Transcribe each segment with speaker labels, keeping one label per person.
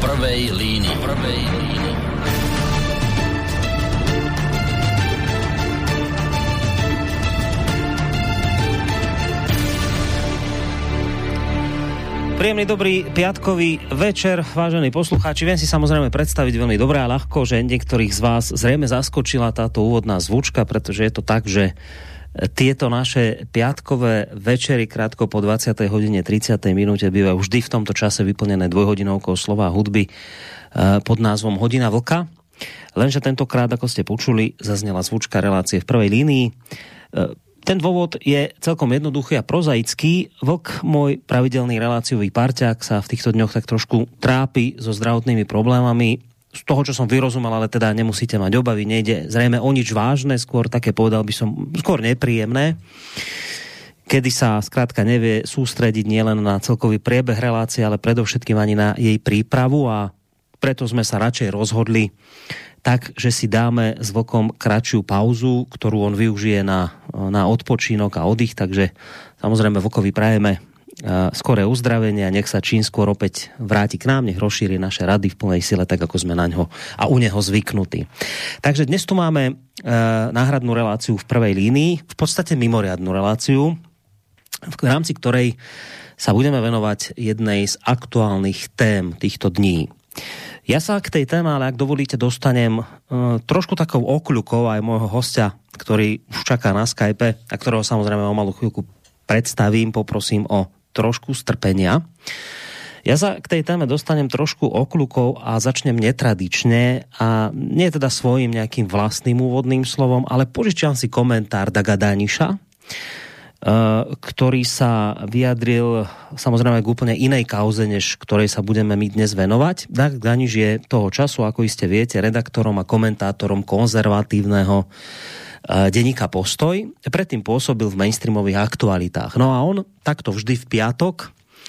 Speaker 1: prvej línii.
Speaker 2: Príjemný dobrý piatkový večer, vážení poslucháči. Viem si samozrejme predstaviť veľmi dobre a ľahko, že niektorých z vás zrejme zaskočila táto úvodná zvučka, pretože je to tak, že tieto naše piatkové večery krátko po 20. hodine 30. minúte bývajú vždy v tomto čase vyplnené dvojhodinovkou slova a hudby pod názvom Hodina vlka. Lenže tentokrát, ako ste počuli, zaznela zvučka relácie v prvej línii. Ten dôvod je celkom jednoduchý a prozaický. Vlk, môj pravidelný reláciový parťák, sa v týchto dňoch tak trošku trápi so zdravotnými problémami. Z toho, čo som vyrozumel, ale teda nemusíte mať obavy, nejde zrejme o nič vážne, skôr také, povedal by som, skôr nepríjemné, kedy sa skrátka nevie sústrediť nielen na celkový priebeh relácie, ale predovšetkým ani na jej prípravu, a preto sme sa radšej rozhodli tak, že si dáme s vlkom kratšiu pauzu, ktorú on využije na odpočínok a oddych, takže samozrejme vlkovi prajeme skoré uzdravenie a nech sa čím skôr opäť vráti k nám, nech rozšíri naše rady v plnej sile, tak ako sme na ňo a u neho zvyknutí. Takže dnes tu máme náhradnú reláciu v prvej línii, v podstate mimoriadnu reláciu, v rámci ktorej sa budeme venovať jednej z aktuálnych tém týchto dní. Ja sa k tej téme, ale ak dovolíte, dostanem trošku takou okľukou aj môjho hostia, ktorý už čaká na Skype a ktorého samozrejme o malú chvíľku predstavím, poprosím o trošku strpenia. Ja sa k tej téme dostanem trošku okľukou a začnem netradične a nie teda svojím nejakým vlastným úvodným slovom, ale požičiam si komentár Daga Daniša, ktorý sa vyjadril samozrejme k úplne inej kauze, než ktorej sa budeme my dnes venovať. Dag Daniš je toho času, ako iste viete, redaktorom a komentátorom konzervatívneho denníka Postoj. Predtým pôsobil v mainstreamových aktualitách. No a on takto vždy v piatok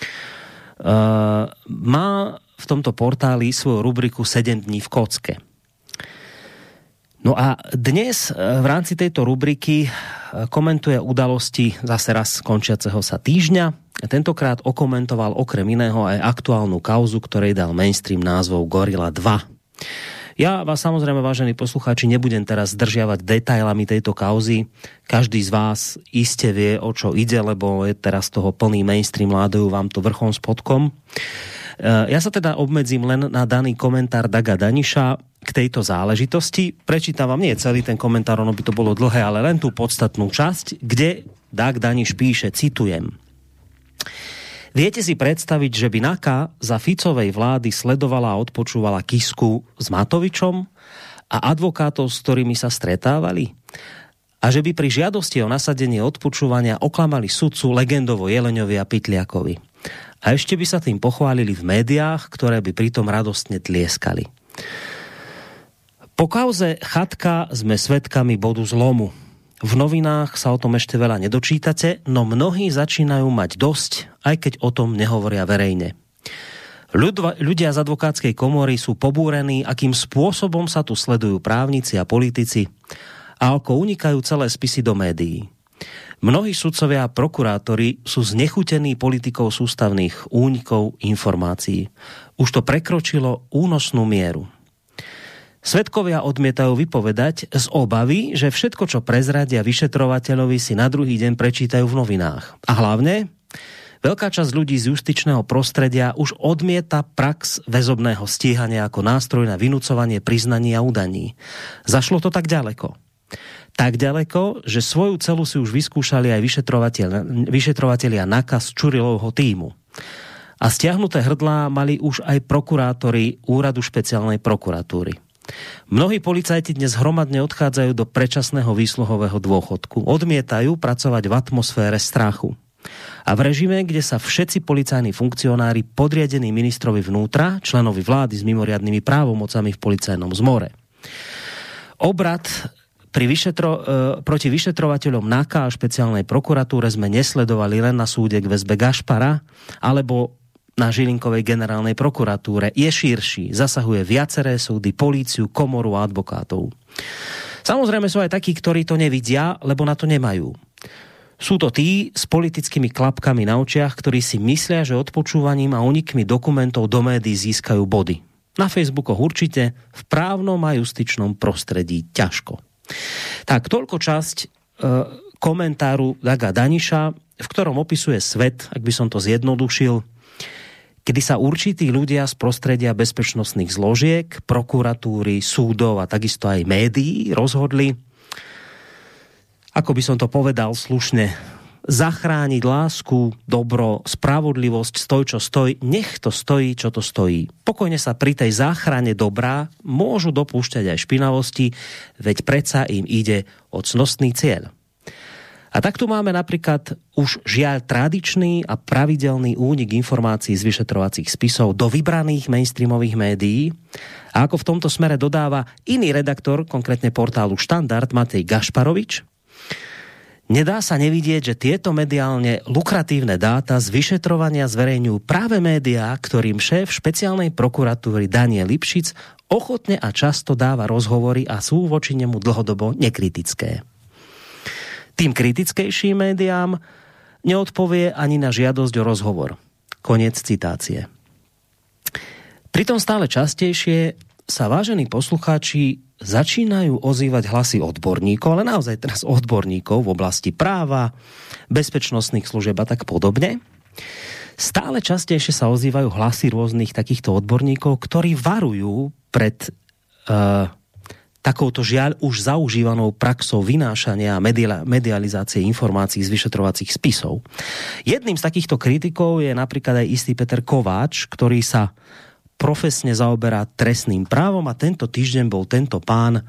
Speaker 2: má v tomto portáli svoju rubriku 7 dní v kocke. No a dnes v rámci tejto rubriky komentuje udalosti zase raz končiaceho sa týždňa. Tentokrát okomentoval okrem iného aj aktuálnu kauzu, ktorej dal mainstream názvov Gorila 2. Ja vás samozrejme, vážení poslucháči, nebudem teraz zdržiavať detailami tejto kauzy. Každý z vás iste vie, o čo ide, lebo je teraz toho plný mainstream, ládajú vám to vrchom spodkom. Ja sa teda obmedzím len na daný komentár Daga Daniša k tejto záležitosti. Prečítam vám, nie celý ten komentár, ono by to bolo dlhé, ale len tú podstatnú časť, kde Dag Daniš píše, citujem: Viete si predstaviť, že by NAKA za Ficovej vlády sledovala a odpočúvala Kisku s Matovičom a advokátov, s ktorými sa stretávali? A že by pri žiadosti o nasadenie odpočúvania oklamali sudcu legendovo Jeleňovi a Pytliakovi? A ešte by sa tým pochválili v médiách, ktoré by pritom radostne tlieskali. Po kauze Chatka sme svedkami bodu zlomu. V novinách sa o tom ešte veľa nedočítate, no mnohí začínajú mať dosť, aj keď o tom nehovoria verejne. Ľudia z advokátskej komory sú pobúrení, akým spôsobom sa tu sledujú právnici a politici a ako unikajú celé spisy do médií. Mnohí sudcovia a prokurátori sú znechutení politikou sústavných únikov informácií. Už to prekročilo únosnú mieru. Svedkovia odmietajú vypovedať z obavy, že všetko, čo prezradia vyšetrovateľovi, si na druhý deň prečítajú v novinách. A hlavne, veľká časť ľudí z justičného prostredia už odmieta prax väzobného stíhania ako nástroj na vynúcovanie priznaní a udaní. Zašlo to tak ďaleko. Tak ďaleko, že svoju celu si už vyskúšali aj vyšetrovatelia NAKA z Čurilovho tímu. A stiahnuté hrdlá mali už aj prokurátori Úradu špeciálnej prokuratúry. Mnohí policajti dnes hromadne odchádzajú do predčasného výsluhového dôchodku. Odmietajú pracovať v atmosfére strachu. A v režime, kde sa všetci policajní funkcionári podriadení ministrovi vnútra, členovi vlády s mimoriadnymi právomocami v policajnom zmore. Obrad proti vyšetrovateľom NAKA a špeciálnej prokuratúre sme nesledovali len na súde k väzbe Gašpara, alebo na Žilinkovej generálnej prokuratúre. Je širší, zasahuje viaceré súdy, políciu, komoru a advokátov. Samozrejme sú aj takí, ktorí to nevidia, lebo na to nemajú. Sú to tí s politickými klapkami na očiach, ktorí si myslia, že odpočúvaním a unikmi dokumentov do médií získajú body. Na Facebookoch určite, v právnom a justičnom prostredí ťažko. Tak, toľko časť komentáru Daga Daniša, v ktorom opisuje svet, ak by som to zjednodušil, kedy sa určití ľudia z prostredia bezpečnostných zložiek, prokuratúry, súdov a takisto aj médií rozhodli, ako by som to povedal slušne, zachrániť lásku, dobro, spravodlivosť, stoj čo stoj, nech to stojí, čo to stojí. Pokojne sa pri tej záchrane dobrá môžu dopúšťať aj špinavosti, veď predsa im ide o cnostný cieľ. A tak tu máme napríklad už žiaľ tradičný a pravidelný únik informácií z vyšetrovacích spisov do vybraných mainstreamových médií. A ako v tomto smere dodáva iný redaktor, konkrétne portálu Štandard, Matej Gašparovič, nedá sa nevidieť, že tieto mediálne lukratívne dáta z vyšetrovania zverejňujú práve médiá, ktorým šéf špeciálnej prokuratúry Daniel Lipšic ochotne a často dáva rozhovory a sú voči nemu dlhodobo nekritické. Tým kritickejším médiám neodpovie ani na žiadosť o rozhovor. Koniec citácie. Pritom stále častejšie sa, vážení poslucháči, začínajú ozývať hlasy odborníkov, ale naozaj teraz odborníkov v oblasti práva, bezpečnostných služieb a tak podobne. Stále častejšie sa ozývajú hlasy rôznych takýchto odborníkov, ktorí varujú pred takouto žiaľ už zaužívanou praxou vynášania a medializácie informácií z vyšetrovacích spisov. Jedným z takýchto kritikov je napríklad aj istý Peter Kováč, ktorý sa profesne zaoberá trestným právom a tento týždeň bol tento pán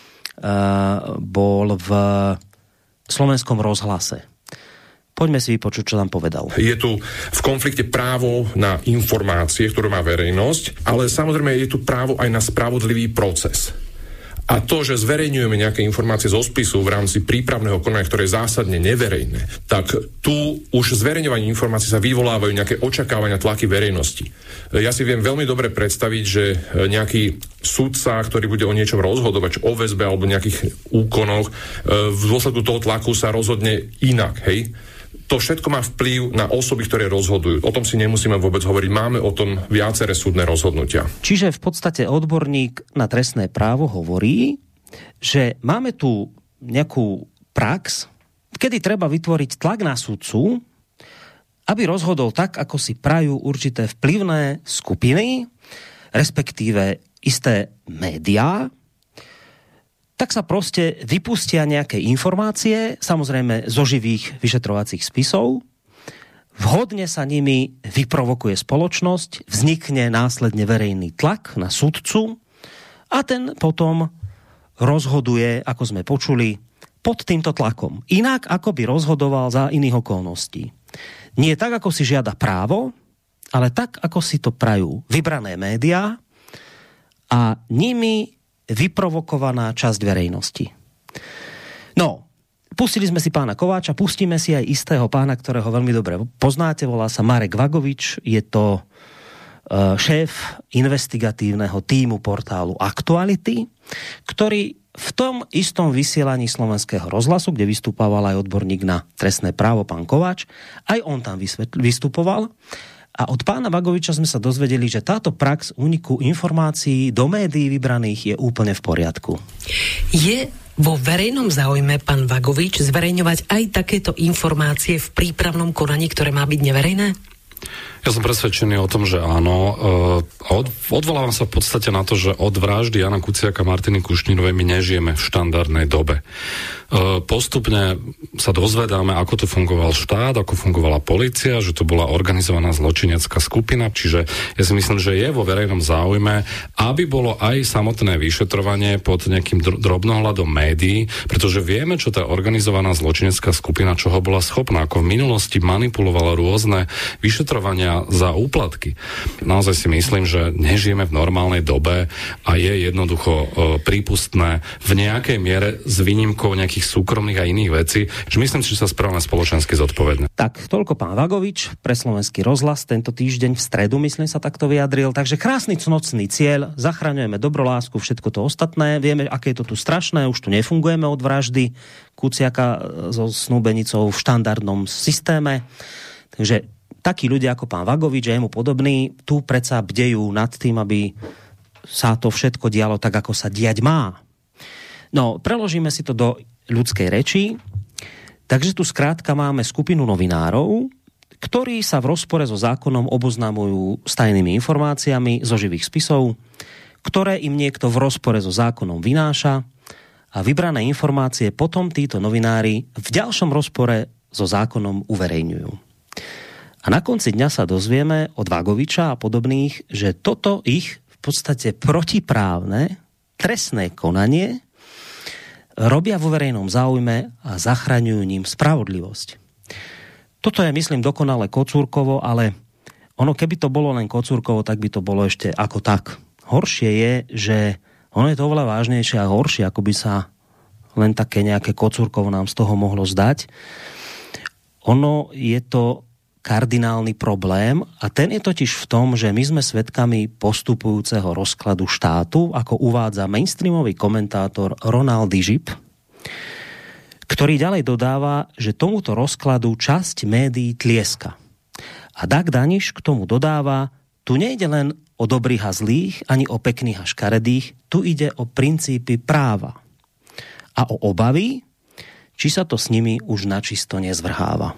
Speaker 2: bol v Slovenskom rozhlase. Poďme si vypočuť, čo tam povedal. Je tu v konflikte právo na informácie, ktorú má verejnosť, ale samozrejme je tu právo aj na spravodlivý proces. A to, že zverejňujeme nejaké informácie zo spisu v rámci prípravného konania, ktoré je zásadne neverejné, tak tu už zverejňovanie informácií sa vyvolávajú nejaké očakávania, tlaky verejnosti. Ja si viem veľmi dobre predstaviť, že nejaký sudca, ktorý bude o niečom rozhodovať, o väzbe alebo nejakých úkonoch, v dôsledku toho tlaku sa rozhodne inak, hej? To všetko má vplyv na osoby, ktoré rozhodujú. O tom si nemusíme vôbec hovoriť. Máme o tom viaceré súdne rozhodnutia. Čiže v podstate odborník na trestné právo hovorí, že máme tu nejakú prax, kedy treba vytvoriť tlak na sudcu, aby rozhodol tak, ako si prajú určité vplyvné skupiny, respektíve isté médiá, tak sa proste vypustia nejaké informácie, samozrejme zo živých vyšetrovacích spisov, vhodne sa nimi vyprovokuje spoločnosť, vznikne následne verejný tlak na sudcu a ten potom rozhoduje, ako sme počuli, pod týmto tlakom. Inak, ako by rozhodoval za iných okolností. Nie tak, ako si žiada právo, ale tak, ako si to prajú vybrané médiá a nimi vyprovokovaná časť verejnosti. No, pustili sme si pána Kováča, pustíme si aj istého pána, ktorého veľmi dobre poznáte, volá sa Marek Vagovič, je to šéf investigatívneho tímu portálu Aktuality, ktorý v tom istom vysielaní Slovenského rozhlasu, kde vystúpával aj odborník na trestné právo, pán Kováč, aj on tam vystupoval. A od pána Vagoviča sme sa dozvedeli, že táto prax úniku informácií do médií vybraných je úplne v poriadku. Je vo verejnom záujme, pán Vagovič, zverejňovať aj takéto informácie v prípravnom konaní, ktoré má byť neverejné?
Speaker 1: Ja som presvedčený o tom, že áno. Odvolávam sa v podstate na to, že od vraždy Jana Kuciaka a Martiny Kušnírovej my nežijeme v štandardnej dobe. Postupne sa dozvedáme, ako tu fungoval štát, ako fungovala polícia, že to bola organizovaná zločinecká skupina, čiže ja si myslím, že je vo verejnom záujme, aby bolo aj samotné vyšetrovanie pod nejakým drobnohľadom médií, pretože vieme, čo tá organizovaná zločinecká skupina, čoho bola schopná, ako v minulosti manipulovala rôzne vyšetrovania za úplatky. Naozaj si myslím, že že nežijeme v normálnej dobe a je jednoducho prípustné v nejakej miere s výnimkou nejakých súkromných a iných vecí, že myslím si, že sa správame spoločensky zodpovedne.
Speaker 2: Tak, toľko pán Vagovič, pre Slovenský rozhlas tento týždeň v stredu, myslím, sa takto vyjadril. Takže krásny cnocný cieľ, zachraňujeme dobrolásku, všetko to ostatné. Vieme, aké je to tu strašné, už tu nefungujeme od vraždy Kuciaka so snúbenicou v štandardnom systéme. Takže takí ľudia ako pán Vagovič a jemu podobný tu predsa bdejú nad tým, aby sa to všetko dialo tak, ako sa diať má. No, preložíme si to do ľudskej reči. Takže tu skrátka máme skupinu novinárov, ktorí sa v rozpore so zákonom oboznamujú s tajnými informáciami zo živých spisov, ktoré im niekto v rozpore so zákonom vynáša a vybrané informácie potom títo novinári v ďalšom rozpore so zákonom uverejňujú. A na konci dňa sa dozvieme od Vagoviča a podobných, že toto ich v podstate protiprávne trestné konanie robia vo verejnom záujme a zachraňujú ním spravodlivosť. Toto je, myslím, dokonale Kocúrkovo, ale ono, keby to bolo len Kocúrkovo, tak by to bolo ešte ako tak. Horšie je, že ono je to oveľa vážnejšie a horšie, ako by sa len také nejaké Kocúrkovo nám z toho mohlo zdať. Ono je to kardinálny problém a ten je totiž v tom, že my sme svedkami postupujúceho rozkladu štátu, ako uvádza mainstreamový komentátor Ronald Dyžip, ktorý ďalej dodáva, že tomuto rozkladu časť médií tlieska. A Dag Daniš k tomu dodáva, tu nejde len o dobrých a zlých, ani o pekných a škaredých, tu ide o princípy práva a o obavy, či sa to s nimi už načisto nezvrháva.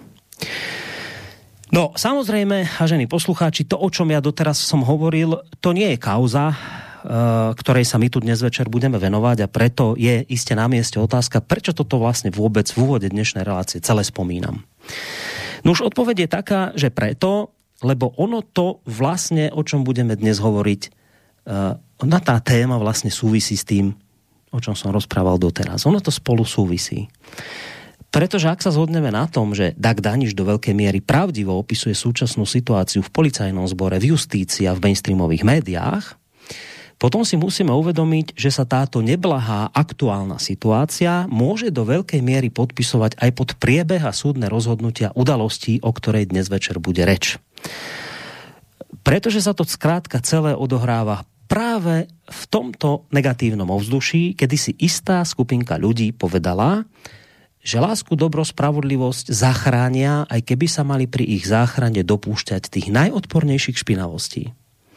Speaker 2: No, samozrejme, vážení poslucháči, to, o čom ja doteraz som hovoril, to nie je kauza, ktorej sa my tu dnes večer budeme venovať a preto je iste na mieste otázka, prečo toto vlastne vôbec v úvode dnešnej relácie celé spomínam. No už odpoveď je taká, že preto, lebo ono to vlastne, o čom budeme dnes hovoriť, na tá téma vlastne súvisí s tým, o čom som rozprával doteraz. Ono to spolu súvisí. Pretože ak sa zhodneme na tom, že Dag Daniš do veľkej miery pravdivo opisuje súčasnú situáciu v policajnom zbore, v justícii a v mainstreamových médiách, potom si musíme uvedomiť, že sa táto neblahá aktuálna situácia môže do veľkej miery podpisovať aj pod priebeh a súdne rozhodnutia udalostí, o ktorej dnes večer bude reč. Pretože sa to skrátka celé odohráva práve v tomto negatívnom ovzduší, kedy si istá skupinka ľudí povedala, že lásku, dobro, spravodlivosť zachránia, aj keby sa mali pri ich záchrane dopúšťať tých najodpornejších špinavostí.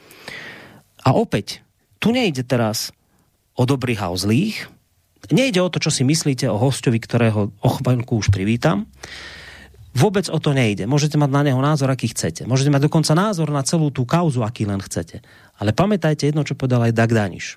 Speaker 2: A opäť, tu nejde teraz o dobrých a o zlých, nejde o to, čo si myslíte o hosťovi, ktorého o chvíľku už privítam. Vôbec o to nejde. Môžete mať na neho názor, aký chcete. Môžete mať dokonca názor na celú tú kauzu, aký len chcete. Ale pamätajte jedno, čo povedal aj Dag Daniš.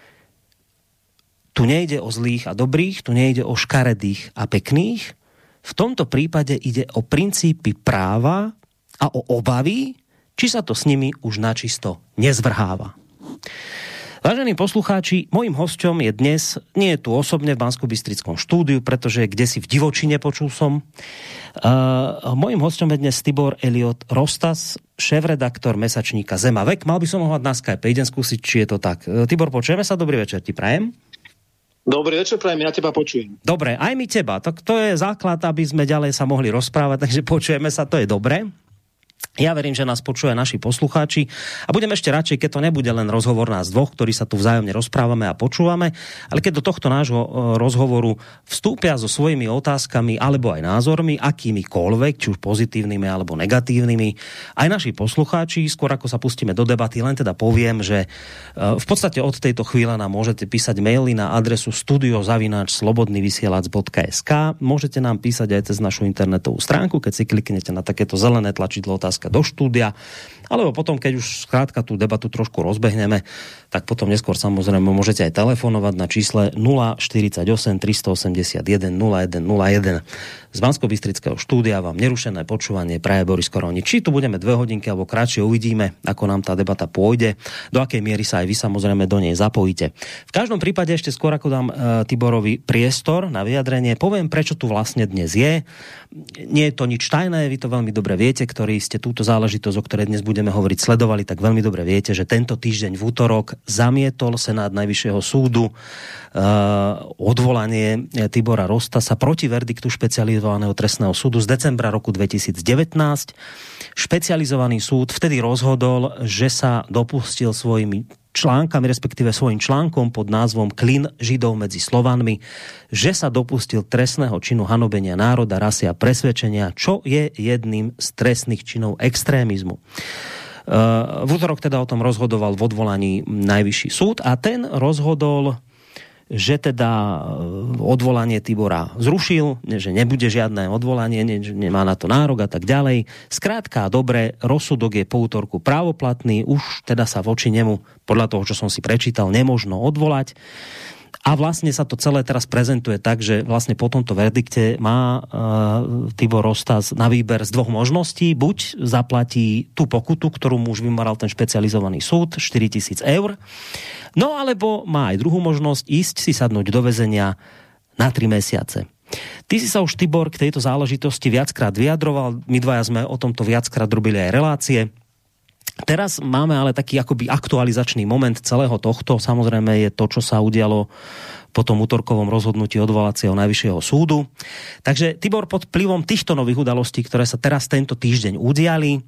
Speaker 2: Tu nejde o zlých a dobrých, tu nejde o škaredých a pekných. V tomto prípade ide o princípy práva a o obavy, či sa to s nimi už načisto nezvrháva. Vážení poslucháči, mojím hosťom je dnes, nie je tu osobne v Banskobystrickom štúdiu, pretože kdesi v divočine počul som. Mojím hosťom je dnes Tibor Eliot Rostas, šéfredaktor mesačníka Zem a vek. Mal by som ho mať na Skype, idem skúsiť, či je to tak. Tibor, počujeme sa, dobrý večer ti prajem.
Speaker 3: Dobrý večer, prajem, ja teba počujem.
Speaker 2: Dobre, aj my teba. Tak to je základ, aby sme ďalej sa mohli rozprávať, takže počujeme sa, to je dobré. Ja verím, že nás počujú naši poslucháči a budem ešte radšej, keď to nebude len rozhovor nás dvoch, ktorí sa tu vzájomne rozprávame a počúvame, ale keď do tohto nášho rozhovoru vstúpia so svojimi otázkami alebo aj názormi, akýmikoľvek, či už pozitívnymi alebo negatívnymi, aj naši poslucháči, skôr ako sa pustíme do debaty, len teda poviem, že v podstate od tejto chvíle nám môžete písať maily na adresu studio@slobodnyvysielac.sk. Môžete nám písať aj cez našu internetovú stránku, keď si kliknete na takéto zelené tlačidlo otázka do štúdia, alebo potom, keď už skrátka tú debatu trošku rozbehneme, tak potom neskôr samozrejme môžete aj telefonovať na čísle 048 381 0101. Z Banskobystrického štúdia vám nerušené počúvanie praje Boris Koroni. Či tu budeme 2 hodinky alebo kratšie, uvidíme, ako nám tá debata pôjde, do akej miery sa aj vy samozrejme do nej zapojíte. V každom prípade ešte skôr ako dám Tiborovi priestor na vyjadrenie, poviem, prečo tu vlastne dnes je. Nie je to nič tajné, vy to veľmi dobre viete, ktorí ste ste túto záležitosť, o ktorej dnes budeme hovoriť, sledovali, tak veľmi dobre viete, že tento týždeň v útorok zamietol Senát Najvyššieho súdu odvolanie Tibora Rostasa proti verdiktu špecializovaného trestného súdu z decembra roku 2019. Špecializovaný súd vtedy rozhodol, že sa dopustil svojimi článkami, respektíve svojím článkom pod názvom Klin Židov medzi Slovanmi, že sa dopustil trestného činu hanobenia národa, rasy a presvedčenia, čo je jedným z trestných činov extrémizmu. V útorok teda o tom rozhodoval v odvolaní Najvyšší súd a ten rozhodol, že teda odvolanie Tibora zrušil, že nebude žiadne odvolanie, nemá na to nárok a tak ďalej. Skrátka, dobre, rozsudok je po útorku právoplatný, už teda sa voči nemu, podľa toho, čo som si prečítal, nemožno odvolať. A vlastne sa to celé teraz prezentuje tak, že vlastne po tomto verdikte má Tibor Rostas na výber z dvoch možností. Buď zaplatí tú pokutu, ktorú mu už vymaral ten špecializovaný súd, 4 000 eur, no alebo má aj druhú možnosť ísť si sadnúť do väzenia na 3 mesiace. Ty si sa už, Tibor, k tejto záležitosti viackrát vyjadroval, my dvaja sme o tomto viackrát robili aj relácie. Teraz máme ale taký akoby aktualizačný moment celého tohto. Samozrejme je to, čo sa udialo po tom útorkovom rozhodnutí odvolacieho Najvyššieho súdu. Takže Tibor, pod vplyvom týchto nových udalostí, ktoré sa teraz tento týždeň udiali,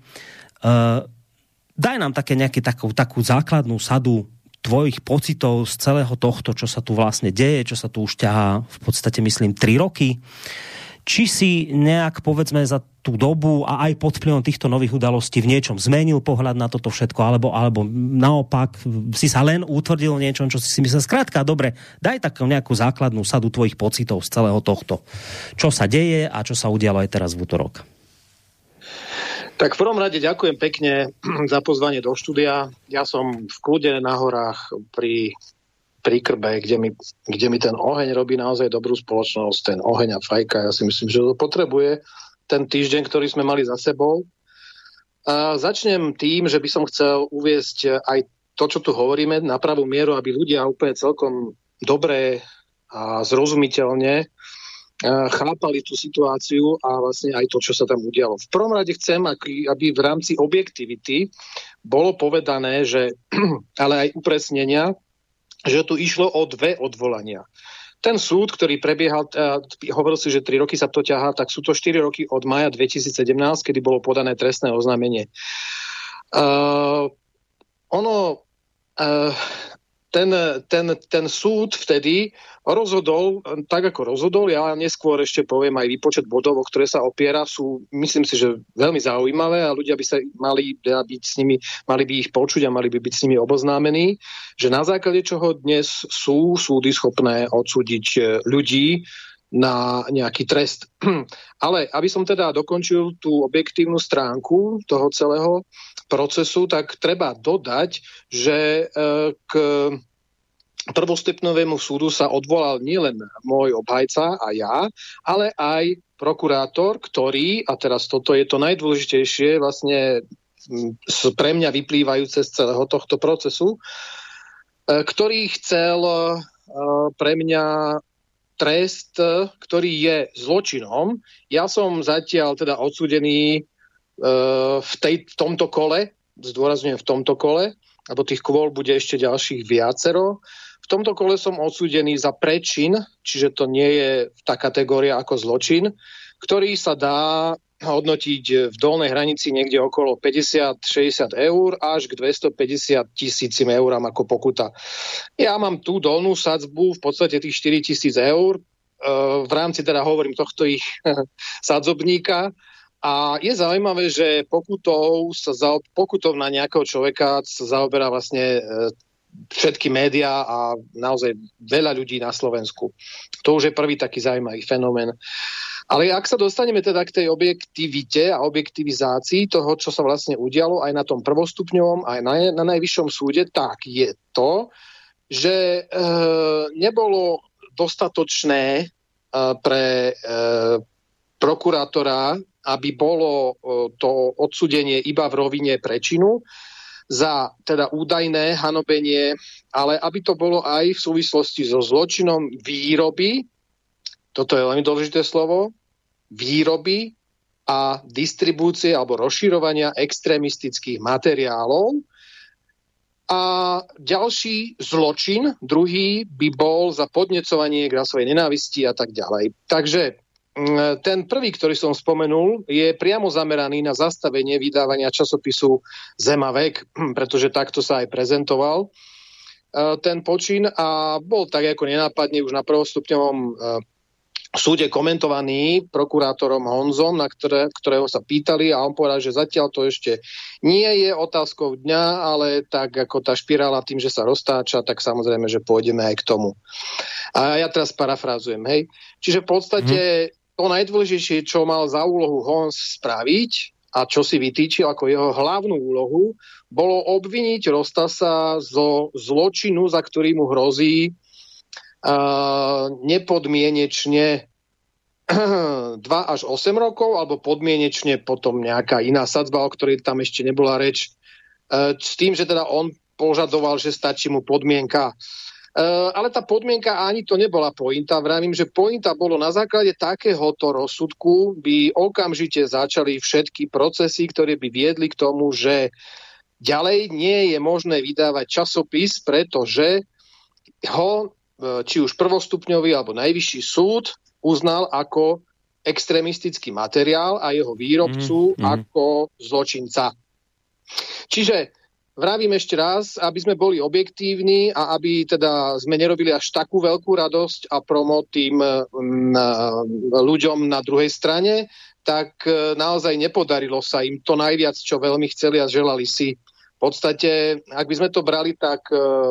Speaker 2: daj nám také nejakú takú základnú sadu tvojich pocitov z celého tohto, čo sa tu vlastne deje, čo sa tu už ťahá v podstate, myslím, 3 roky. Či si nejak, povedzme, za tú dobu a aj pod vplyvom týchto nových udalostí v niečom zmenil pohľad na toto všetko, alebo naopak si sa len utvrdil niečom, čo si myslel. Skrátka, dobre, daj takú nejakú základnú sadu tvojich pocitov z celého tohto. Čo sa deje a čo sa udialo aj teraz v útorok?
Speaker 3: Tak v prvom rade ďakujem pekne za pozvanie do štúdia. Ja som v kľude na horách pri Krbe, kde mi ten oheň robí naozaj dobrú spoločnosť, ten oheň a fajka. Ja si myslím, že to potrebuje ten týždeň, ktorý sme mali za sebou. A začnem tým, že by som chcel uviesť aj to, čo tu hovoríme, na pravú mieru, aby ľudia úplne celkom dobre a zrozumiteľne chápali tú situáciu a vlastne aj to, čo sa tam udialo. V prvom rade chcem, aby v rámci objektivity bolo povedané, že, ale aj upresnenia, že tu išlo o 2 odvolania. Ten súd, ktorý prebiehal, hovoril si, že 3 roky sa to ťahá, tak sú to 4 roky od mája 2017, kedy bolo podané trestné oznámenie. Ten súd vtedy rozhodol, tak ako rozhodol, ja neskôr ešte poviem aj výpočet bodov, o ktoré sa opiera, sú, myslím si, že veľmi zaujímavé a ľudia by sa mali byť s nimi, mali by ich počuť a mali by byť s nimi oboznámení, že na základe čoho dnes sú súdy schopné odsúdiť ľudí na nejaký trest. Ale aby som teda dokončil tú objektívnu stránku toho celého procesu, tak treba dodať, že k prvostupňovému súdu sa odvolal nielen môj obhajca a ja, ale aj prokurátor, ktorý, a teraz toto je to najdôležitejšie vlastne pre mňa vyplývajúce z celého tohto procesu, ktorý chcel pre mňa trest, ktorý je zločinom. Ja som zatiaľ teda odsúdený v tomto kole, zdôrazňujem v tomto kole, alebo tých kôl bude ešte ďalších viacero. V tomto kole som odsúdený za prečin, čiže to nie je tá kategória ako zločin, ktorý sa dá hodnotiť v dolnej hranici niekde okolo 50-60 eur až k 250 000 eurám ako pokuta. Ja mám tú dolnú sadzbu v podstate tých 4 000 eur, v rámci teda hovorím tohto ich sadzobníka. A je zaujímavé, že pokutou na nejakého človeka sa zaoberá vlastne všetky médiá a naozaj veľa ľudí na Slovensku. To už je prvý taký zaujímavý fenomén. Ale ak sa dostaneme teda k tej objektivite a objektivizácii toho, čo sa vlastne udialo aj na tom prvostupňovom, aj na najvyššom súde, tak je to, že nebolo dostatočné pre prokurátora, aby bolo to odsúdenie iba v rovine prečinu za teda údajné hanobenie, ale aby to bolo aj v súvislosti so zločinom výroby, toto je veľmi dôležité slovo, výroby a distribúcie alebo rozširovania extrémistických materiálov. A ďalší zločin, druhý, by bol za podnecovanie k rasovej nenávisti a tak ďalej. Takže ten prvý, ktorý som spomenul, je priamo zameraný na zastavenie vydávania časopisu Zemavek, pretože takto sa aj prezentoval ten počin a bol tak ako nenápadne už na prvostupňovom súde komentovaný prokurátorom Honzom, na ktorého sa pýtali a on povedal, že zatiaľ to ešte nie je otázkou dňa, ale tak ako tá špirála tým, že sa roztáča, tak samozrejme, že pôjdeme aj k tomu. A ja teraz parafrázujem, hej. Čiže v podstate to najdôležitejšie, čo mal za úlohu Honz spraviť a čo si vytýčil ako jeho hlavnú úlohu, bolo obviniť Rostasa zo zločinu, za ktorý mu hrozí nepodmienečne 2 až 8 rokov, alebo podmienečne potom nejaká iná sadzba, o ktorej tam ešte nebola reč, s tým, že teda on požadoval, že stačí mu podmienka. Ale tá podmienka ani to nebola pointa. Vravím, že pointa bolo na základe takéhoto rozsudku by okamžite začali všetky procesy, ktoré by viedli k tomu, že ďalej nie je možné vydávať časopis, pretože ho či už prvostupňový alebo najvyšší súd uznal ako extrémistický materiál a jeho výrobcu ako zločinca. Čiže vravím ešte raz, aby sme boli objektívni a aby teda sme nerobili až takú veľkú radosť a promo tým ľuďom na druhej strane, tak naozaj nepodarilo sa im to najviac, čo veľmi chceli a želali si. V podstate, ak by sme to brali tak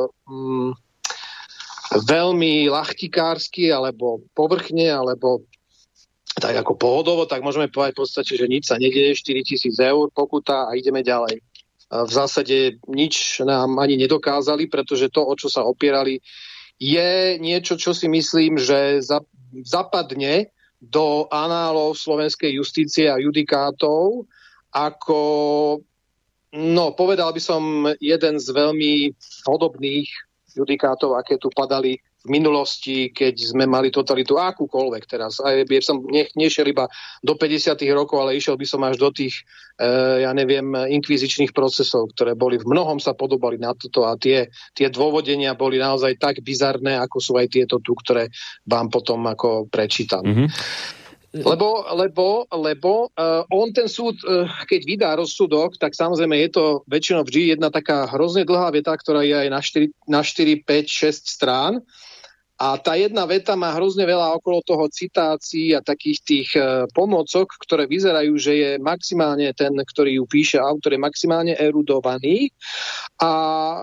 Speaker 3: veľmi ľahtikársky alebo povrchne, alebo tak ako pohodovo, tak môžeme povedať v podstate, že nič sa nedieje, 4 000 eur pokuta a ideme ďalej. V zásade nič nám ani nedokázali, pretože to, o čo sa opierali, je niečo, čo si myslím, že zapadne do análov slovenskej justície a judikátov ako, no povedal by som, jeden z veľmi podobných judikátov, aké tu padali v minulosti, keď sme mali totalitu akúkoľvek teraz. A ja som nešiel iba do 50. rokov, ale išiel by som až do tých, inkvizičných procesov, ktoré boli v mnohom sa podobali na toto a tie dôvodenia boli naozaj tak bizarné, ako sú aj tieto tu, ktoré vám potom ako prečítam. Lebo on ten súd, keď vydá rozsudok, tak samozrejme je to väčšinou vždy jedna taká hrozne dlhá veta, ktorá je aj na 4, 5, 6 strán. A tá jedna veta má hrozne veľa okolo toho citácií a takých tých pomôcok, ktoré vyzerajú, že je maximálne ten, ktorý ju píše, autor je maximálne erudovaný a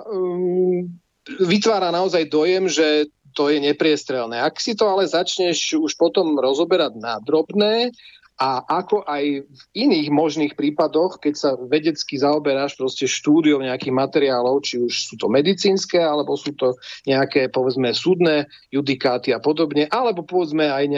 Speaker 3: vytvára naozaj dojem, že to je nepriestrelné. Ak si to ale začneš už potom rozoberať na drobné a ako aj v iných možných prípadoch, keď sa vedecky zaoberáš proste štúdiom nejakých materiálov, či už sú to medicínske, alebo sú to nejaké, povedzme, súdne judikáty a podobne, alebo povedzme aj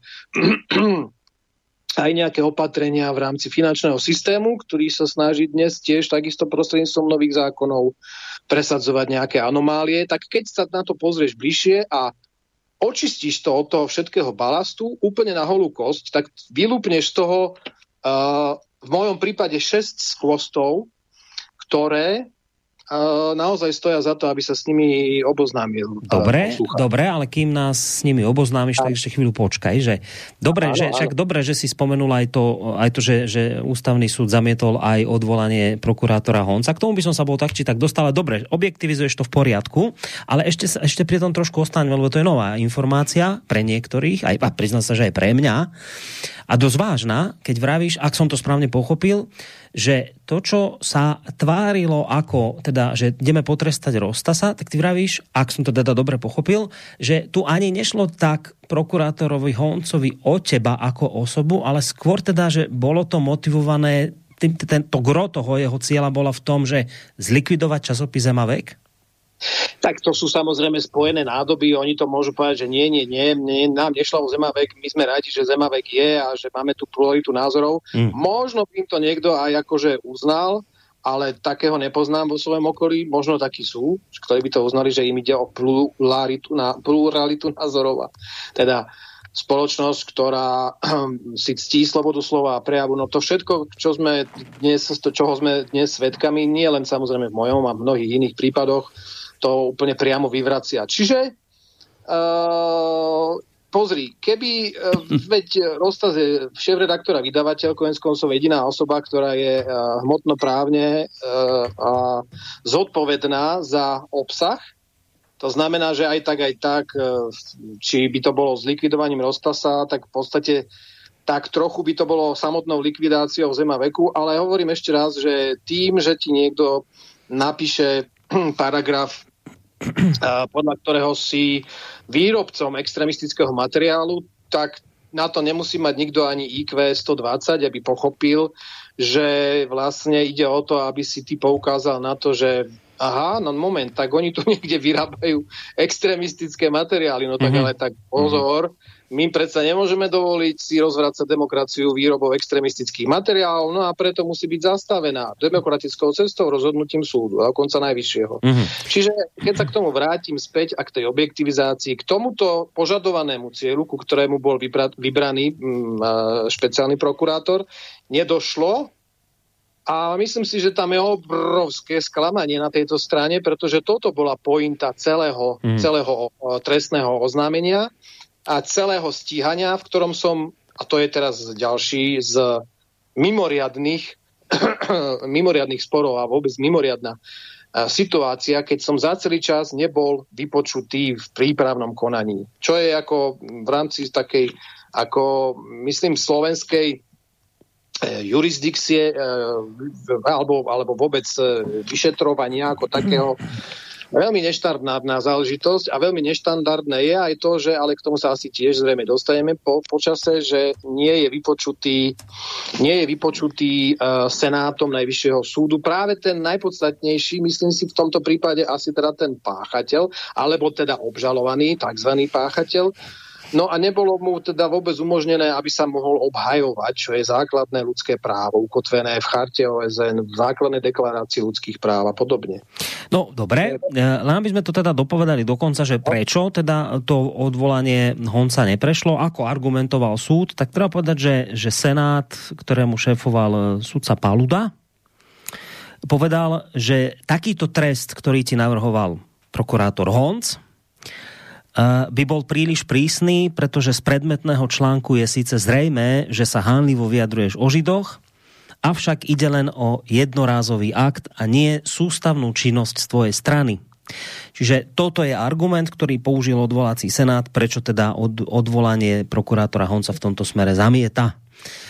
Speaker 3: nejaké opatrenia v rámci finančného systému, ktorý sa snaží dnes tiež takisto prostredníctvom nových zákonov presadzovať nejaké anomálie, tak keď sa na to pozrieš bližšie a očistíš to od toho všetkého balastu úplne na holú kosť, tak vylúpneš z toho v mojom prípade 6 skvostov, ktoré naozaj stoja za to, aby sa s nimi oboznámil.
Speaker 2: Dobre, ale kým nás s nimi oboznámiš, tak ešte chvíľu počkaj, že dobre, že si spomenul aj to, že ústavný súd zamietol aj odvolanie prokurátora Honza. K tomu by som sa bol tak či tak dostal. Dobre, objektivizuješ to v poriadku, ale ešte pri tom trošku ostaňme, lebo to je nová informácia pre niektorých, aj priznám sa, že aj pre mňa. A dosť vážna, keď vravíš, ak som to správne pochopil, že to, čo sa tvárilo ako, teda, že ideme potrestať Rostasa, tak ty vravíš, ak som to teda dobre pochopil, že tu ani nešlo tak prokurátorovi Honcovi o teba ako osobu, ale skôr teda, že bolo to motivované, to gro toho jeho cieľa bola v tom, že zlikvidovať časopis Zemavek?
Speaker 3: Tak to sú samozrejme spojené nádoby, oni to môžu povedať, že nie, nám nešlo o Zemavek, my sme radi, že Zemavek je a že máme tu pluralitu názorov. Možno by im to niekto aj akože uznal, ale takého nepoznám vo svojom okolí, možno takí sú, ktorí by to uznali, že im ide o pluralitu názorov. Teda spoločnosť, ktorá si ctí slobodu slova a prejavu. No to všetko, čoho sme dnes svedkami, nie len samozrejme v mojom a v mnohých iných prípadoch, to úplne priamo vyvracia. Čiže pozri, keby veď Rostas je šéf-redaktora vydavateľ, konec koncov jediná osoba, ktorá je hmotnoprávne zodpovedná za obsah. To znamená, že aj tak, či by to bolo s likvidovaním Rostasa, tak v podstate tak trochu by to bolo samotnou likvidáciou zema veku, ale hovorím ešte raz, že tým, že ti niekto napíše paragraf, podľa ktorého si výrobcom extrémistického materiálu, tak na to nemusí mať nikto ani IQ 120, aby pochopil, že vlastne ide o to, aby si ty poukázal na to, že aha, no moment, tak oni tu niekde vyrábajú extrémistické materiály, no tak ale tak pozor, my predsa nemôžeme dovoliť si rozvracať demokraciu výrobou extrémistických materiálov, no a preto musí byť zastavená demokratickou cestou rozhodnutím súdu, a dokonca najvyššieho. Čiže keď sa k tomu vrátim späť a k tej objektivizácii, k tomuto požadovanému cieľu, ku ktorému bol vybraný špeciálny prokurátor, nedošlo. A myslím si, že tam je obrovské sklamanie na tejto strane, pretože toto bola pointa celého trestného oznámenia a celého stíhania, v ktorom som, a to je teraz ďalší z mimoriadnych sporov a vôbec mimoriadna situácia, keď som za celý čas nebol vypočutý v prípravnom konaní. Čo je ako v rámci takej, ako myslím, slovenskej jurisdikcie alebo vôbec vyšetrovania ako takého veľmi neštandardná záležitosť a veľmi neštandardné je aj to, že, ale k tomu sa asi tiež zrejme dostaneme po čase, že nie je vypočutý senátom Najvyššieho súdu práve ten najpodstatnejší, myslím si v tomto prípade asi teda ten páchateľ, alebo teda obžalovaný, takzvaný páchateľ. No a nebolo mu teda vôbec umožnené, aby sa mohol obhajovať, čo je základné ľudské právo, ukotvené v charte OSN, v základnej deklarácii ľudských práv a podobne.
Speaker 2: No, dobre, len aby sme to teda dopovedali dokonca, že prečo teda to odvolanie Honca neprešlo, ako argumentoval súd, tak treba povedať, že Senát, ktorému šéfoval sudca Paluda, povedal, že takýto trest, ktorý ti navrhoval prokurátor Honc, by bol príliš prísny, pretože z predmetného článku je síce zrejmé, že sa hanlivo vyjadruješ o Židoch, avšak ide len o jednorázový akt a nie sústavnú činnosť z tvojej strany. Čiže toto je argument, ktorý použil odvolací senát, prečo teda odvolanie prokurátora Honca v tomto smere zamieta.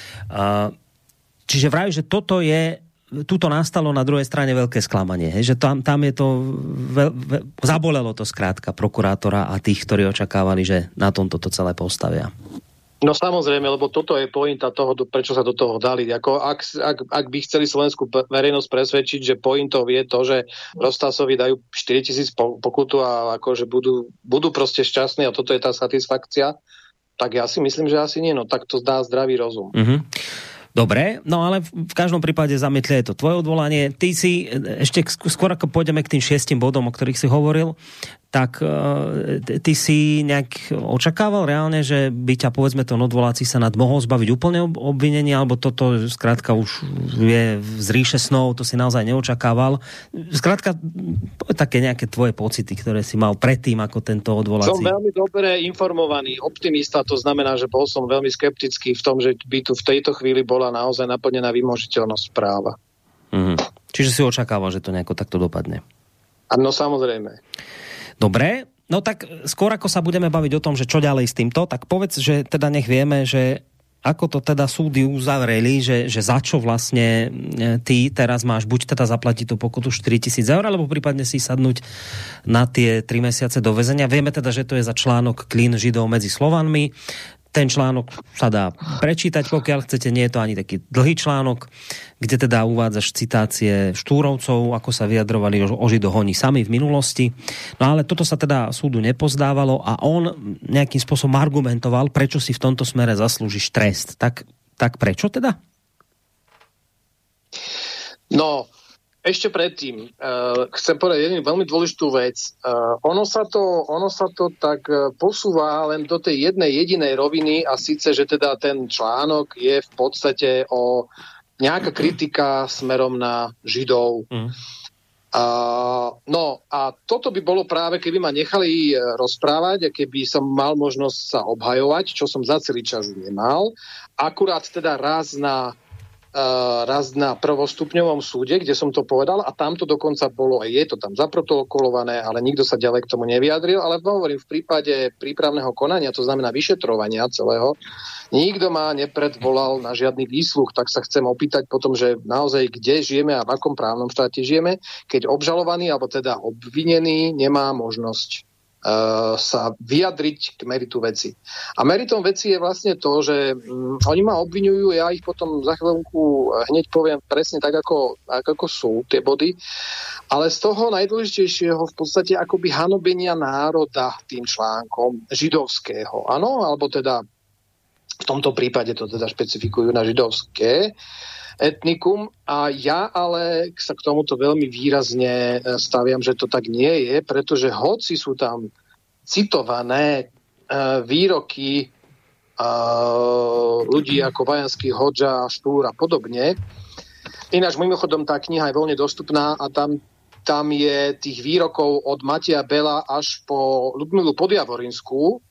Speaker 2: Čiže vraví, že toto je tuto nastalo na druhej strane veľké sklamanie, že tam je to zabolelo to skrátka prokurátora a tých, ktorí očakávali, že na tomto to celé postavia.
Speaker 3: No samozrejme, lebo toto je pointa toho, prečo sa do toho dali. Ako ak by chceli slovenskú verejnosť presvedčiť, že pointou je to, že Rostasovi dajú 4 000 pokutu a akože budú proste šťastní a toto je tá satisfakcia, tak ja si myslím, že asi nie. No tak to zdá zdravý rozum.
Speaker 2: Dobre, no ale v každom prípade zamietli aj to tvoje odvolanie. Ty si, ešte skôr ako pôjdeme k tým 6 bodom, o ktorých si hovoril, tak ty si nejak očakával reálne, že by ťa, povedzme, ten odvolací senát mohol zbaviť úplne obvinenia, alebo toto skrátka už je z ríše snov, to si naozaj neočakával. Skrátka, také nejaké tvoje pocity, ktoré si mal predtým, ako tento odvolací.
Speaker 3: Som veľmi dobre informovaný, optimista, to znamená, že bol som veľmi skeptický v tom, že by tu v tejto chvíli bola naozaj naplnená vymožiteľnosť práva.
Speaker 2: Čiže si očakával, že to nejako takto dopadne?
Speaker 3: Áno, samozrejme.
Speaker 2: Dobre, no tak skôr ako sa budeme baviť o tom, že čo ďalej s týmto, tak povedz, že teda nech vieme, že ako to teda súdy uzavreli, že za čo vlastne ty teraz máš buď teda zaplatiť tú pokutu 4 000 eur, alebo prípadne si sadnúť na tie 3 mesiace do väzenia. Vieme teda, že to je za článok Klín Židov medzi Slovanmi. Ten článok sa dá prečítať, pokiaľ chcete, nie je to ani taký dlhý článok, kde teda uvádzaš citácie Štúrovcov, ako sa vyjadrovali o Židoch oni sami v minulosti. No ale toto sa teda súdu nepozdávalo a on nejakým spôsobom argumentoval, prečo si v tomto smere zaslúžiš trest. Tak prečo teda?
Speaker 3: No, Ešte predtým chcem povedať jednu veľmi dôležitú vec. Ono sa to tak posúva len do tej jednej jedinej roviny a síce, že teda ten článok je v podstate o nejaká kritika smerom na Židov. No a toto by bolo práve, keby ma nechali rozprávať a keby som mal možnosť sa obhajovať, čo som za celý čas nemal. Akurát teda raz na prvostupňovom súde, kde som to povedal a tam to dokonca bolo, aj je to tam zaprotokolované, ale nikto sa ďalej k tomu nevyjadril, ale hovorím, v prípade prípravného konania, to znamená vyšetrovania celého, nikto ma nepredvolal na žiadny výsluch, tak sa chcem opýtať potom, že naozaj kde žijeme a v akom právnom štáte žijeme, keď obžalovaný alebo teda obvinený nemá možnosť sa vyjadriť k meritu veci. A meritom veci je vlastne to, že oni ma obviňujú, ja ich potom za chvíľku hneď poviem presne tak, ako sú tie body, ale z toho najdôležitejšieho v podstate akoby hanobenia národa tým článkom židovského, áno, alebo teda v tomto prípade to teda špecifikujú na židovské etnikum a ja ale sa k tomuto veľmi výrazne staviam, že to tak nie je, pretože hoci sú tam citované výroky ľudí ako Vajanský, Hodža, Štúr a podobne. Ináč mimochodom tá kniha je voľne dostupná a tam je tých výrokov od Mateja Bela až po Ľudmilu Podjavorinskú.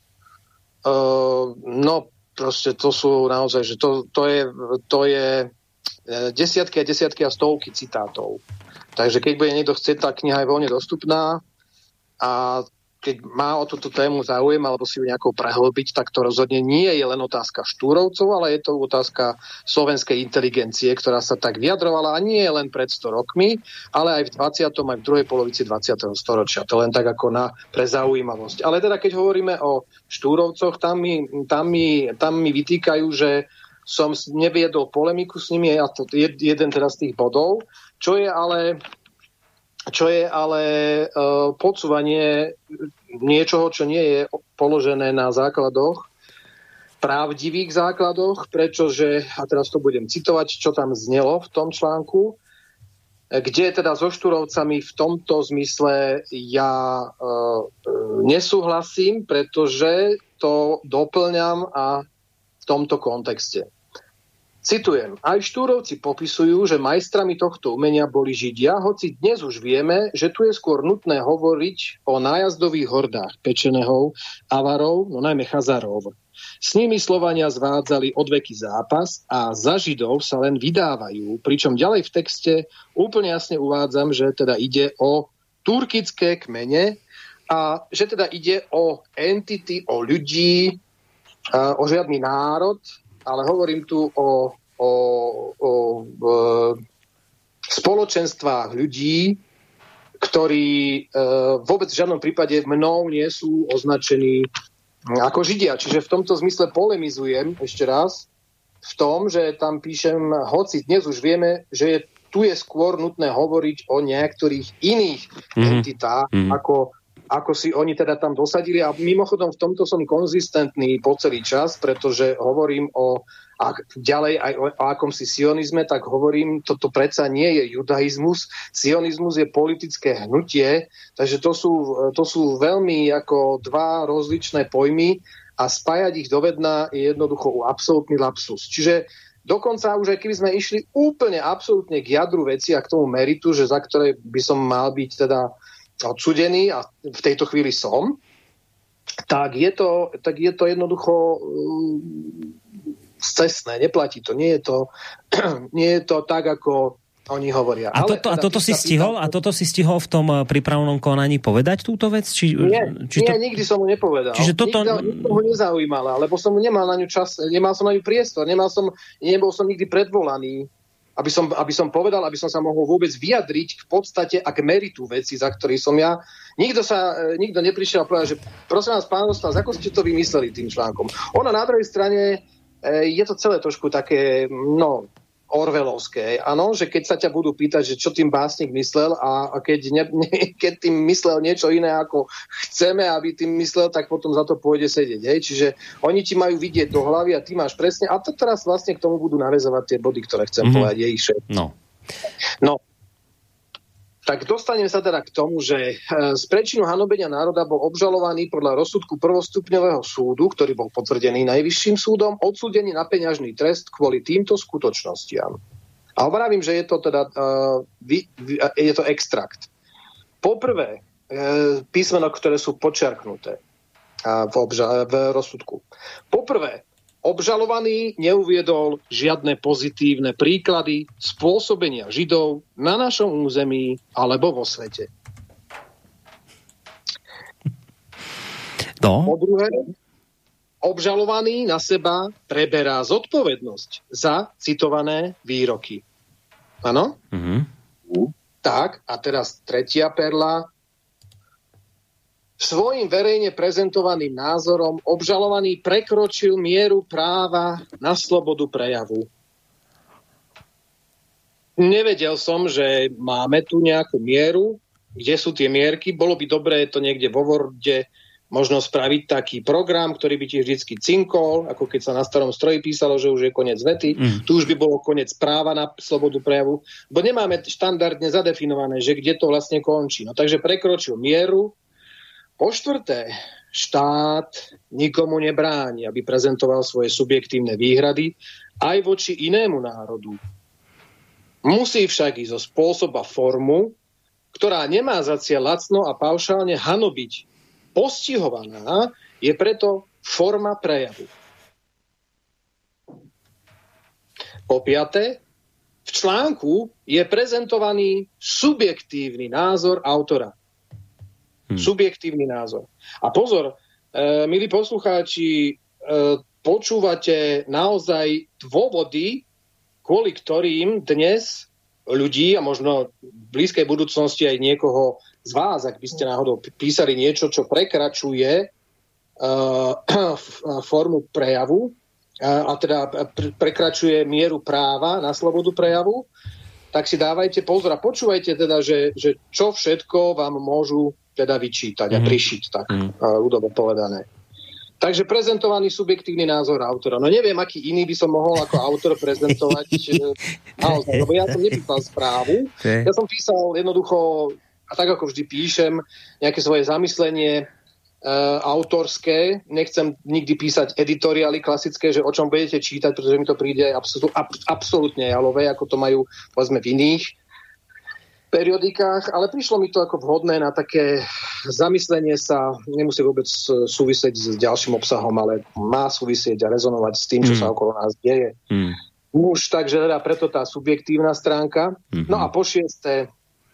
Speaker 3: No proste to sú naozaj, že to je desiatky a stovky citátov. Takže keď bude niekto chcieť, tá kniha je voľne dostupná a keď má o túto tému záujem alebo si ju nejako prehlbiť, tak to rozhodne nie je len otázka Štúrovcov, ale je to otázka slovenskej inteligencie, ktorá sa tak vyjadrovala a nie len pred 100 rokmi, ale aj v 20. aj v druhej polovici 20. storočia. To len tak ako pre zaujímavosť. Ale teda keď hovoríme o Štúrovcoch, tam mi vytýkajú, že som neviedol polemiku s nimi a to je jeden teraz z tých bodov, čo je ale podsúvanie niečoho, čo nie je položené na základoch, pravdivých základoch, pretože, a teraz to budem citovať, čo tam znelo v tom článku, kde teda so Štúrovcami v tomto zmysle ja nesúhlasím, pretože to doplňam a v tomto kontexte. Citujem, aj Štúrovci popisujú, že majstrami tohto umenia boli Židia, hoci dnes už vieme, že tu je skôr nutné hovoriť o nájazdových hordách Pečenehov, Avarov, no najmä Chazarov. S nimi Slovania zvádzali odveky zápas a za Židov sa len vydávajú, pričom ďalej v texte úplne jasne uvádzam, že teda ide o turkické kmene a že teda ide o entity, o ľudí, o žiadny národ, ale hovorím tu o spoločenstvách ľudí, ktorí vôbec v žiadnom prípade mnou nie sú označení ako Židia. Čiže v tomto zmysle polemizujem ešte raz v tom, že tam píšem, hoci dnes už vieme, že tu je skôr nutné hovoriť o niektorých iných entitách, ako si oni teda tam dosadili. A mimochodom v tomto som konzistentný po celý čas, pretože hovorím ďalej aj o akomsi sionizme, tak hovorím, toto predsa nie je judaizmus. Sionizmus je politické hnutie, takže to sú veľmi ako dva rozličné pojmy a spájať ich do vedna je jednoducho absolútny lapsus. Čiže dokonca už aj keby sme išli úplne absolútne k jadru veci a k tomu meritu, že za ktoré by som mal byť teda odsudený a v tejto chvíli som, tak je to jednoducho scestné, neplatí to. Nie je to tak, ako oni hovoria.
Speaker 2: A toto si stihol v tom prípravnom konaní povedať túto vec?
Speaker 3: Nikdy som mu nepovedal.
Speaker 2: Čiže toto...
Speaker 3: Nikto ho nezaujímala, lebo som nemal na ňu čas, nemal som na ňu priestor, nebol som nikdy predvolaný, aby som povedal, aby som sa mohol vôbec vyjadriť v podstate a k meritu veci, za ktorý som ja. Nikto neprišiel a povedal, že prosím vás, pán Ostás, ako ste to vymysleli tým článkom? Ono na druhej strane je to celé trošku také, orwellovské, áno, že keď sa ťa budú pýtať, že čo tým básnik myslel a keď tým myslel niečo iné, ako chceme, aby tým myslel, tak potom za to pôjde sedieť. Čiže oni ti majú vidieť do hlavy a ty máš presne, a to teraz vlastne k tomu budú naväzovať tie body, ktoré chcem povedať, je ich šéf.
Speaker 2: No.
Speaker 3: Tak dostaneme sa teda k tomu, že z prečinu hanobenia národa bol obžalovaný podľa rozsudku prvostupňového súdu, ktorý bol potvrdený Najvyšším súdom, odsúdený na peňažný trest kvôli týmto skutočnostiam. A hovorím, že je to teda je to extrakt. Poprvé, písmenok, ktoré sú podčiarknuté v rozsudku. Poprvé, obžalovaný neuviedol žiadne pozitívne príklady spôsobenia Židov na našom území alebo vo svete.
Speaker 2: No.
Speaker 3: Po druhé, obžalovaný na seba preberá zodpovednosť za citované výroky. Áno?
Speaker 2: Mhm.
Speaker 3: Tak, a teraz tretia perla. Svojím verejne prezentovaným názorom obžalovaný prekročil mieru práva na slobodu prejavu. Nevedel som, že máme tu nejakú mieru, kde sú tie mierky. Bolo by dobré to niekde vo Worde možno spraviť taký program, ktorý by ti vždycky cinkol, ako keď sa na starom stroji písalo, že už je koniec vety. Tu už by bolo koniec práva na slobodu prejavu, bo nemáme štandardne zadefinované, že kde to vlastne končí. No takže prekročil mieru. Po štvrté, štát nikomu nebráni, aby prezentoval svoje subjektívne výhrady aj voči inému národu. Musí však ísť o spôsob a formu, ktorá nemá za cieľ lacno a paušálne hanobiť. Postihovaná je preto forma prejavu. Po piate, v článku je prezentovaný subjektívny názor autora. Subjektívny názor. A pozor, milí poslucháči, počúvate naozaj dôvody, kvôli ktorým dnes ľudí, a možno v blízkej budúcnosti aj niekoho z vás, ak by ste náhodou písali niečo, čo prekračuje formu prejavu, a teda prekračuje mieru práva na slobodu prejavu, tak si dávajte pozor a počúvajte teda, že čo všetko vám môžu teda vyčítať a prišiť, tak ľudovo povedané. Takže prezentovaný subjektívny názor autora. No neviem, aký iný by som mohol ako autor prezentovať naozaj, lebo ja som nepísal správu. Ja som písal jednoducho, a tak ako vždy píšem, nejaké svoje zamyslenie autorské. Nechcem nikdy písať editoriály klasické, že o čom budete čítať, pretože mi to príde absolútne jalové, ako to majú povedzme v iných periodikách, ale prišlo mi to ako vhodné na také zamyslenie sa, nemusí vôbec súvisieť s ďalším obsahom, ale má súvisieť a rezonovať s tým, čo sa okolo nás deje. Už takže teda preto tá subjektívna stránka. No a po šieste,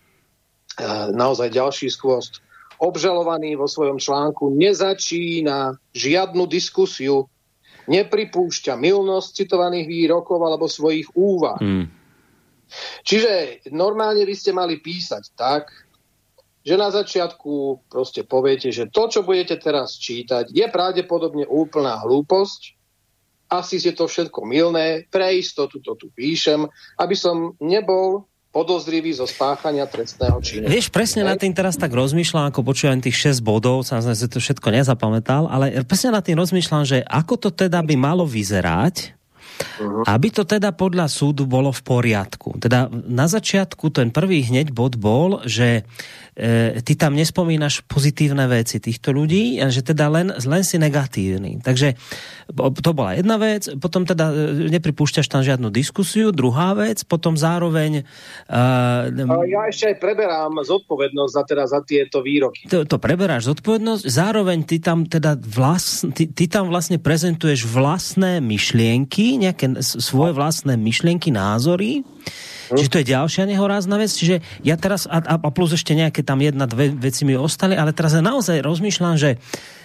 Speaker 3: naozaj ďalší skvost. Obžalovaný vo svojom článku nezačína žiadnu diskusiu, nepripúšťa mylnosť citovaných výrokov alebo svojich úvah. Čiže normálne by ste mali písať tak, že na začiatku proste poviete, že to, čo budete teraz čítať, je pravdepodobne úplná hlúposť. Asi je to všetko mylné, pre istotu to tu píšem, aby som nebol podozrivý zo spáchania trestného činu.
Speaker 2: Vieš, presne nad tým teraz tak rozmýšľam, ako počúvam tých 6 bodov, samozrejme si to všetko nezapamätal, ale presne nad tým rozmýšľam, že ako to teda by malo vyzerať, aby to teda podľa súdu bolo v poriadku. Teda na začiatku ten prvý hneď bod bol, že ty tam nespomínaš pozitívne veci týchto ľudí, a že teda len si negatívny. Takže to bola jedna vec, potom teda nepripúšťaš tam žiadnu diskusiu, druhá vec, potom zároveň...
Speaker 3: Ja ešte aj preberám zodpovednosť za tieto výroky.
Speaker 2: To preberáš zodpovednosť, zároveň ty tam teda ty tam vlastne prezentuješ vlastné myšlienky, nejaké svoje vlastné myšlienky, názory. Čiže to je ďalšia nehorázna vec. Čiže ja teraz, a plus ešte nejaké tam jedna, dve veci mi ostali, ale teraz ja naozaj rozmýšľam, že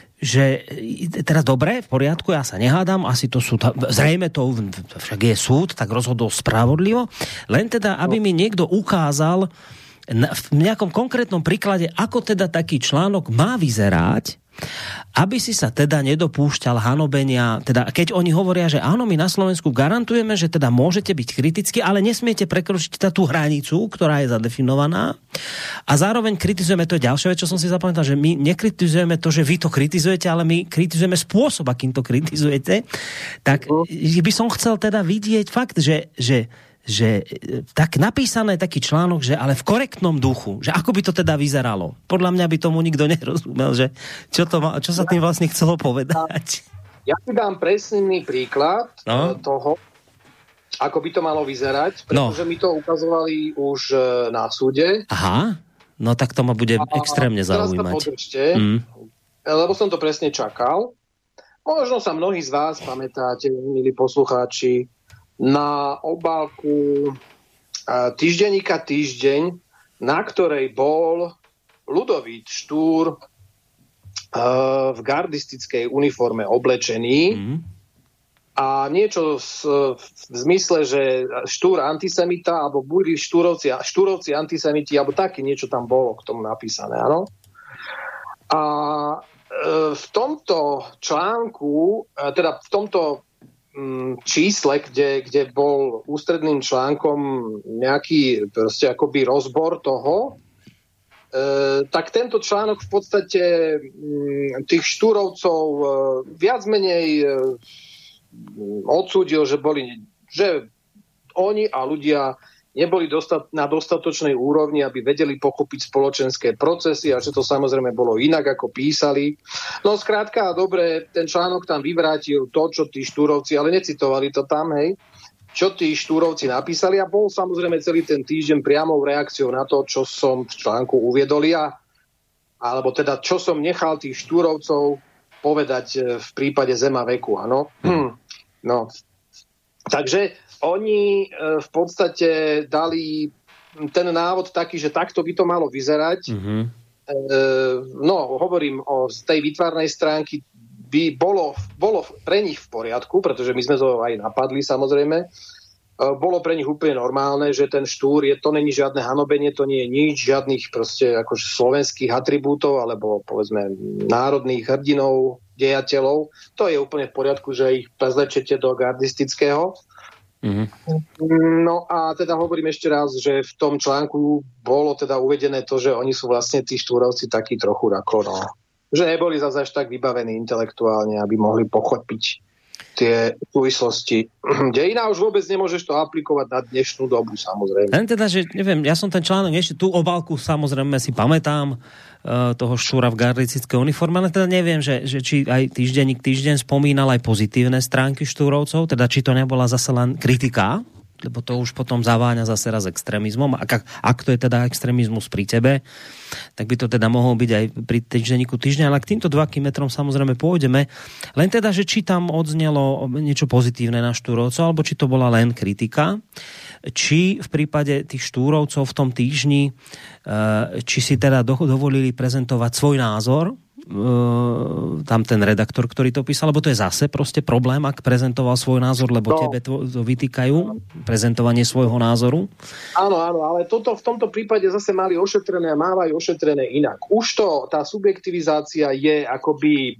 Speaker 2: teda dobre, v poriadku, ja sa nehádam, asi to sú, zrejme to však je súd, tak rozhodol spravodlivo, len teda, aby mi niekto ukázal v nejakom konkrétnom príklade, ako teda taký článok má vyzerať, aby si sa teda nedopúšťal hanobenia, teda keď oni hovoria, že áno, my na Slovensku garantujeme, že teda môžete byť kritickí, ale nesmiete prekročiť tú hranicu, ktorá je zadefinovaná, a zároveň kritizujeme, to je ďalšia vec, čo som si zapamätal, že my nekritizujeme to, že vy to kritizujete, ale my kritizujeme spôsob, akým to kritizujete, tak by som chcel teda vidieť fakt, že že tak napísané taký článok, že ale v korektnom duchu, že ako by to teda vyzeralo. Podľa mňa by tomu nikto nerozumel, že čo sa tým vlastne chcelo povedať.
Speaker 3: Ja ti dám presný príklad toho, ako by to malo vyzerať, pretože mi to ukazovali už na súde.
Speaker 2: Aha, no tak to ma bude extrémne zaujímať.
Speaker 3: Teraz sa podržte, lebo som to presne čakal. Možno sa mnohí z vás pamätáte, milí poslucháči, na obálku týždenníka Týždeň, na ktorej bol Ľudovít Štúr v gardistickej uniforme oblečený a niečo v zmysle, že Štúr antisemita, alebo boli štúrovci antisemiti, alebo také niečo tam bolo k tomu napísané, áno. A v tomto článku, teda v tomto čísle, kde bol ústredným článkom nejaký proste akoby rozbor toho, tak tento článok v podstate tých štúrovcov viac menej odsúdil, že oni a ľudia neboli na dostatočnej úrovni, aby vedeli pochopiť spoločenské procesy a že to samozrejme bolo inak, ako písali. No skrátka, dobre, ten článok tam vyvrátil to, čo tí štúrovci, ale necitovali to tam, hej, čo tí štúrovci napísali a bol samozrejme celý ten týždeň priamou reakciou na to, čo som v článku uviedol ja, alebo teda čo som nechal tých štúrovcov povedať v prípade Zema veku, áno. No. Takže oni v podstate dali ten návod taký, že takto by to malo vyzerať. No, hovorím z tej výtvarnej stránky by bolo pre nich v poriadku, pretože my sme to aj napadli samozrejme. Bolo pre nich úplne normálne, že ten Štúr, to není žiadne hanobenie, to nie je nič, žiadnych proste akože slovenských atribútov alebo povedzme národných hrdinov, dejateľov. To je úplne v poriadku, že ich prezlečete do gardistického. No a teda hovorím ešte raz, že v tom článku bolo teda uvedené to, že oni sú vlastne tí štúrovci takí trochu rako, že neboli zase až tak vybavení intelektuálne, aby mohli pochopiť tie súvislosti. Dejina už vôbec nemôžeš to aplikovať na dnešnú dobu, samozrejme.
Speaker 2: Len teda, že neviem, ja som ten článok ešte tú obálku samozrejme si pamätám toho Štúra v gardistickej uniforme, ale teda neviem, že či aj týždenník Týždeň spomínal aj pozitívne stránky Štúrovcov, teda či to nebola zase len kritika, lebo to už potom zaváňa zase raz extrémizmom. Ak to je teda extrémizmus pri tebe, tak by to teda mohol byť aj pri týždenníku Týždeň, ale k týmto 2 kilometrom samozrejme pôjdeme. Len teda, že či tam odznelo niečo pozitívne na Štúrovcov, alebo či to bola len kritika, či v prípade tých Štúrovcov v tom týždni, či si teda dovolili prezentovať svoj názor, tam ten redaktor, ktorý to písal, lebo to je zase proste problém, ak prezentoval svoj názor, lebo tebe to vytýkajú, prezentovanie svojho názoru.
Speaker 3: Áno, ale toto v tomto prípade zase mali ošetrené a mávajú ošetrené inak. Už tá subjektivizácia je akoby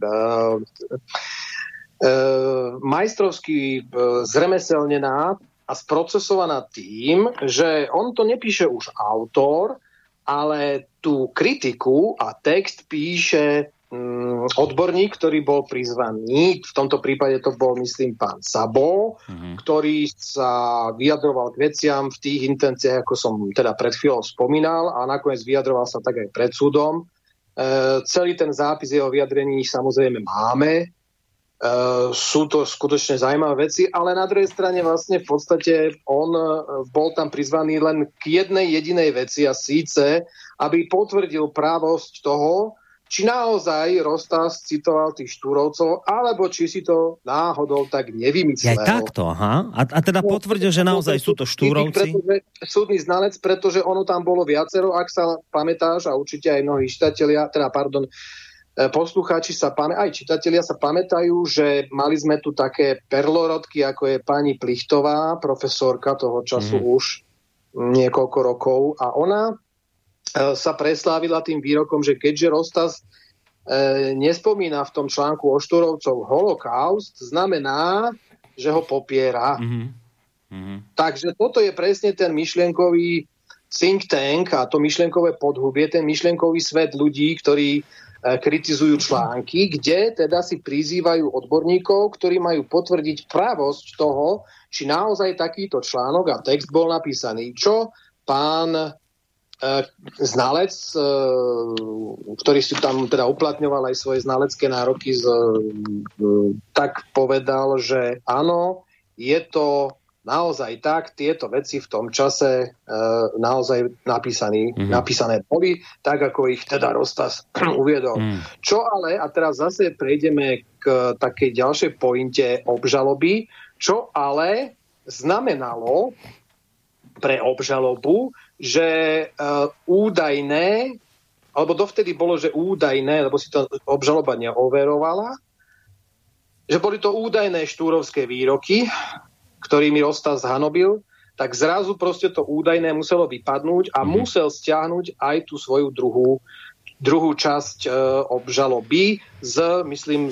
Speaker 3: majstrovsky zremeselnená a sprocesovaná tým, že on to nepíše už autor, ale tú kritiku a text píše odborník, ktorý bol prizvaný. V tomto prípade to bol, myslím, pán Sabo, ktorý sa vyjadroval k veciam v tých intenciách, ako som teda pred chvíľou spomínal, a nakoniec vyjadroval sa tak aj pred súdom. Celý ten zápis jeho vyjadrení samozrejme máme. Sú to skutočne zaujímavé veci, ale na druhej strane vlastne v podstate on bol tam prizvaný len k jednej jedinej veci, a síce, aby potvrdil právosť toho, či naozaj Rostas citoval tých Štúrovcov, alebo či si to náhodou tak nevymyslel.
Speaker 2: Aj takto, aha. A teda potvrdil, že naozaj sú to Štúrovci?
Speaker 3: Súdny znalec, pretože ono tam bolo viacero, ak sa pamätáš, a určite aj mnohí poslucháči aj čitatelia sa pamätajú, že mali sme tu také perlorodky, ako je pani Plichtová, profesorka toho času už niekoľko rokov, a ona sa preslávila tým výrokom, že keďže Rostas nespomína v tom článku o Štúrovcov holokaust, znamená, že ho popiera. Takže toto je presne ten myšlienkový think tank a to myšlienkové podhubie, ten myšlienkový svet ľudí, ktorí kritizujú články, kde teda si prizývajú odborníkov, ktorí majú potvrdiť pravosť toho, či naozaj takýto článok a text bol napísaný. Čo pán znalec, ktorý si tam teda uplatňoval aj svoje znalecké nároky, tak povedal, že áno, je to naozaj tak, tieto veci v tom čase naozaj napísané boli, tak ako ich teda Rostas uviedol. Čo ale, a teraz zase prejdeme k takej ďalšej pointe obžaloby, čo ale znamenalo pre obžalobu, že údajné, alebo dovtedy bolo, že údajné, lebo si to obžaloba neoverovala, že boli to údajné štúrovské výroky, ktorými Rostas zhanobil, tak zrazu proste to údajné muselo vypadnúť a musel stiahnuť aj tú svoju druhú časť obžaloby z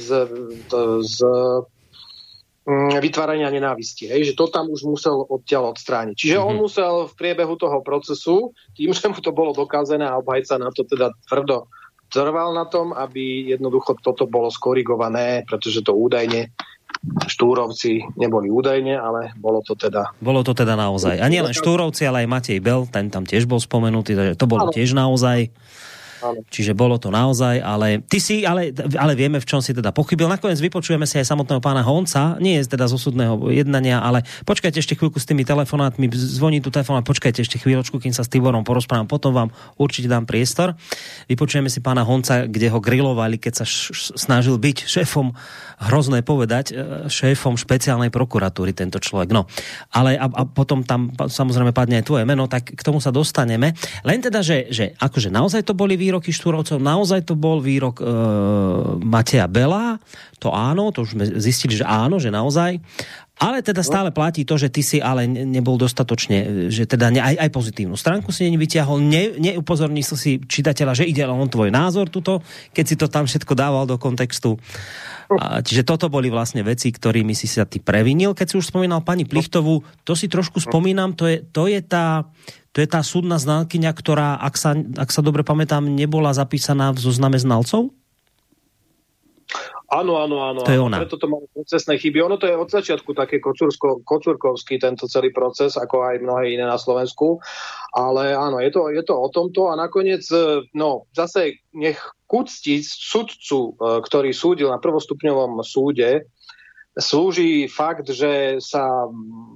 Speaker 3: vytvárania nenávisti. Hej? Že to tam už musel odtiaľ odstrániť. Čiže on musel v priebehu toho procesu, tým, že mu to bolo dokázané a obhajca na to teda tvrdo trval na tom, aby jednoducho toto bolo skorigované, pretože to údajne Štúrovci neboli údajne, ale bolo to teda...
Speaker 2: Bolo to teda naozaj. A nie len Štúrovci, ale aj Matej Bel, ten tam tiež bol spomenutý, takže to bolo tiež naozaj. Áno. Čiže bolo to naozaj, ale ale vieme, v čom si teda pochybil. Nakoniec vypočujeme si aj samotného pána Honca, nie je teda z osudného jednania, ale počkajte ešte chvíľku s tými telefonátmi, zvoní tu telefón, počkajte ešte chvíľočku, kým sa s Tiborom porozprávam, potom vám určite dám priestor. Vypočujeme si pána Honca, kde ho grilovali, keď sa snažil byť šéfom, hrozné povedať, šéfom špeciálnej prokuratúry tento človek. No, ale a potom tam samozrejme padne aj tvoje meno, tak k tomu sa dostaneme. Len teda, že akože naozaj to boli výroky Štúrovcov, naozaj to bol výrok Mateja Bela, to áno, to už sme zistili, že áno, že naozaj, ale teda stále platí to, že ty si ale nebol dostatočne, že teda aj pozitívnu stránku si nevyťahol, neupozornil si čitateľa, že ide len tvoj názor tuto, keď si to tam všetko dával do kontextu. Čiže toto boli vlastne veci, ktorými si sa ty previnil. Keď si už spomínal pani Plichtovú, to si trošku spomínam, to je tá súdna znalkyňa, ktorá, ak sa dobre pamätám, nebola zapísaná v zozname znalcov?
Speaker 3: Áno.
Speaker 2: To je ona.
Speaker 3: Preto to malo procesné chyby. Ono to je od začiatku také kocúrkovský tento celý proces, ako aj mnohé iné na Slovensku. Ale áno, je to o tomto a nakoniec, zase nech kuctiť sudcu, ktorý súdil na prvostupňovom súde, slúži fakt, že sa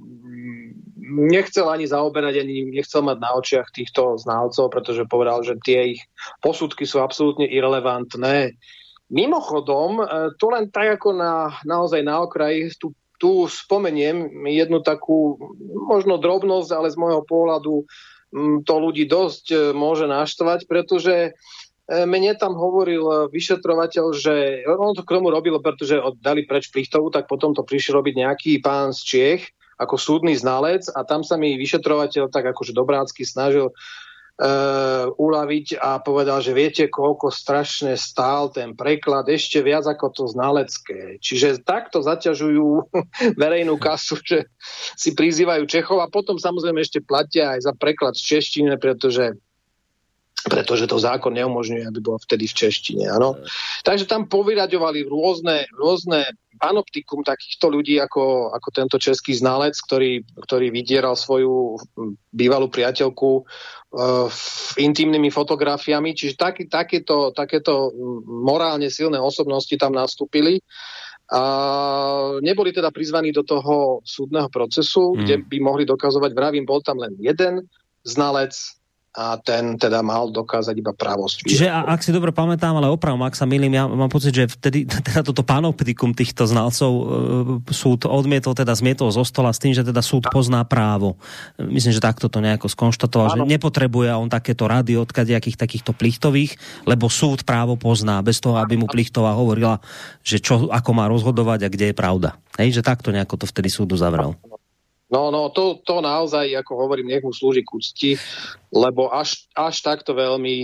Speaker 3: nechcel ani zaoberať, ani nechcel mať na očiach týchto znalcov, pretože povedal, že tie ich posudky sú absolútne irelevantné. Mimochodom, to len tak ako naozaj na okraji, tu spomeniem jednu takú možno drobnosť, ale z môjho pohľadu to ľudí dosť môže naštvať, pretože mne tam hovoril vyšetrovateľ, že on to k tomu robil, pretože dali preč Plichtovú, tak potom to prišiel robiť nejaký pán z Čiech ako súdny znalec a tam sa mi vyšetrovateľ tak akože dobrácky snažil uľaviť a povedal, že viete, koľko strašne stál ten preklad, ešte viac ako to znalecké. Čiže takto zaťažujú verejnú kasu, že si prizývajú Čechov a potom samozrejme ešte platia aj za preklad z češtiny, pretože to zákon neumožňuje, aby bol vtedy v češtine. Áno. Takže tam povyraďovali rôzne panoptikum takýchto ľudí, ako tento český znalec, ktorý vydieral svoju bývalú priateľku intimnými fotografiami. Čiže takéto morálne silné osobnosti tam nastúpili. A neboli teda prizvaní do toho súdneho procesu, kde by mohli dokazovať, vravím, bol tam len jeden znalec, a ten teda mal dokázať iba pravosť.
Speaker 2: Čiže ak si dobre pamätám, ale opravom, ak sa mýlim, ja mám pocit, že vtedy teda toto panoptikum týchto znalcov súd odmietol, teda zmietol zo stola s tým, že teda súd pozná právo. Myslím, že takto to nejako skonštatoval, že nepotrebuje on takéto rady od kadejakých takýchto Plichtových, lebo súd právo pozná, bez toho, aby mu Plichtová hovorila, že čo, ako má rozhodovať a kde je pravda. Hej, že takto nejako to vtedy súd uzavrel.
Speaker 3: No, to naozaj, ako hovorím, nech mu slúži k úcti, lebo až takto veľmi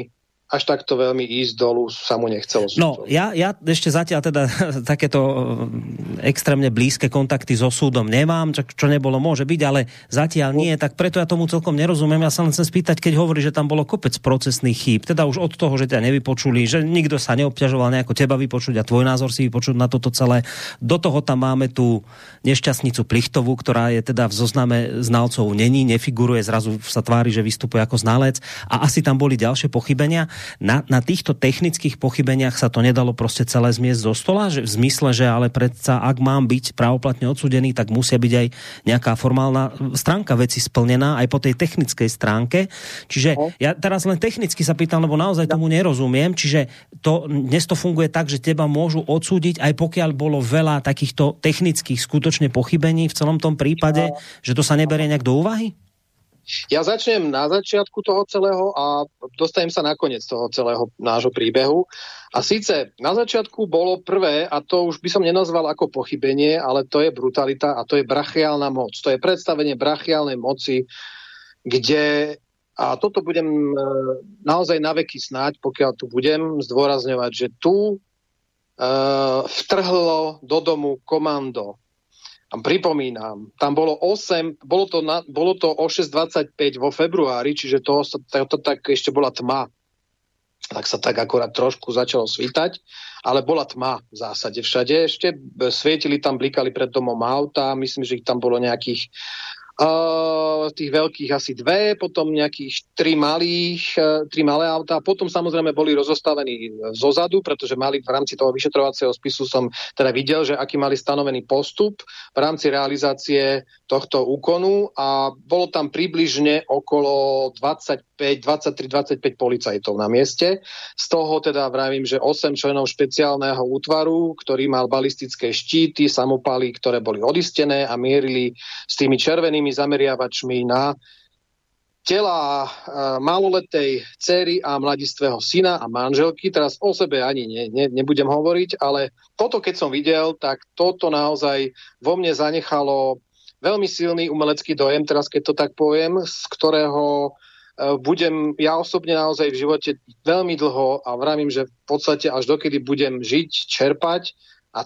Speaker 3: až takto veľmi ísť dolu sa mu nechcelo.
Speaker 2: No, ja ešte zatiaľ teda takéto extrémne blízke kontakty so súdom nemám, čo nebolo, môže byť, ale zatiaľ nie, tak preto ja tomu celkom nerozumiem. Ja sa len chcem spýtať, keď hovorí, že tam bolo kopec procesných chýb, teda už od toho, že ťa nevypočuli, že nikto sa neobťažoval nejako teba vypočuť a tvoj názor si vypočuť na toto celé. Do toho tam máme tú nešťastnicu Plichtovú, ktorá je teda v zozname znalcov nefiguruje, zrazu sa tvári, že vystupuje ako znalec a asi tam boli ďalšie pochybenia. Na týchto technických pochybeniach sa to nedalo proste celé zmiesť zo stola, že v zmysle, že ale predsa, ak mám byť právoplatne odsúdený, tak musia byť aj nejaká formálna stránka veci splnená aj po tej technickej stránke. Čiže ja teraz len technicky sa pýtam, lebo naozaj tomu nerozumiem, čiže dnes to funguje tak, že teba môžu odsúdiť, aj pokiaľ bolo veľa takýchto technických skutočne pochybení v celom tom prípade, že to sa neberie nejak do úvahy?
Speaker 3: Ja začnem na začiatku toho celého a dostanem sa na koniec toho celého nášho príbehu. A síce na začiatku bolo prvé, a to už by som nenazval ako pochybenie, ale to je brutalita a to je brachiálna moc. To je predstavenie brachiálnej moci, kde, a toto budem naozaj na veky snáď, pokiaľ tu budem zdôrazňovať, že tu vtrhlo do domu komando. A pripomínam, tam bolo bolo to o 6:25 vo februári, čiže to tak ešte bola tma. Tak sa tak akorát trošku začalo svítať, ale bola tma v zásade všade. Ešte svietili tam, blikali pred domom auta, myslím, že ich tam bolo nejakých tých veľkých asi 2, potom nejakých 3 malé autá, potom samozrejme boli rozostavení zozadu, pretože mali v rámci toho vyšetrovacieho spisu som teda videl, že aký mali stanovený postup v rámci realizácie tohto úkonu a bolo tam približne okolo 23-25 policajtov na mieste. Z toho teda vravím, že 8 členov špeciálneho útvaru, ktorý mal balistické štíty, samopaly, ktoré boli odistené a mierili s tými červenými zameriavačmi na tela maloletej dcery a mladistvého syna a manželky. Teraz o sebe ani nebudem hovoriť, ale toto keď som videl, tak toto naozaj vo mne zanechalo veľmi silný umelecký dojem, teraz keď to tak poviem, z ktorého budem ja osobne naozaj v živote veľmi dlho a vravím, že v podstate až dokedy budem žiť, čerpať a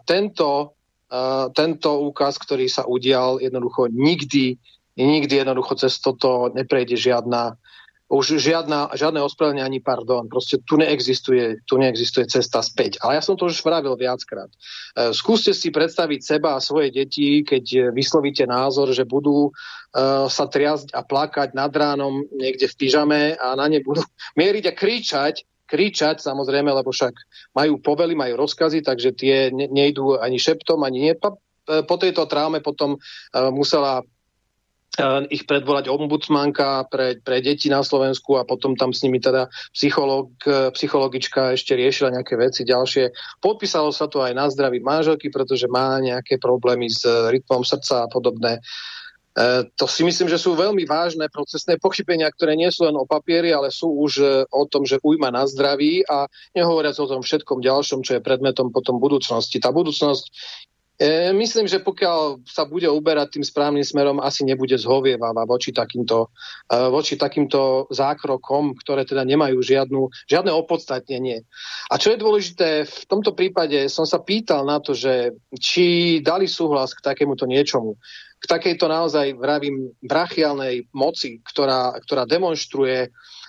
Speaker 3: tento úkaz, ktorý sa udial, jednoducho nikdy jednoducho cez toto neprejde žiadne ospravedlnenie ani pardon. Proste tu neexistuje cesta späť. Ale ja som to už vravil viackrát. Skúste si predstaviť seba a svoje deti, keď vyslovíte názor, že budú sa triasť a plakať nad ránom niekde v pyžame a na ne budú mieriť a kričať samozrejme, lebo však majú povely, majú rozkazy, takže tie nejdú ani šeptom, ani nie. Po tejto traume potom musela ich predvolať ombudsmanka pre deti na Slovensku a potom tam s nimi teda psychologička ešte riešila nejaké veci ďalšie. Podpísalo sa to aj na zdraví manželky, pretože má nejaké problémy s rytmom srdca a podobné. To si myslím, že sú veľmi vážne procesné pochybenia, ktoré nie sú len o papieri, ale sú už o tom, že ujma na zdraví a nehovoriac o tom všetkom ďalšom, čo je predmetom potom budúcnosti. Tá budúcnosť myslím, že pokiaľ sa bude uberať tým správnym smerom, asi nebude zhovievavá voči takýmto zákrokom, ktoré teda nemajú žiadne opodstatnenie. A čo je dôležité, v tomto prípade som sa pýtal na to, že či dali súhlas k takémuto niečomu, k takejto naozaj, vravím, brachiálnej moci, ktorá demonstruje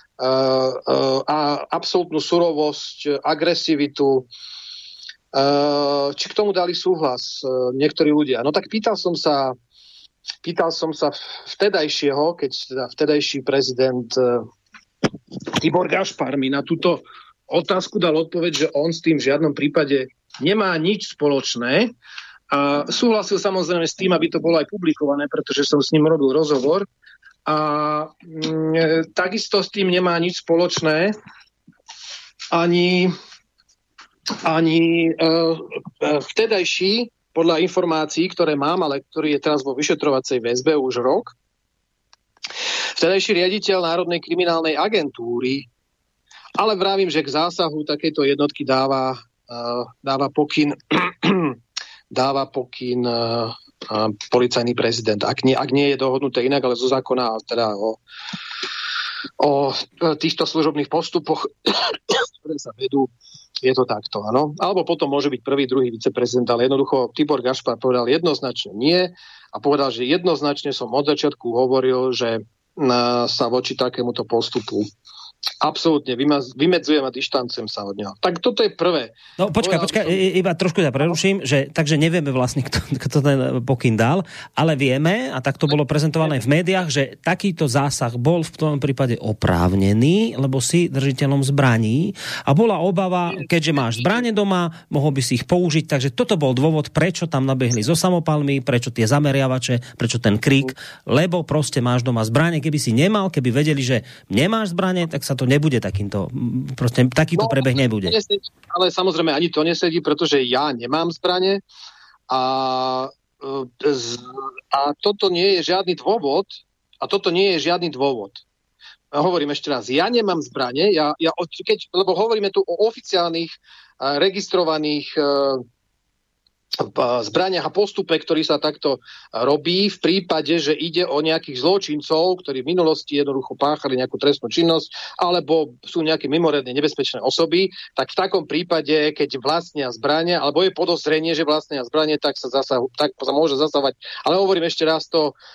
Speaker 3: absolútnu surovosť, agresivitu, či k tomu dali súhlas niektorí ľudia. No tak pýtal som sa vtedajšieho, keď teda vtedajší prezident Tibor Gašpar mi na túto otázku dal odpoveď, že on s tým v žiadnom prípade nemá nič spoločné a súhlasil samozrejme s tým, aby to bolo aj publikované, pretože som s ním robil rozhovor a takisto s tým nemá nič spoločné ani vtedajší, podľa informácií, ktoré mám, ale ktorý je teraz vo vyšetrovacej väzbe už rok, vtedajší riaditeľ Národnej kriminálnej agentúry, ale vravím, že k zásahu takejto jednotky dáva pokyn policajný prezident. Ak nie je dohodnuté inak, ale zo zákona teda týchto služobných postupoch, ktoré sa vedú. Je to takto, áno. Alebo potom môže byť prvý, druhý viceprezident, ale jednoducho Tibor Gašpar povedal jednoznačne nie a povedal, že jednoznačne som od začiatku hovoril, že sa voči takémuto postupu absolútne vymedzujem a dištancujem sa od neho. Tak toto je prvé.
Speaker 2: No počkaj, iba trošku ťa preruším, že takže nevieme vlastne, kto ten pokyn dal, ale vieme, a tak to bolo prezentované v médiách, že takýto zásah bol v tom prípade oprávnený, lebo si držiteľom zbraní a bola obava, keďže máš zbrane doma, mohol by si ich použiť, takže toto bol dôvod, prečo tam nabehli so samopalmi, prečo tie zameriavače, prečo ten krík, lebo proste máš doma zbrane, keby si nemal, keby vedeli, že nemáš zbrane, tak sa to nebude takýmto, proste takýto prebeh nebude.
Speaker 3: Ale samozrejme ani to nesedí, pretože ja nemám zbrane a toto nie je žiadny dôvod Hovorím ešte raz, ja nemám zbrane, lebo hovoríme tu o oficiálnych registrovaných zbraniach a postupe, ktorý sa takto robí v prípade, že ide o nejakých zločincov, ktorí v minulosti jednoducho páchali nejakú trestnú činnosť, alebo sú nejaké mimoriadne nebezpečné osoby, tak v takom prípade, keď vlastnia zbrania, alebo je podozrenie, že vlastnia zbranie, tak sa môže zasávať. Ale hovorím ešte raz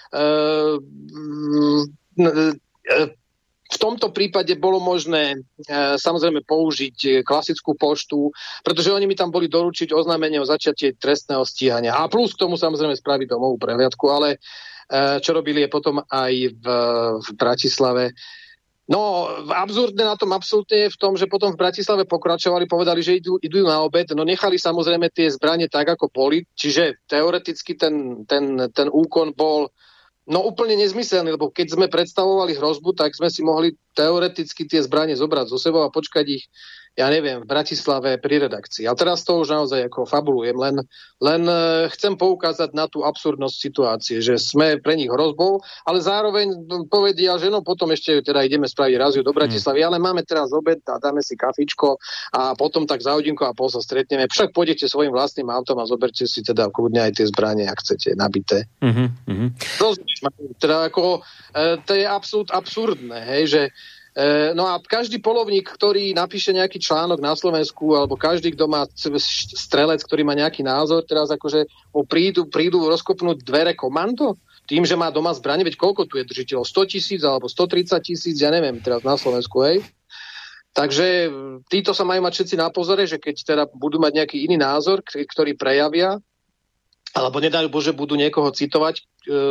Speaker 3: v tomto prípade bolo možné samozrejme použiť klasickú poštu, pretože oni mi tam boli doručiť oznámenie o začiatie trestného stíhania. A plus k tomu samozrejme spraviť domovú prehliadku, ale čo robili je potom aj v Bratislave. No, absurdné na tom absolútne je v tom, že potom v Bratislave pokračovali, povedali, že idú na obed, no nechali samozrejme tie zbrane tak, ako boli, čiže teoreticky ten úkon bol úplne nezmyselný, lebo keď sme predstavovali hrozbu, tak sme si mohli teoreticky tie zbrane zobrať zo sebou a počkať ich, ja neviem, v Bratislave pri redakcii. A teraz to už naozaj ako fabulujem, len chcem poukázať na tú absurdnosť situácie, že sme pre nich hrozbou, ale zároveň povedia, že potom ešte teda ideme spraviť raziu do Bratislavy, ale máme teraz obed a dáme si kafičko a potom tak za hodinku a pol sa stretneme. Však pôjdete svojim vlastným autom a zoberte si teda kľudne aj tie zbrane, ak chcete, nabité. Rozumieš ma? Teda ako, to je absurdné, hej, že no a každý polovník, ktorý napíše nejaký článok na Slovensku, alebo každý, kto má strelec, ktorý má nejaký názor, teraz akože prídu rozkopnúť dvere komando, tým, že má doma zbrane, veď koľko tu je držiteľov? 100 000 alebo 130 000, ja neviem, teraz na Slovensku, hej. Takže títo sa majú mať všetci na pozore, že keď teda budú mať nejaký iný názor, ktorý prejavia, alebo nedajú Bože, budú niekoho citovať,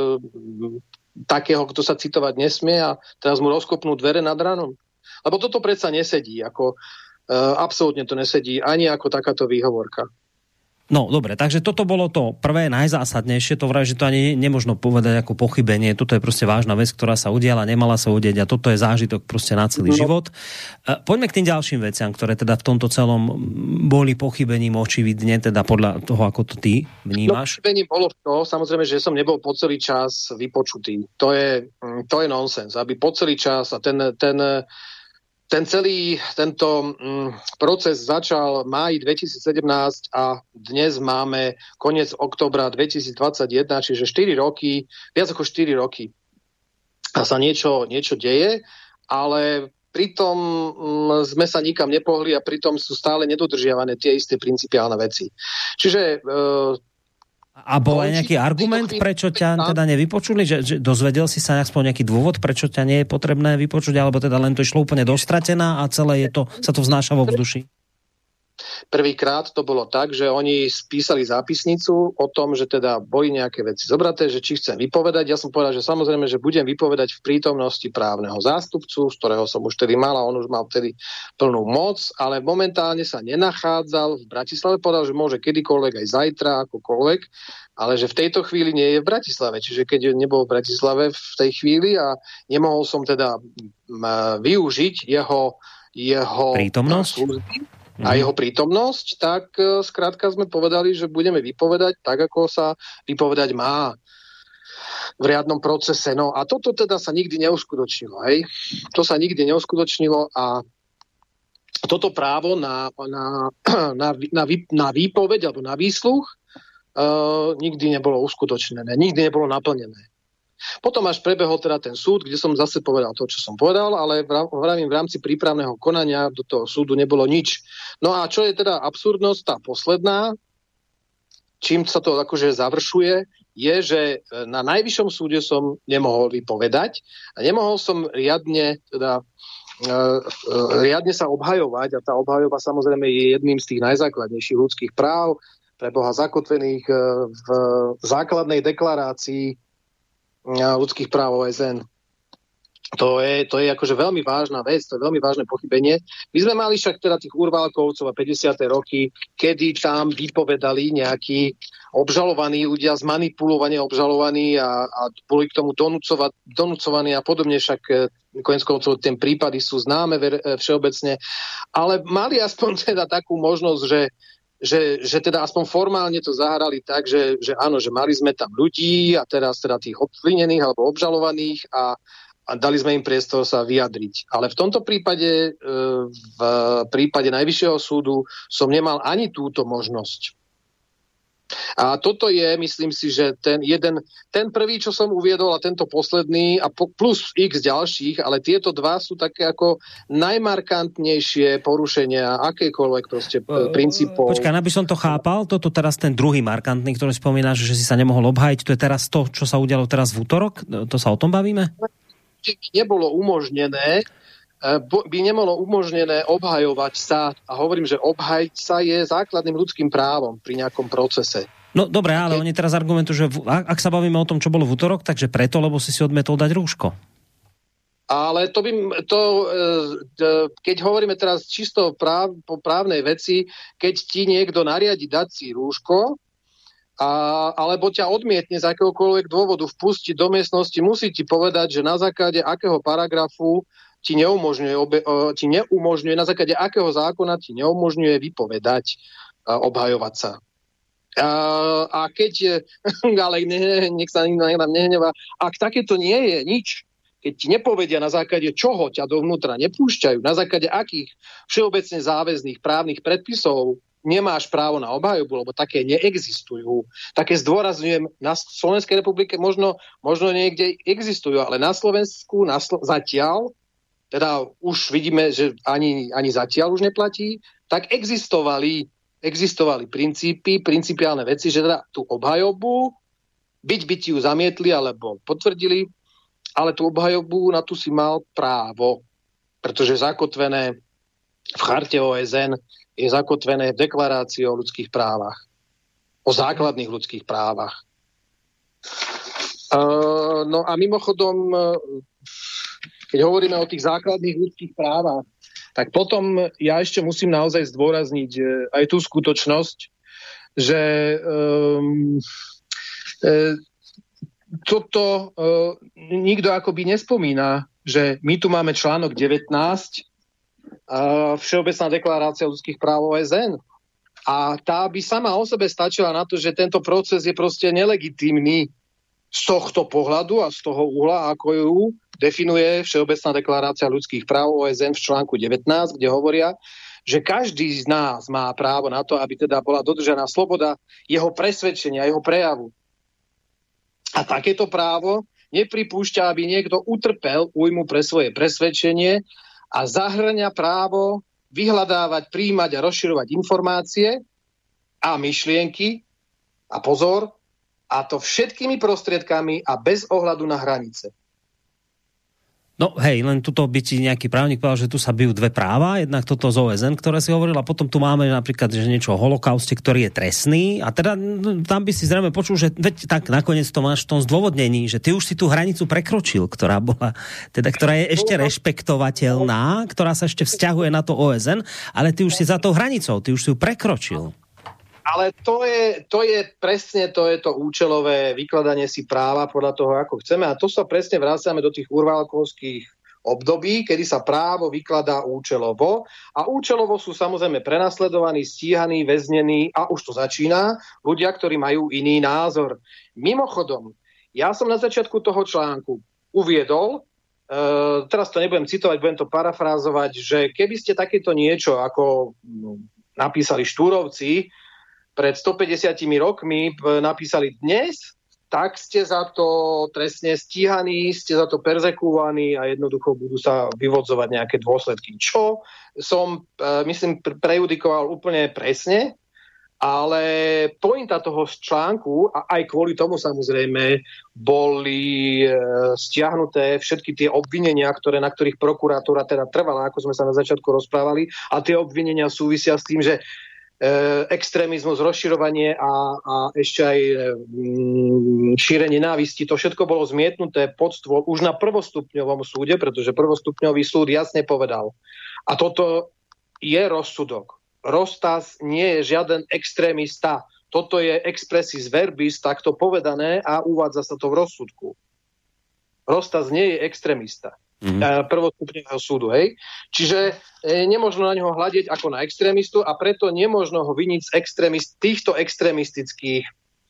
Speaker 3: takého, kto sa citovať nesmie a teraz mu rozkopnú dvere nad ranom. Lebo toto predsa nesedí, absolútne to nesedí ani ako takáto výhovorka.
Speaker 2: No, dobre, takže toto bolo to prvé, najzásadnejšie, to vraj, že to ani nemožno povedať ako pochybenie, toto je proste vážna vec, ktorá sa udiala, nemala sa udieť a toto je zážitok proste na celý život. Poďme k tým ďalším veciam, ktoré teda v tomto celom boli pochybením očividne, teda podľa toho, ako to ty vnímaš.
Speaker 3: Pochybením bolo to, samozrejme, že som nebol po celý čas vypočutý. To je nonsens, aby po celý čas a tento proces začal v máji 2017 a dnes máme koniec októbra 2021, čiže 4 roky, viac ako 4 roky a sa niečo deje, ale pritom sme sa nikam nepohli a pritom sú stále nedodržiavané tie isté principiálne veci. Čiže
Speaker 2: a bol aj nejaký argument, prečo ťa teda nevypočuli? Že dozvedel si sa aspoň nejaký dôvod, prečo ťa nie je potrebné vypočuť, alebo teda len to išlo úplne dostratená a celé sa to vznáša vo vzduši?
Speaker 3: Prvýkrát to bolo tak, že oni spísali zápisnicu o tom, že teda boli nejaké veci zobraté, že či chcem vypovedať. Ja som povedal, že samozrejme, že budem vypovedať v prítomnosti právneho zástupcu, z ktorého som už tedy mal a on už mal vtedy plnú moc, ale momentálne sa nenachádzal v Bratislave. Povedal, že môže kedykoľvek aj zajtra, akokoľvek, ale že v tejto chvíli nie je v Bratislave. Čiže keď nebol v Bratislave v tej chvíli a nemohol som teda využiť jeho
Speaker 2: prítomnosť
Speaker 3: a jeho prítomnosť, tak skrátka sme povedali, že budeme vypovedať tak, ako sa vypovedať má v riadnom procese. No a toto teda sa nikdy neuskutočnilo, hej? To sa nikdy neuskutočnilo a toto právo na výpoveď alebo na výsluch nikdy nebolo uskutočnené, nikdy nebolo naplnené. Potom až prebehol teda ten súd, kde som zase povedal to, čo som povedal, ale v rámci prípravného konania do toho súdu nebolo nič. No a čo je teda absurdnosť, tá posledná, čím sa to akože završuje, je, že na najvyššom súde som nemohol vypovedať a nemohol som riadne sa obhajovať a tá obhajoba samozrejme je jedným z tých najzákladnejších ľudských práv, pre Boha zakotvených v základnej deklarácii ľudských práv OSN. To je akože veľmi vážna vec, to je veľmi vážne pochybenie. My sme mali však teda tých Urválkovcov a 50. roky, kedy tam vypovedali nejakí obžalovaní ľudia, zmanipulovaní obžalovaní a boli k tomu donúcovaní a podobne, však koniec koncov tie prípady sú známe všeobecne, ale mali aspoň teda takú možnosť, že teda aspoň formálne to zahrali tak, že áno, že mali sme tam ľudí a teraz teda tých obvinených alebo obžalovaných a dali sme im priestor sa vyjadriť. Ale v tomto prípade, v prípade Najvyššieho súdu som nemal ani túto možnosť. A toto je, myslím si, že ten prvý, čo som uviedol a tento posledný a plus x ďalších, ale tieto dva sú také ako najmarkantnejšie porušenia akékoľvek proste princípov.
Speaker 2: Počkaj, aby som to chápal, toto teraz ten druhý markantný, ktorý spomínaš, že si sa nemohol obhájiť, to je teraz to, čo sa udialo teraz v utorok? To sa o tom bavíme? By nemalo umožnené obhajovať sa, a hovorím, že obhajca je základným ľudským právom pri nejakom procese. No dobre, ale oni teraz argumentujú, že ak sa bavíme o tom, čo bolo v utorok, takže preto, lebo si odmietol dať rúško. Ale keď hovoríme teraz čisto po právnej veci, keď ti niekto nariadi dať si rúško, alebo ťa odmietne z akéhokoľvek dôvodu vpustiť do miestnosti, musí ti povedať, že na základe akého paragrafu ti neumožňuje, na základe akého zákona ti neumožňuje vypovedať, obhajovať sa. A keď, ale nech sa nám nehnevá, ak takéto nie je nič, keď ti nepovedia na základe čoho ťa dovnútra nepúšťajú, na základe akých všeobecne záväzných právnych predpisov nemáš právo na obhajobu, lebo také neexistujú. Také zdôrazňujem, na Slovenskej republike možno niekde existujú, ale na Slovensku zatiaľ, teda už vidíme, že ani zatiaľ už neplatí, tak existovali principiálne veci, že teda tú obhajobu, byť by ti ju zamietli alebo potvrdili, ale tú obhajobu na tú si mal právo, pretože zakotvené v charte OSN je zakotvené v deklarácii o ľudských právach, o základných ľudských právach. No a mimochodom, keď hovoríme o tých základných ľudských právach, tak potom ja ešte musím naozaj zdôrazniť aj tú skutočnosť, že toto nikto akoby nespomína, že my tu máme článok 19 Všeobecná deklarácia ľudských práv OSN. A tá by sama o sebe stačila na to, že tento proces je proste nelegitímny z tohto pohľadu a z toho uhla, ako ju definuje Všeobecná deklarácia ľudských práv OSN v článku 19, kde hovoria, že každý z nás má právo na to, aby teda bola dodržaná sloboda jeho presvedčenia, jeho prejavu. A takéto právo nepripúšťa, aby niekto utrpel újmu pre svoje presvedčenie a zahŕňa právo vyhľadávať, prijímať a rozširovať informácie a myšlienky a pozor, a to všetkými prostriedkami a bez ohľadu na hranice. No hej, len tuto by ti nejaký právnik povedal, že tu sa bijú dve práva, jednak toto z OSN, ktoré si hovoril, a potom tu máme napríklad, že niečo o holokauste, ktorý je trestný, a teda tam by si zrejme počul, že veď tak nakoniec to máš v tom zdôvodnení, že ty už si tú hranicu prekročil, ktorá je ešte rešpektovateľná, ktorá sa ešte vzťahuje na to OSN, ale ty už si za tou hranicou, ty už si ju prekročil.
Speaker 3: Ale to je presne to účelové vykladanie si práva podľa toho, ako chceme. A to sa presne vracame do tých urválkovských období, kedy sa právo vykladá účelovo. A účelovo sú samozrejme prenasledovaní, stíhaní, väznení, a už to začína, ľudia, ktorí majú iný názor. Mimochodom, ja som na začiatku toho článku uviedol, teraz to nebudem citovať, budem to parafrázovať, že keby ste takéto niečo, ako napísali Štúrovci, pred 150 rokmi napísali dnes, tak ste za to trestne stíhaní, ste za to perzekúvaní a jednoducho budú sa vyvodzovať nejaké dôsledky. Čo som, myslím, prejudikoval úplne presne, ale pointa toho článku, a aj kvôli tomu samozrejme, boli stiahnuté všetky tie obvinenia, na ktorých prokuratúra teda trvala, ako sme sa na začiatku rozprávali, a tie obvinenia súvisia s tým, že extrémizmus, rozširovanie a ešte aj šírenie nenávisti, to všetko bolo zmietnuté pod stôl už na prvostupňovom súde, pretože prvostupňový súd jasne povedal. A toto je rozsudok. Rostas nie je žiaden extrémista. Toto je expressis verbis, takto povedané, a uvádza sa to v rozsudku. Rostas nie je extrémista. Prvostupňového súdu. Hej? Čiže nemožno na neho hľadiť ako na extrémistu a preto nemožno ho viniť z týchto extrémistických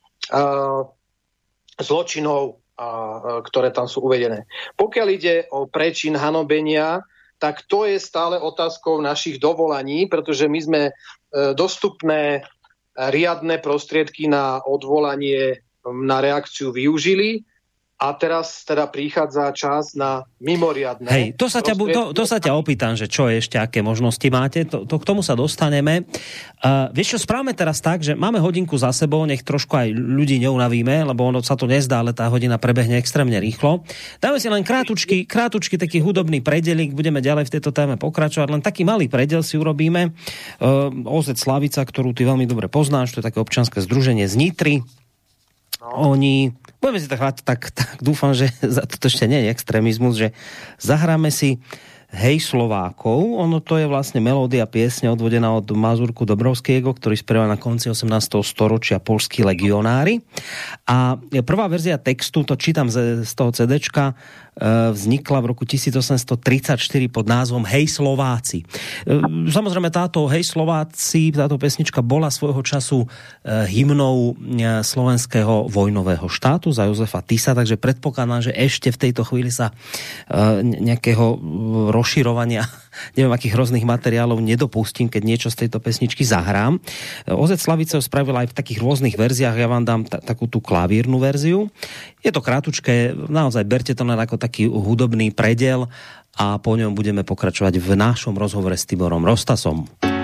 Speaker 3: zločinov, ktoré tam sú uvedené. Pokiaľ ide o prečin hanobenia, tak to je stále otázkou našich dovolaní, pretože my sme dostupné riadne prostriedky na odvolanie, na reakciu využili. A teraz teda prichádza čas na mimoriadne.
Speaker 2: Hej, to sa ťa opýtam, že čo ešte, aké možnosti máte, to k tomu sa dostaneme. Vieš čo, správame teraz tak, že máme hodinku za sebou, nech trošku aj ľudí neunavíme, lebo ono sa to nezdá, ale tá hodina prebehne extrémne rýchlo. Dáme si len krátučky taký hudobný predelik, budeme ďalej v tejto téme pokračovať, len taký malý predel si urobíme. OZ Slavica, ktorú ty veľmi dobre poznáš, to je také občianske združenie z Nitry. Oni, budeme si tak dúfam, že toto ešte nie je extrémizmus, že zahráme si Hej Slovákov, ono to je vlastne melódia piesne odvodená od Mazurku Dobrovského, ktorý spieval na konci 18. storočia poľskí legionári. A prvá verzia textu, to čítam z toho CDčka, vznikla v roku 1834 pod názvom Hej Slováci. Samozrejme táto Hej Slováci, táto pesnička bola svojho času hymnou slovenského vojnového štátu za Jozefa Tisa, takže predpokladám, že ešte v tejto chvíli sa nejakého rozširovania, neviem akých rôznych materiálov nedopustím, keď niečo z tejto pesničky zahrám. OZ Slavica spravila aj v takých rôznych verziách, ja vám dám takú tú klavírnu verziu. Je to krátučké, naozaj berte to len ako taký hudobný predel a po ňom budeme pokračovať v našom rozhovore s Tiborom Rostasom.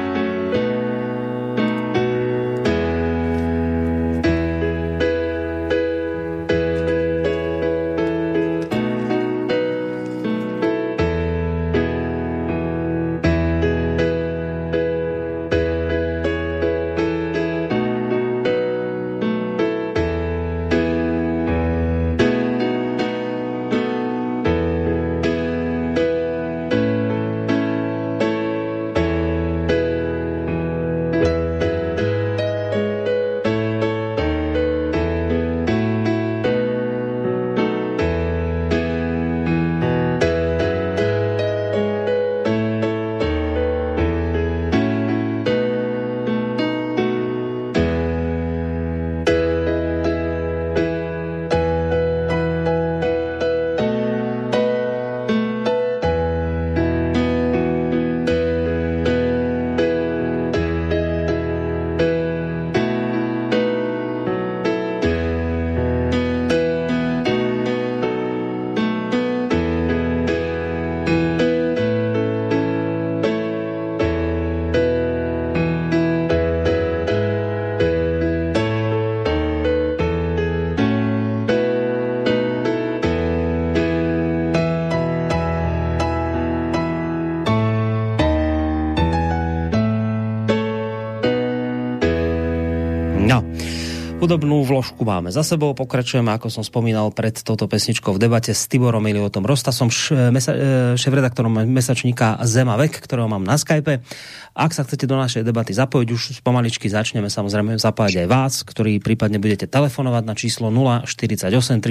Speaker 2: Hudobnú vložku máme za sebou, pokračujeme, ako som spomínal pred touto pesničkou, v debate s Tiborom Iliotom Rostasom, šéfredaktorom mesačníka Zem a vek, ktorého mám na Skype. Ak sa chcete do našej debaty zapojiť, už pomaličky začneme samozrejme zapájať aj vás, ktorí prípadne budete telefonovať na číslo 048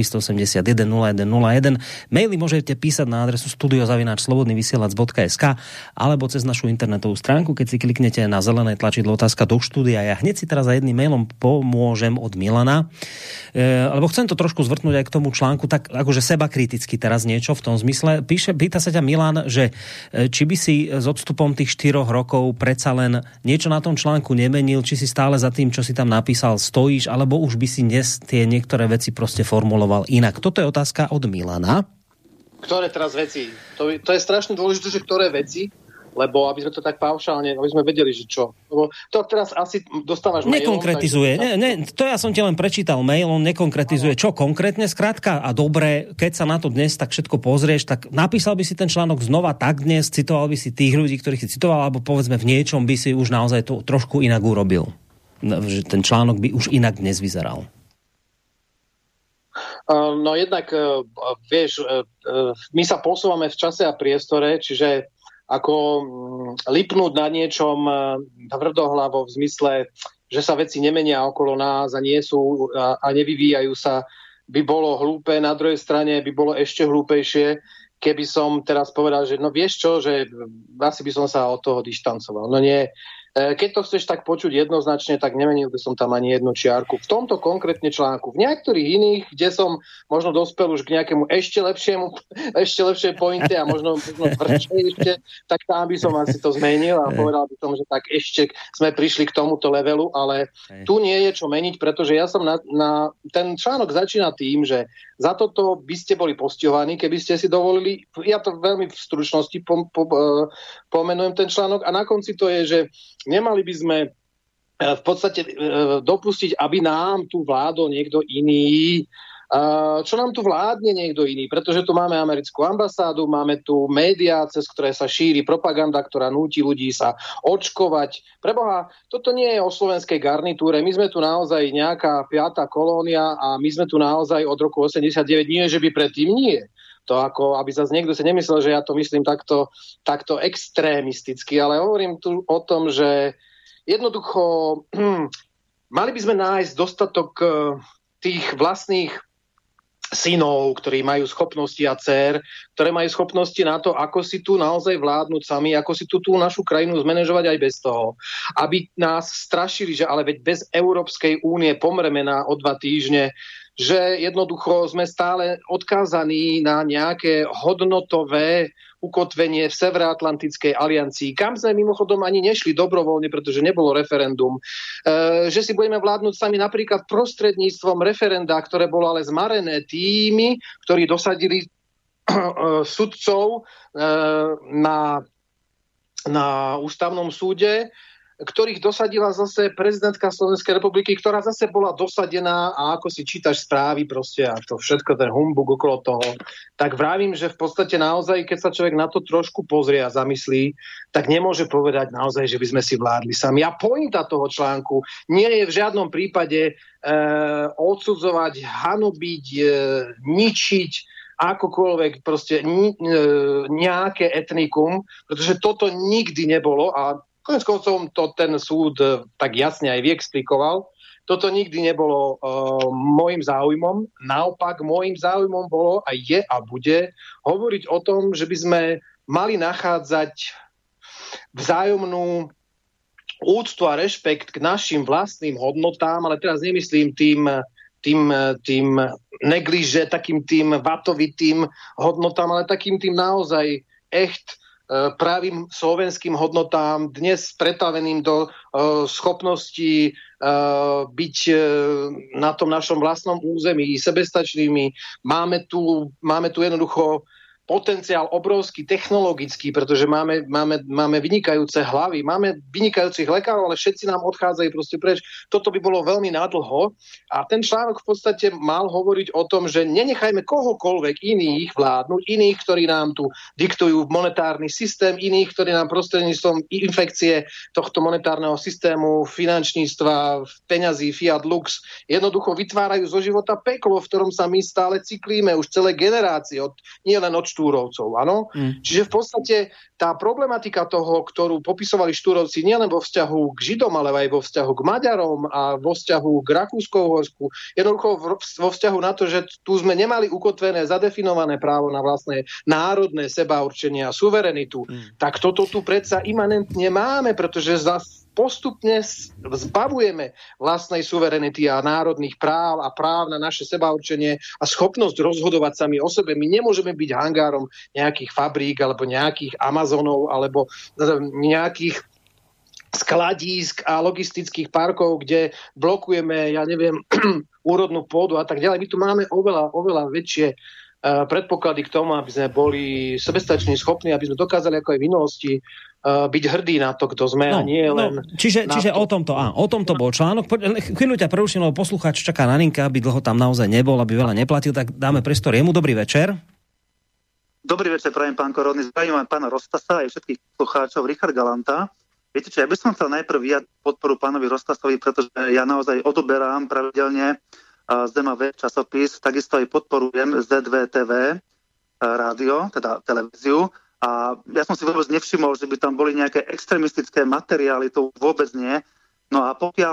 Speaker 2: 381 0101. Maily môžete písať na adresu studio@slobodnyvysielac.sk alebo cez našu internetovú stránku, keď si kliknete na zelené tlačidlo otázka do štúdia. Ja hneď si teraz za jedným mailom pomôžem poviem od Milana. Lebo chcem to trošku zvrtnúť aj k tomu článku, tak akože seba kriticky teraz niečo v tom zmysle. Pýta sa ťa Milan, že či by si s odstupom tých 4 rokov predsa len niečo na tom článku nemenil, či si stále za tým, čo si tam napísal, stojíš, alebo už by si dnes tie niektoré veci proste formuloval inak. Toto je otázka od Milana.
Speaker 3: Ktoré teraz veci? To je strašne dôležité, že ktoré veci, lebo aby sme to tak paušálne, aby sme vedeli, že čo. Lebo to teraz asi dostávaš mailom.
Speaker 2: Nekonkretizuje. To ja som ti len prečítal mail, on nekonkretizuje. Čo konkrétne, skrátka, a dobre, keď sa na to dnes tak všetko pozrieš, tak napísal by si ten článok znova tak dnes, citoval by si tých ľudí, ktorých si citoval, alebo povedzme v niečom by si už naozaj to trošku inak urobil. Že ten článok by už inak dnes vyzeral.
Speaker 3: No jednak, vieš, my sa posúvame v čase a priestore, čiže ako lipnúť na niečom tvrdohlavo v zmysle, že sa veci nemenia okolo nás a nie sú a nevyvíjajú sa, by bolo hlúpe. Na druhej strane by bolo ešte hlúpejšie, keby som teraz povedal, že no vieš čo, že asi by som sa od toho dištancoval. No nie. Keď to chceš tak počuť jednoznačne, tak nemenil by som tam ani jednu čiarku. V tomto konkrétne článku. V niektorých iných, kde som možno dospel už k nejakému ešte lepšej pointe a možno tvrdšej ešte, tak tam by som asi to zmenil a povedal by som, že tak ešte sme prišli k tomuto levelu, ale tu nie je čo meniť, pretože ja som ten článok začína tým, že za toto by ste boli postihovaní, keby ste si dovolili, ja to veľmi v stručnosti pomenujem ten článok a na konci to je, že nemali by sme v podstate dopustiť, aby nám tu vládol niekto iný. Čo nám tu vládne niekto iný? Pretože tu máme americkú ambasádu, máme tu médiá, cez ktoré sa šíri propaganda, ktorá núti ľudí sa očkovať. Preboha, toto nie je o slovenskej garnitúre. My sme tu naozaj nejaká 5. kolónia a my sme tu naozaj od roku 89. Nie, že by predtým nie. To ako, aby zase niekto si nemyslel, že ja to myslím takto extrémisticky, ale hovorím tu o tom, že jednoducho mali by sme nájsť dostatok tých vlastných synov, ktorí majú schopnosti a dcér, ktoré majú schopnosti na to, ako si tu naozaj vládnuť sami, ako si tú našu krajinu zmanéžovať aj bez toho. Aby nás strašili, že ale veď bez Európskej únie pomreme o 2 týždne, že jednoducho sme stále odkázaní na nejaké hodnotové ukotvenie v Severoatlantickej aliancii, kam sme mimochodom ani nešli dobrovoľne, pretože nebolo referendum. Že si budeme vládnuť sami napríklad prostredníctvom referenda, ktoré bolo ale zmarené tými, ktorí dosadili sudcov na ústavnom súde, ktorých dosadila zase prezidentka Slovenskej republiky, ktorá zase bola dosadená a ako si čítaš správy proste a to všetko ten humbug okolo toho, tak vravím, že v podstate naozaj, keď sa človek na to trošku pozrie a zamyslí, tak nemôže povedať naozaj, že by sme si vládli sami. A pointa toho článku nie je v žiadnom prípade odsudzovať, hanubiť, ničiť akokoľvek proste nejaké etnikum, pretože toto nikdy nebolo a konec koncov to ten súd tak jasne aj vyexplikoval. Toto nikdy nebolo môjim záujmom. Naopak môjim záujmom bolo a je a bude hovoriť o tom, že by sme mali nachádzať vzájomnú úctu a rešpekt k našim vlastným hodnotám, ale teraz nemyslím tým negliže, takým tým vatovitým hodnotám, ale takým tým naozaj pravým slovenským hodnotám, dnes pretaveným do schopností byť na tom našom vlastnom území sebestačnými. Máme tu jednoducho potenciál obrovský technologický, pretože máme vynikajúce hlavy, máme vynikajúcich lekárov, ale všetci nám odchádzajú proste preč. Toto by bolo veľmi nadlho a ten článok v podstate mal hovoriť o tom, že nenechajme kohokoľvek iných vládnuť, iných, ktorí nám tu diktujú monetárny systém, iných, ktorí nám prostredníctvom infekcie tohto monetárneho systému, finančníctva, peňazí, fiat, lux, jednoducho vytvárajú zo života peklo, v ktorom sa my stále cyklíme už celé generácie, nielen od Štúrovcov, áno? Čiže v podstate tá problematika toho, ktorú popisovali Štúrovci nielen vo vzťahu k Židom, ale aj vo vzťahu k Maďarom a vo vzťahu k Rakúsko-Uhorsku, jednoducho vo vzťahu na to, že tu sme nemali ukotvené, zadefinované právo na vlastné národné sebaurčenie a suverenitu, tak toto tu predsa imanentne máme, pretože postupne zbavujeme vlastnej suverenity a národných práv a práv na naše sebaurčenie a schopnosť rozhodovať sami o sebe. My nemôžeme byť hangárom nejakých fabrík alebo nejakých Amazonov alebo nejakých skladísk a logistických parkov, kde blokujeme, ja neviem, úrodnú pôdu a tak ďalej. My tu máme oveľa väčšie predpoklady k tomu, aby sme boli sebestační, schopní, aby sme dokázali ako aj v minulosti byť hrdí na to, kto sme, a nie len...
Speaker 2: Čiže o tomto bol článok. Chvíľu ťa preruším, lebo poslucháč čaká na linke, aby dlho tam naozaj nebol, aby veľa neplatil, tak dáme priestor jemu. Dobrý večer.
Speaker 4: Dobrý večer, prajem pán Korodný. Zdravím vám pána Rostasa aj všetkých poslucháčov. Richard Galanta. Viete čo, ja by som chcel najprv vyjadriť podporu pánovi Rostasovi, pretože ja naozaj odoberám pravidelne ZMV časopis, takisto aj podporujem ZVTV rádio, teda televíziu. A ja som si vôbec nevšimol, že by tam boli nejaké extremistické materiály, to vôbec nie. No a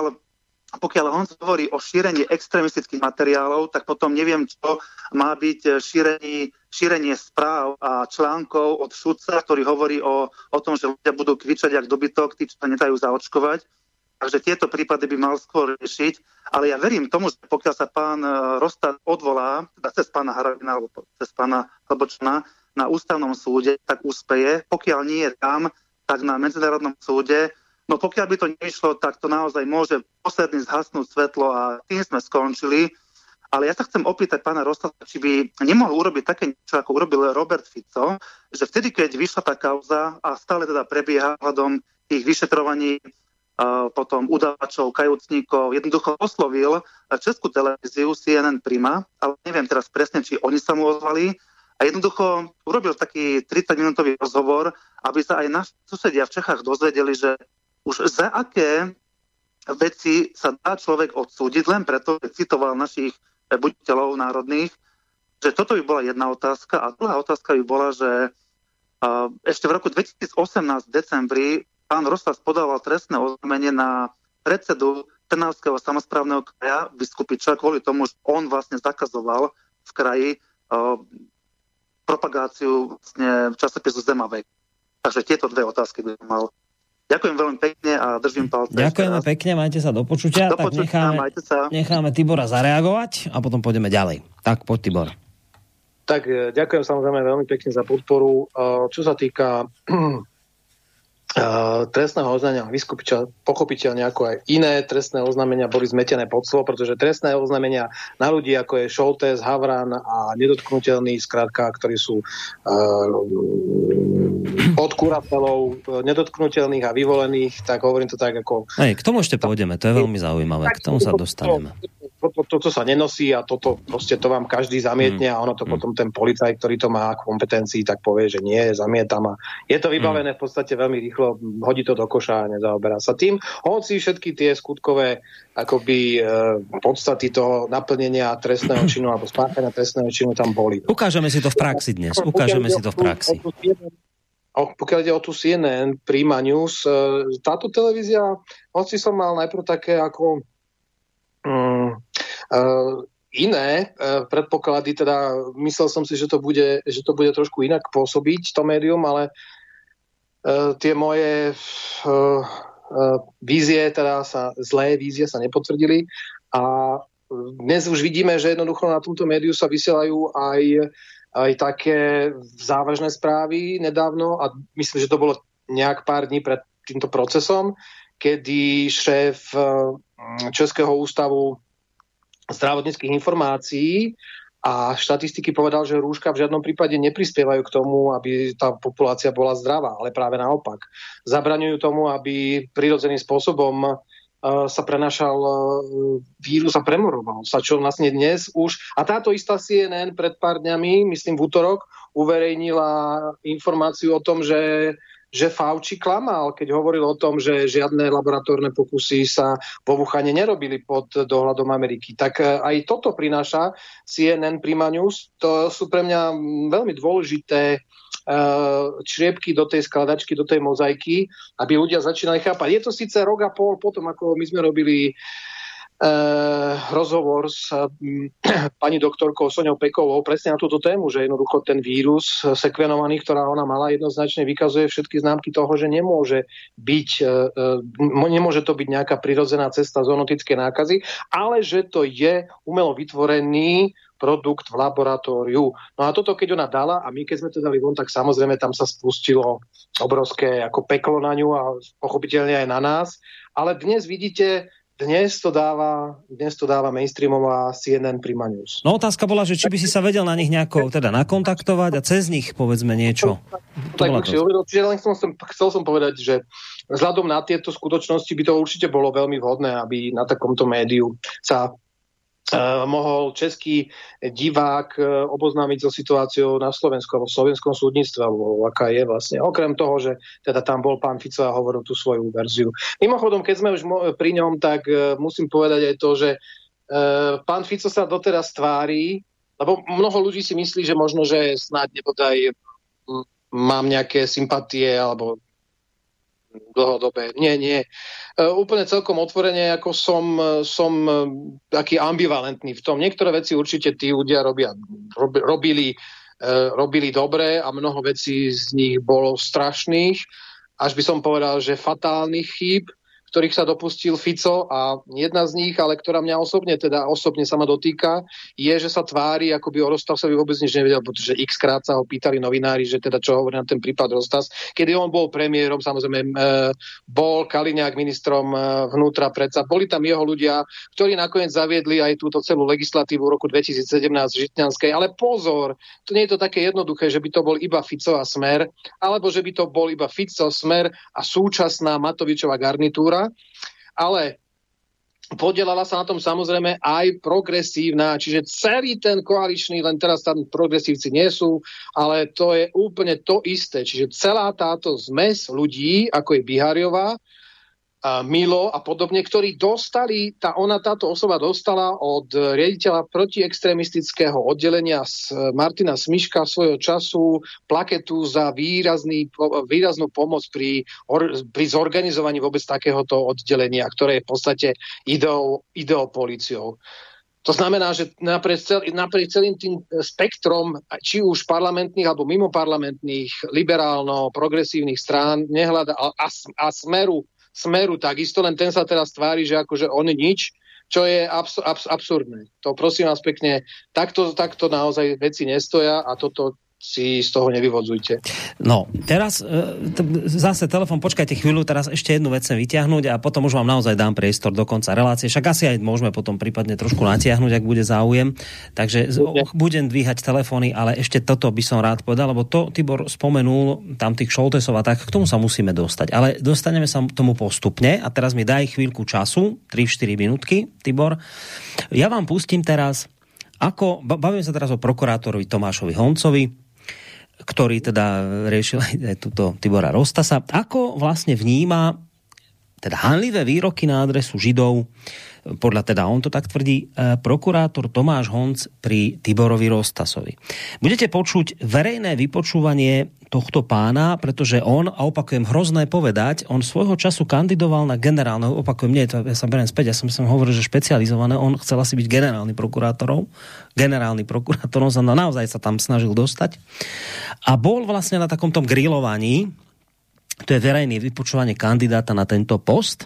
Speaker 4: pokiaľ on hovorí o šírení extremistických materiálov, tak potom neviem, čo má byť šírenie správ a článkov od Šuca, ktorý hovorí o tom, že ľudia budú kvičať jak dobytok, tí, čo sa nedajú zaočkovať. Takže tieto prípady by mal skôr riešiť. Ale ja verím tomu, že pokiaľ sa pán Rostas odvolá, teda cez pána Harabina alebo cez pána Hlbočana na ústavnom súde, tak úspeje. Pokiaľ nie je tam, tak na medzinárodnom súde. No pokiaľ by to nešlo, tak to naozaj môže posledný zhasnúť svetlo a tým sme skončili. Ale ja sa chcem opýtať pána Rostasa, či by nemohol urobiť také niečo, ako urobil Robert Fico, že vtedy, keď vyšla tá kauza a stále teda prebieha hľadom tých vyšetrovaní potom udávačov, kajúcníkov, jednoducho oslovil českú televíziu CNN Prima, ale neviem teraz presne, či oni sa mu ozvali, a jednoducho urobil taký 30-minútový rozhovor, aby sa aj naši susedia v Čechách dozvedeli, že už za aké veci sa dá človek odsúdiť, len preto, že citoval našich buditeľov národných, že toto by bola jedna otázka. A druhá otázka by bola, že ešte v roku 2018 v decembri pán Rostas podával trestné oznámenie na predsedu Trnavského samosprávneho kraja Biskupiča kvôli tomu, že on vlastne zakazoval v kraji propagáciu vlastne časopisu Zemavek. Takže tieto dve otázky by mal. Ďakujem veľmi pekne a držím palce.
Speaker 2: Ďakujeme pekne, majte sa do počutia. Tak necháme Tibora zareagovať a potom pôjdeme ďalej. Tak, poď Tibor.
Speaker 3: Tak ďakujem samozrejme veľmi pekne za podporu. Čo sa týka trestného oznámenia Biskupiča, pochopiteľne ako aj iné trestné oznámenia boli zmetené pod slovo, pretože trestné oznámenia na ľudí ako je Šoltés, Havran a nedotknutelní, skrátka, ktorí sú od kuratelov nedotknutelných a vyvolených, tak hovorím to tak ako...
Speaker 2: K tomu ešte pôjdeme, to je veľmi zaujímavé, k tomu sa dostaneme.
Speaker 3: Toto sa nenosí a toto proste to vám každý zamietne a ono to potom ten policajt, ktorý to má kompetencií, tak povie, že nie, zamietam a je to vybavené v podstate veľmi rýchlo, hodí to do koša a nezaoberá sa tým. Hoci všetky tie skutkové akoby podstaty toho naplnenia trestného činu alebo spáchania trestného činu tam boli.
Speaker 2: Ukážeme si to v praxi dnes, ukážeme si to v praxi.
Speaker 3: Pokiaľ ide o tú CNN Prima News, táto televízia, hoci som mal najprv také ako iné predpoklady, teda myslel som si, že to bude trošku inak pôsobiť to médium, ale tie moje vízie, teda zlé vízie sa nepotvrdili a dnes už vidíme, že jednoducho na tomto médiu sa vysielajú aj také závažné správy nedávno a myslím, že to bolo nejak pár dní pred týmto procesom, kedy šéf Českého ústavu zdravotníckych informácií a štatistiky povedal, že rúška v žiadnom prípade neprispievajú k tomu, aby tá populácia bola zdravá, ale práve naopak. Zabraňujú tomu, aby prirodzeným spôsobom sa prenášal vírus a premoroval sa, čo vlastne dnes už... A táto istá CNN pred pár dňami, myslím v útorok, uverejnila informáciu o tom, že Fauci klamal, keď hovoril o tom, že žiadne laboratórne pokusy sa vo Wuhane nerobili pod dohľadom Ameriky. Tak aj toto prináša CNN Prima News. To sú pre mňa veľmi dôležité čriepky do tej skladačky, do tej mozaiky, aby ľudia začínali chápať. Je to síce rok a pol potom, ako my sme robili rozhovor s pani doktorkou Soňou Pekovou presne na túto tému, že jednoducho ten vírus sekvenovaný, ktorá ona mala, jednoznačne vykazuje všetky známky toho, že nemôže to byť nejaká prirodzená cesta zoonotickej nákazy, ale že to je umelo vytvorený produkt v laboratóriu. No a toto, keď ona dala a my keď sme to dali von, tak samozrejme tam sa spustilo obrovské ako peklo na ňu a pochopiteľne aj na nás. Ale dnes vidíte, dnes to dáva mainstreamová CNN Prima News.
Speaker 2: No otázka bola, že či by si sa vedel na nich nejako teda nakontaktovať a cez nich povedzme niečo.
Speaker 3: Chcel som povedať, že vzhľadom na tieto skutočnosti by to určite bolo veľmi vhodné, aby na takomto médiu sa mohol český divák oboznámiť so situáciou na Slovensku alebo v slovenskom súdnictve, alebo aká je vlastne. Okrem toho, že teda tam bol pán Fico a hovoril tú svoju verziu. Mimochodom, keď sme už pri ňom, tak musím povedať aj to, že pán Fico sa doteraz tvári, lebo mnoho ľudí si myslí, že možno, že snáď nebodaj mám nejaké sympatie alebo dlhodobé. Nie. Úplne celkom otvorene, ako som taký ambivalentný v tom. Niektoré veci určite tí ľudia robili dobre a mnoho vecí z nich bolo strašných. Až by som povedal, že fatálnych chýb, ktorých sa dopustil Fico, a jedna z nich, ale ktorá mňa osobne sa ma dotýka, je, že sa tvári, ako by o Rostasovi vôbec nič nevedel, pretože x-krát sa ho pýtali novinári, že teda čo hovorí na ten prípad Rostas. Kedy on bol premiérom, samozrejme bol Kaliňák ministrom vnútra, predsa boli tam jeho ľudia, ktorí nakoniec zaviedli aj túto celú legislatívu v roku 2017 Žitňanskej. Ale pozor, to nie je to také jednoduché, že by to bol iba Fico a Smer, alebo že by to bol iba Fico, Smer a súčasná Matovičová garnitúra. Ale podielala sa na tom samozrejme aj progresívna, čiže celý ten koaličný, len teraz tam progresívci nie sú, ale to je úplne to isté. Čiže celá táto zmes ľudí, ako je Biháriová, Milo a podobne, ktorí dostali, táto osoba dostala od riaditeľa protiextremistického oddelenia Martina Smiška svojho času plaketu za výraznú pomoc pri zorganizovaní vôbec takéhoto oddelenia, ktoré je v podstate ideopolíciou. To znamená, že naprieč celým tým spektrom, či už parlamentných alebo mimoparlamentných, liberálno-progresívnych strán, nehľada a Smeru takisto, len ten sa teraz tvári, že akože on nič, čo je absurdné. To prosím vás pekne, takto naozaj veci nestoja a toto si z toho nevyvodzujte.
Speaker 2: No, teraz zase telefon, počkajte chvíľu, teraz ešte jednu vec chcem vyťahnuť a potom už vám naozaj dám priestor do konca relácie. Však asi aj môžeme potom prípadne trošku natiahnuť, ak bude záujem. Takže budem dvíhať telefóny, ale ešte toto by som rád povedal, lebo to Tibor spomenul, tam tých Šoltesov a tak, k tomu sa musíme dostať. Ale dostaneme sa tomu postupne a teraz mi daj chvíľku času, 3-4 minútky, Tibor. Ja vám pustím teraz, bavím sa teraz o prokurátorovi Tomášovi Honcovi, ktorý teda riešil aj túto Tibora Rostasa. Ako vlastne vníma teda hanlivé výroky na adresu Židov, podľa teda on to tak tvrdí, prokurátor Tomáš Honc pri Tiborovi Rostasovi. Budete počuť verejné vypočúvanie tohto pána, pretože on, a opakujem, hrozné povedať, on svojho času kandidoval na generálneho, opakujem, nie, to ja sa beriem späť, ja som hovoril, že špecializované, on chcel asi byť generálny prokurátorom, sa naozaj sa tam snažil dostať. A bol vlastne na takomto grillovaní, to je verejné vypočúvanie kandidáta na tento post,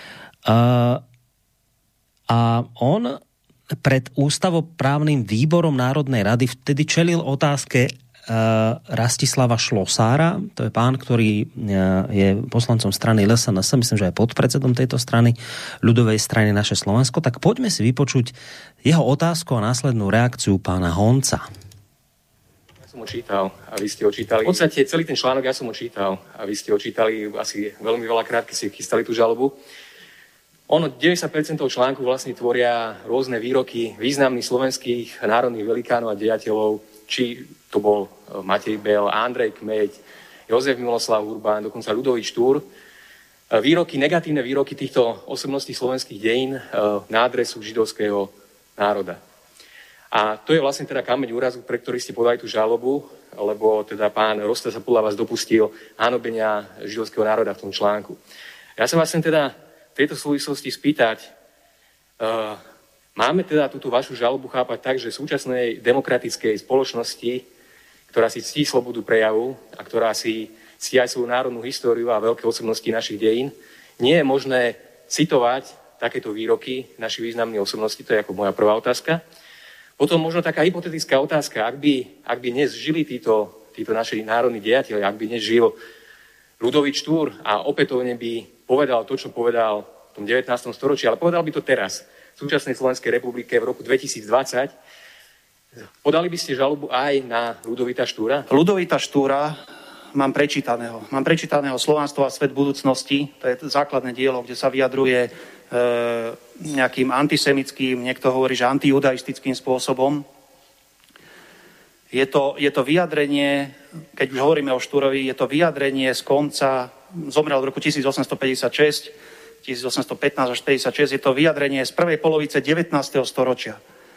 Speaker 2: a on pred ústavoprávnym výborom Národnej rady vtedy čelil otázke Rastislava Šlosára, to je pán, ktorý je poslancom strany LSNS, myslím, že aj podpredsedom tejto strany, ľudovej strany Naše Slovensko, tak poďme si vypočuť jeho otázku a následnú reakciu pána Honca.
Speaker 5: Ja som ho čítal a vy ste ho čítali. V podstate celý ten článok ja som ho čítal a vy ste ho čítali asi veľmi veľakrát, keď ste chystali tú žalobu. 90% článku vlastne tvoria rôzne výroky významných slovenských národných velikánov a dejateľov, či to bol Matej Bel, Andrej Kmeď, Jozef Miloslav Urbán, dokonca Ľudovít Štúr. Negatívne výroky týchto osobností slovenských dejín na adresu židovského národa. A to je vlastne teda kameň úrazu, pre ktorý ste podali tú žalobu, lebo teda pán Rostas sa podľa vás dopustil hanobenia židovského národa v tom článku. Ja sa vás chcem teda v tejto súvislosti spýtať, Máme teda túto vašu žalobu chápať tak, že v súčasnej demokratickej spoločnosti, ktorá si ctí slobodu prejavu a ktorá si ctí aj svoju národnú históriu a veľké osobnosti našich dejín, nie je možné citovať takéto výroky našich významných osobností, to je ako moja prvá otázka. Potom možno taká hypotetická otázka, ak by dnes žili títo naši národní dejatelia, ak by dnes žil Ľudovít Štúr a opätovne by povedal to, čo povedal v tom 19. storočí, ale povedal by to teraz, v súčasnej Slovenskej republike v roku 2020, podali by ste žalobu aj na Ľudovíta Štúra?
Speaker 6: Ľudovíta Štúra mám prečítaného Slovanstvo a svet budúcnosti, to je základné dielo, kde sa vyjadruje nejakým antisemickým, niekto hovorí, že antijudaistickým spôsobom. Je to vyjadrenie, keď už hovoríme o Štúrovi, je to vyjadrenie z konca, zomrel v roku 1856, 1815 až 56, je to vyjadrenie z prvej polovice 19. storočia.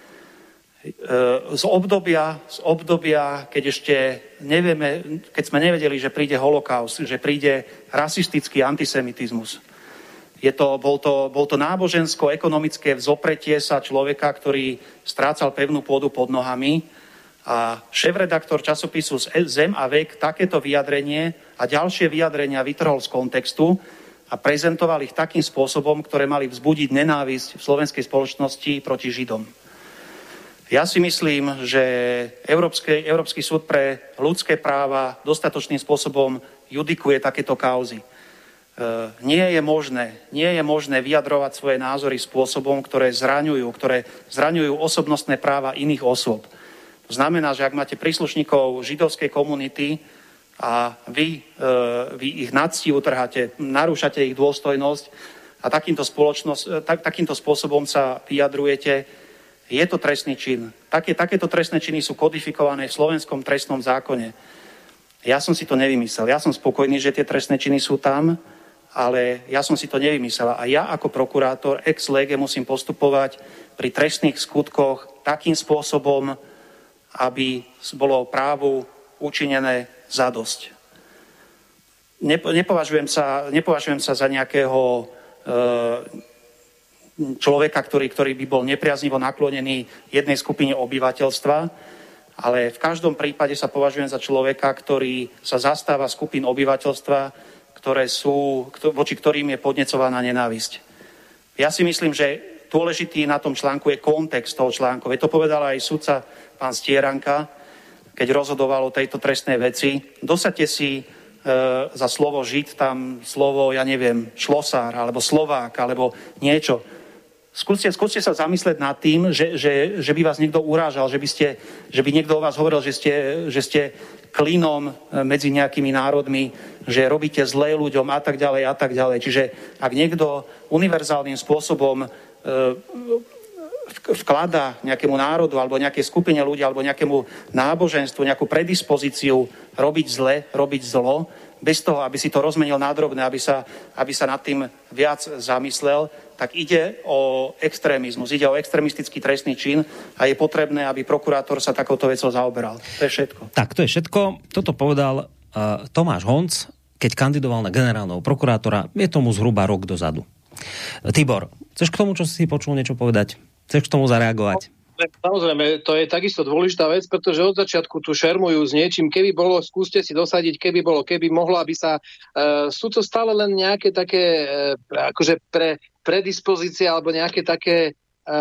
Speaker 6: Z obdobia, keď ešte nevieme, keď sme nevedeli, že príde holokaust, že príde rasistický antisemitizmus. Bol to nábožensko-ekonomické vzopretie sa človeka, ktorý strácal pevnú pôdu pod nohami, a šéfredaktor časopisu Zem a vek takéto vyjadrenie a ďalšie vyjadrenia vytrhol z kontextu a prezentoval ich takým spôsobom, ktoré mali vzbudiť nenávisť v slovenskej spoločnosti proti Židom. Ja si myslím, že Európsky súd pre ľudské práva dostatočným spôsobom judikuje takéto kauzy. Nie je možné vyjadrovať svoje názory spôsobom, ktoré zraňujú osobnostné práva iných osôb. To znamená, že ak máte príslušníkov židovskej komunity a vy ich nadsti utrháte, narúšate ich dôstojnosť a takýmto spôsobom sa vyjadrujete, je to trestný čin. Takéto trestné činy sú kodifikované v slovenskom trestnom zákone. Ja som si to nevymyslel. Ja som spokojný, že tie trestné činy sú tam, ale ja som si to nevymyslel. A ja ako prokurátor ex lege musím postupovať pri trestných skutkoch takým spôsobom, aby bolo právu učinené zadosť. Nepovažujem sa za nejakého človeka, ktorý by bol nepriaznivo naklonený jednej skupine obyvateľstva, ale v každom prípade sa považujem za človeka, ktorý sa zastáva skupín obyvateľstva, voči ktorým je podnecovaná nenávisť. Ja si myslím, že dôležitý na tom článku je kontext toho článku. To povedal aj sudca pán Stieranka, keď rozhodoval o tejto trestnej veci. Dosaďte si za slovo Žid tam slovo, šlosár, alebo Slovák, alebo niečo. Skúste sa zamyslieť nad tým, že by vás niekto urážal, že by niekto o vás hovoril, že ste klínom medzi nejakými národmi, že robíte zlé ľuďom a tak ďalej. Čiže ak niekto univerzálnym spôsobom vkladá nejakému národu alebo nejakej skupine ľudí alebo nejakému náboženstvu nejakú predispozíciu robiť zle, robiť zlo, bez toho, aby si to rozmenil na drobné, aby sa nad tým viac zamyslel, tak ide o extrémizmus, ide o extrémistický trestný čin a je potrebné, aby prokurátor sa takouto vecou zaoberal. To je všetko.
Speaker 2: Tak, to je všetko. Toto povedal Tomáš Honc, keď kandidoval na generálneho prokurátora. Je tomu zhruba rok dozadu. Tibor, chceš k tomu, čo si počul, niečo povedať? Chceš k tomu zareagovať?
Speaker 3: Samozrejme, to je takisto dôležitá vec, pretože od začiatku tu šermujú s niečím, keby bolo, skúste si dosadiť, keby mohlo, aby sa sú to stále len nejaké také akože predispozície alebo nejaké také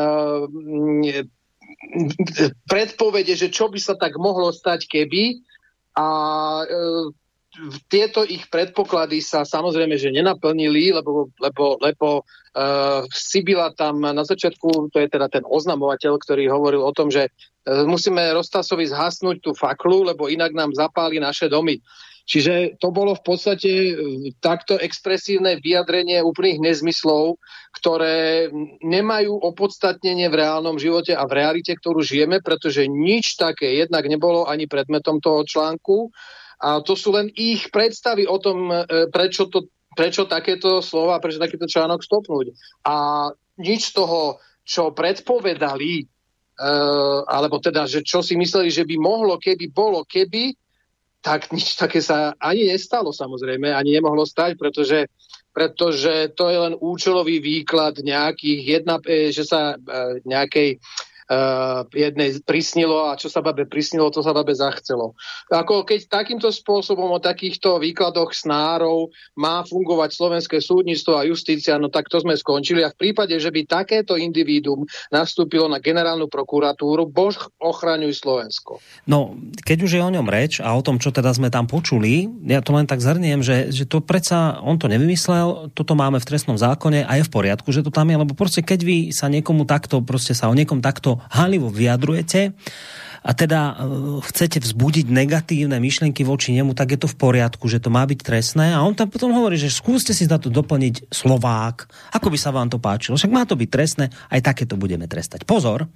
Speaker 3: predpovede, že čo by sa tak mohlo stať, keby a tieto ich predpoklady sa samozrejme, že nenaplnili, lebo Sibila tam na začiatku, to je teda ten oznamovateľ, ktorý hovoril o tom, že musíme Rostasovi zhasnúť tú faklu, lebo inak nám zapáli naše domy. Čiže to bolo v podstate takto expresívne vyjadrenie úplných nezmyslov, ktoré nemajú opodstatnenie v reálnom živote a v realite, ktorú žijeme, pretože nič také jednak nebolo ani predmetom toho článku. A to sú len ich predstavy o tom, prečo takéto slova, prečo takýto článok stopnúť. A nič z toho, čo predpovedali, alebo teda, že čo si mysleli, že by mohlo, keby bolo, keby, tak nič také sa ani nestalo, samozrejme, ani nemohlo stať, pretože pretože to je len účelový výklad nejakých, že sa nejakej jednej prisnilo a čo sa babe prisnilo, to sa babe zachcelo. Ako keď takýmto spôsobom o takýchto výkladoch snárov má fungovať slovenské súdnictvo a justícia, no tak to sme skončili. A v prípade, že by takéto individuum nastúpilo na generálnu prokuratúru, Boh ochraňuj Slovensko.
Speaker 2: No, keď už je o ňom reč a o tom, čo teda sme tam počuli, ja to len tak zhrniem, že to predsa, on to nevymyslel, toto máme v trestnom zákone a je v poriadku, že to tam je, lebo proste keď vy sa niekomu takto, proste sa o niekom takto hanlivo vyjadrujete a teda chcete vzbudiť negatívne myšlienky voči nemu, tak je to v poriadku, že to má byť trestné. A on tam potom hovorí, že skúste si na to doplniť Slovák, ako by sa vám to páčilo. Však má to byť trestné, aj takéto budeme trestať. Pozor,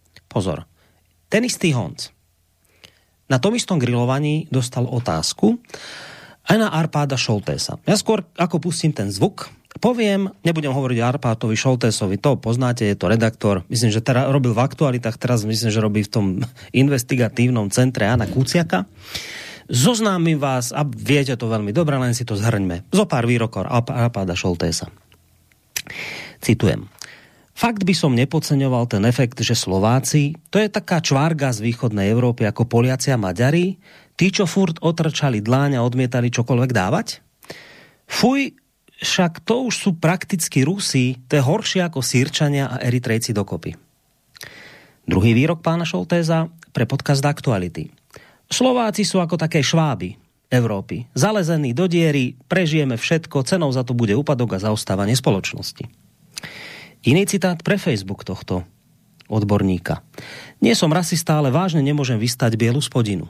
Speaker 2: ten istý Honc na tom istom grilovaní dostal otázku aj na Arpáda Šoltésa. Ja skôr, ako pustím ten zvuk, poviem, nebudem hovoriť o Arpádovi Šoltésovi, to poznáte, je to redaktor, myslím, že teraz robil v Aktualitách, teraz myslím, že robí v tom investigatívnom centre Jana Kuciaka. Zoznámim vás, a viete to veľmi dobre, len si to zhrňme. Zo pár výrokov Arpáda Šoltésa. Citujem. Fakt by som nepodceňoval ten efekt, že Slováci, to je taká čvárga z východnej Európy ako Poliaci a Maďari, tí, čo furt otrčali dláň a odmietali čokoľvek dávať? Fuj, však to už sú prakticky Rusi, to je horšie ako Sýrčania a Eritrejci dokopy. Druhý výrok pána Šoltésa pre podcast Aktuality. Slováci sú ako také Šváby Európy. Zalezení do diery, prežijeme všetko, cenou za to bude úpadok a zaostávanie spoločnosti. Iný citát pre Facebook tohto odborníka. Nie som rasista, ale vážne nemôžem vystať bielu spodinu.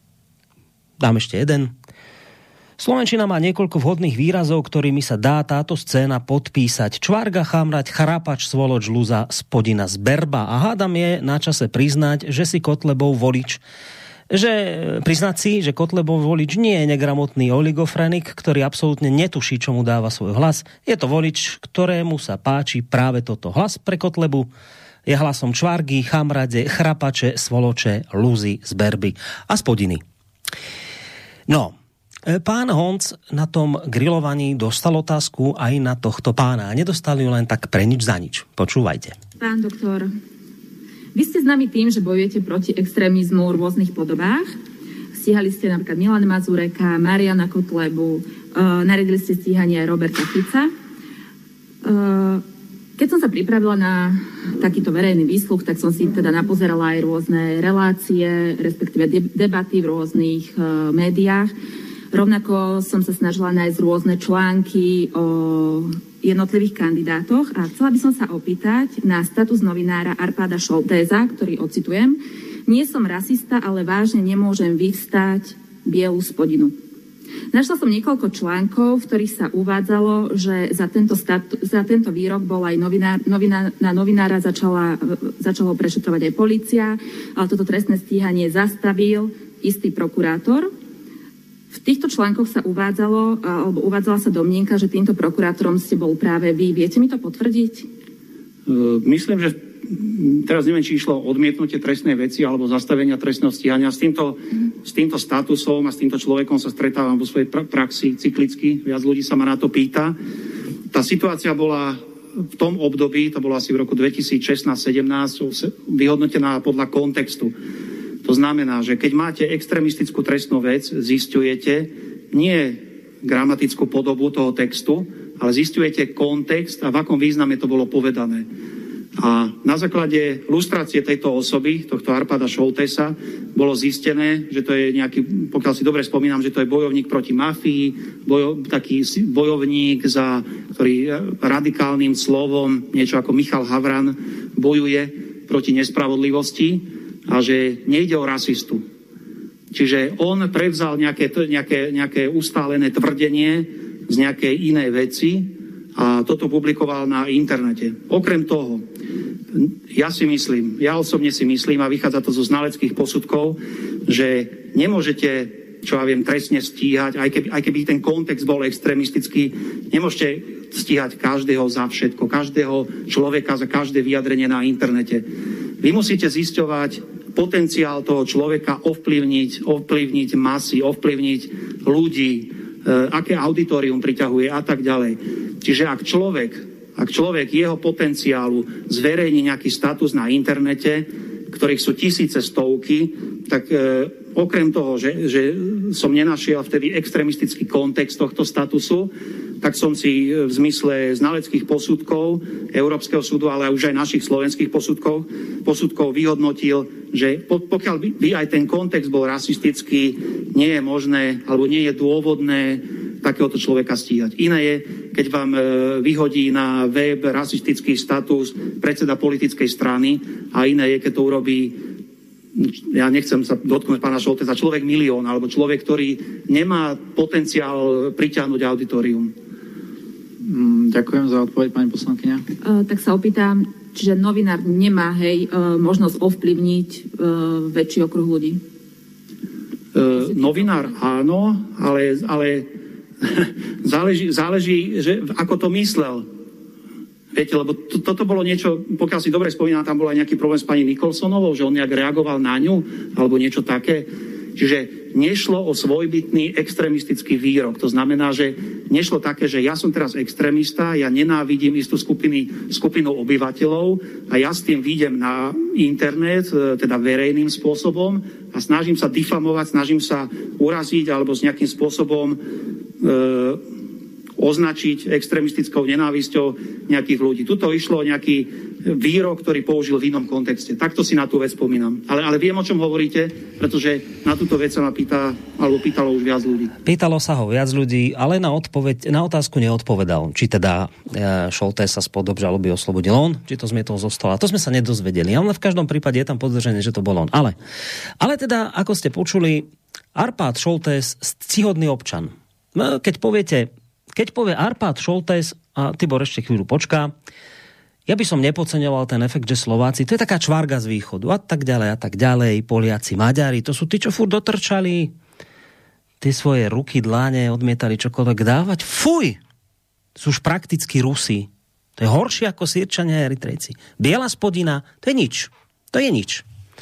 Speaker 2: Dám ešte jeden. Slovenčina má niekoľko vhodných výrazov, ktorými sa dá táto scéna podpísať. Čvárga, chamrať, chrapač, svoloč, luza, spodina, zberba. A hádam je na čase priznať, že si Kotlebov volič, priznať si, že Kotlebov volič nie je negramotný oligofrenik, ktorý absolútne netuší, čo mu dáva svoj hlas. Je to volič, ktorému sa páči práve toto. Hlas pre Kotlebu je hlasom čvárgy, chamrade, chrapače, svoloče, luzy, zberby a spodiny. No, pán Honc na tom grilovaní dostal otázku aj na tohto pána. A nedostali ju len tak pre nič za nič. Počúvajte.
Speaker 7: Pán doktor, vy ste známi tým, že bojujete proti extrémizmu v rôznych podobách. Stíhali ste napríklad Milana Mazureka, Mariana Kotlebu, nariadili ste stíhanie aj Roberta Fica. Keď som sa pripravila na takýto verejný výsluch, tak som si teda napozerala aj rôzne relácie, respektíve debaty v rôznych médiách. Rovnako som sa snažila nájsť rôzne články o jednotlivých kandidátoch a chcela by som sa opýtať na status novinára Arpáda Šoltésa, ktorý ocitujem. Nie som rasista, ale vážne nemôžem vyvstať bielu spodinu. Našla som niekoľko článkov, v ktorých sa uvádzalo, že za tento výrok bol aj na novinára začalo prešetrovať aj polícia, ale toto trestné stíhanie zastavil istý prokurátor. V týchto článkoch sa uvádzala sa domnienka, že týmto prokurátorom ste bol práve vy. Viete mi to potvrdiť?
Speaker 6: Myslím, že teraz neviem, či išlo odmietnutie trestnej veci alebo zastavenia trestného stíhania. S týmto statusom a s týmto človekom sa stretávam vo svojej praxi cyklicky. Viac ľudí sa ma na to pýta. Tá situácia bola v tom období, to bolo asi v roku 2016-17, vyhodnotená podľa kontextu. To znamená, že keď máte extrémistickú trestnú vec, zisťujete nie gramatickú podobu toho textu, ale zisťujete kontext a v akom význame to bolo povedané. A na základe lustrácie tejto osoby, tohto Arpáda Šoltésa, bolo zistené, že to je nejaký, pokiaľ si dobre spomínam, že to je bojovník proti mafii, taký bojovník, ktorý radikálnym slovom, niečo ako Michal Havran, bojuje proti nespravodlivosti a že nejde o rasistu. Čiže on prevzal nejaké ustálené tvrdenie z nejakej inej veci a toto publikoval na internete. Okrem toho, ja osobne si myslím, a vychádza to zo znaleckých posudkov, že nemôžete, čo ja viem, trestne stíhať, aj keby ten kontext bol extrémistický, nemôžete stíhať každého za všetko, každého človeka za každé vyjadrenie na internete. Vy musíte zisťovať potenciál toho človeka ovplyvniť masy, ovplyvniť ľudí, aké auditorium priťahuje a tak ďalej. Čiže ak človek jeho potenciálu zverejní nejaký status na internete, ktorých sú tisíce, stovky, tak okrem toho, že som nenašiel vtedy extrémistický kontext tohto statusu, tak som si v zmysle znaleckých posudkov Európskeho súdu, ale už aj našich slovenských posudkov vyhodnotil, že pokiaľ by aj ten kontext bol rasistický, nie je možné, alebo nie je dôvodné takéhoto človeka stíhať. Iné je, keď vám vyhodí na web rasistický status predseda politickej strany a iné je, keď to urobí, ja nechcem sa dotknúť pána Šoltésa, človek milión, alebo človek, ktorý nemá potenciál priťahnuť auditorium.
Speaker 8: Ďakujem za odpoveď, pani poslankyňa.
Speaker 7: Tak sa opýtam, čiže novinár nemá, možnosť ovplyvniť väčší okruh ľudí?
Speaker 6: Novinár áno, ale záleží, že ako to myslel. Viete, lebo toto bolo niečo, pokiaľ si dobre spomínam, tam bol aj nejaký problém s pani Nicholsonovou, že on nejak reagoval na ňu, alebo niečo také. Čiže nešlo o svojbytný extrémistický výrok. To znamená, že nešlo také, že ja som teraz extrémista, ja nenávidím istú skupinu obyvateľov a ja s tým výjdem na internet, teda verejným spôsobom a snažím sa difamovať, snažím sa uraziť alebo s nejakým spôsobom označiť extrémistickou nenávisťou nejakých ľudí. Tuto išlo o nejaký výrok, ktorý použil v inom kontexte. Takto si na tú vec spomínam. Ale viem, o čom hovoríte, pretože na túto vec sa ma pýtalo už viac ľudí.
Speaker 2: Pýtalo sa ho viac ľudí, ale na otázku neodpovedal. Či teda Šoltés sa spod obžaloby oslobodil on, či to zmietol zo stola. To sme sa nedozvedeli. Ale v každom prípade je tam podozrenie, že to bol on. Ale teda, ako ste počuli, Arpád Šoltés, ctihodný občan. Keď povie Arpád Šoltés, a Tibor ešte chvíľu počká, ja by som nepodceňoval ten efekt, že Slováci, to je taká čvarga z východu, a tak ďalej, Poliaci, Maďari, to sú tí, čo furt dotrčali tie svoje ruky, dláne, odmietali čokoľvek dávať. Fuj! Sú už prakticky Rusi. To je horšie ako Sýrčania a Eritrejci. Biela spodina, to je nič. To je nič.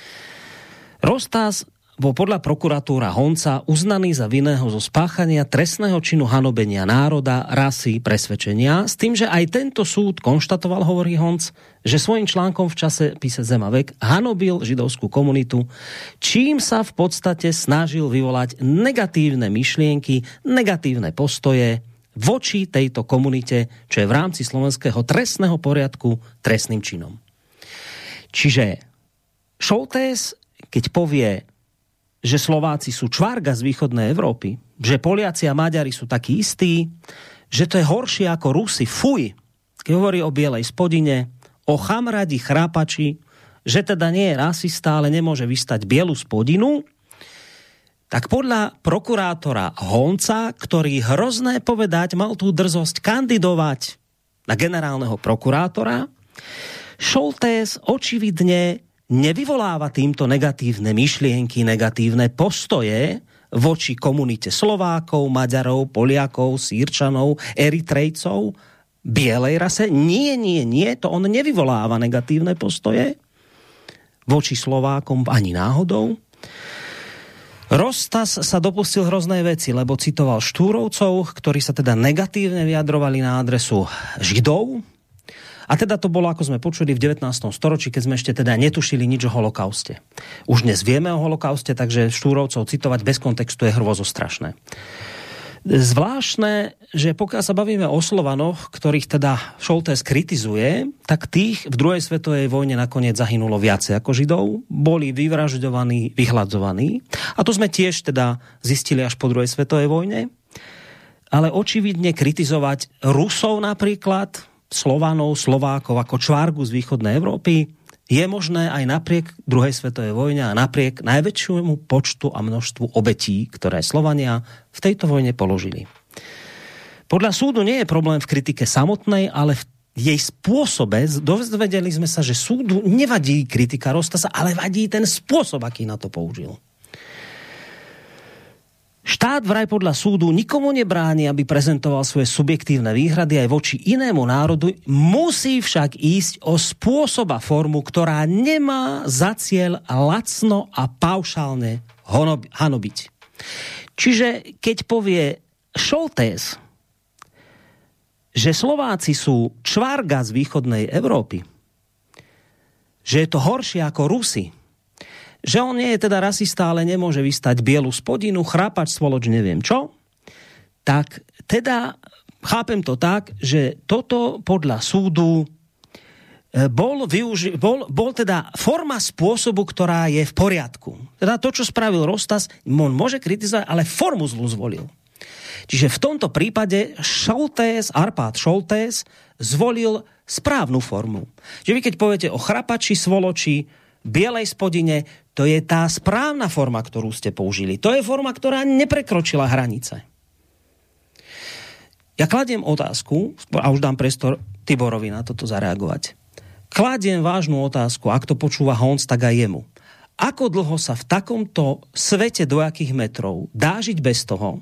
Speaker 2: Rostas bol podľa prokuratúra Honca uznaný za vinného zo spáchania trestného činu hanobenia národa, rasy, presvedčenia, s tým, že aj tento súd konštatoval, hovorí Honc, že svojím článkom v časopise Zem a vek hanobil židovskú komunitu, čím sa v podstate snažil vyvolať negatívne myšlienky, negatívne postoje voči tejto komunite, čo je v rámci slovenského trestného poriadku trestným činom. Čiže Šoltés, keď povie, že Slováci sú čvarga z východnej Európy, že Poliaci a Maďari sú takí istí, že to je horšie ako Rusi, fuj, keď hovorí o bielej spodine, o chamradi, chrápači, že teda nie je rasista, ale nemôže vystať bielu spodinu, tak podľa prokurátora Honca, ktorý hrozné povedať, mal tú drzosť kandidovať na generálneho prokurátora, Šoltés očividne nevyvoláva týmto negatívne myšlienky, negatívne postoje voči komunite Slovákov, Maďarov, Poliakov, Sýrčanov, Eritrejcov, bielej rase. Nie, to on nevyvoláva negatívne postoje voči Slovákom ani náhodou. Rostas sa dopustil hroznej veci, lebo citoval Štúrovcov, ktorí sa teda negatívne vyjadrovali na adresu Židov. A teda to bolo, ako sme počuli, v 19. storočí, keď sme ešte teda netušili nič o holokauste. Už dnes vieme o holokauste, takže Štúrovcov citovať bez kontextu je hrôzostrašné. Zvláštne, že pokiaľ sa bavíme o Slovanoch, ktorých teda Šoltés kritizuje, tak tých v druhej svetovej vojne nakoniec zahynulo viacej ako Židov, boli vyvražďovaní, vyhladzovaní. A to sme tiež teda zistili až po druhej svetovej vojne. Ale očividne kritizovať Rusov napríklad, Slovanov, Slovákov ako čvárgu z východnej Európy je možné aj napriek druhej svetovej vojne a napriek najväčšiemu počtu a množstvu obetí, ktoré Slovania v tejto vojne položili. Podľa súdu nie je problém v kritike samotnej, ale v jej spôsobe. Dozvedeli sme sa, že súdu nevadí kritika Rostasa, ale vadí ten spôsob, aký na to použil. Štát vraj podľa súdu nikomu nebráni, aby prezentoval svoje subjektívne výhrady aj voči inému národu, musí však ísť o spôsob a formu, ktorá nemá za cieľ lacno a paušálne hanobiť. Čiže keď povie Šoltés, že Slováci sú čvarga z východnej Európy, že je to horšie ako Rusi, že on nie je teda rasista, ale nemôže vystať bielu spodinu, chrápať svoloč, neviem čo, tak teda chápem to tak, že toto podľa súdu bol teda forma spôsobu, ktorá je v poriadku. Teda to, čo spravil Rostas, on môže kritizovať, ale formu zlú zvolil. Čiže v tomto prípade Arpád Šoltés zvolil správnu formu. Že vy keď poviete o chrapači, svoloči, bielej spodine, to je tá správna forma, ktorú ste použili. To je forma, ktorá neprekročila hranice. Ja kladiem otázku, a už dám priestor Tiborovi na toto zareagovať. Kladiem vážnu otázku, ak to počúva Honc, tak aj jemu. Ako dlho sa v takomto svete dvojakých metrov dá žiť bez toho,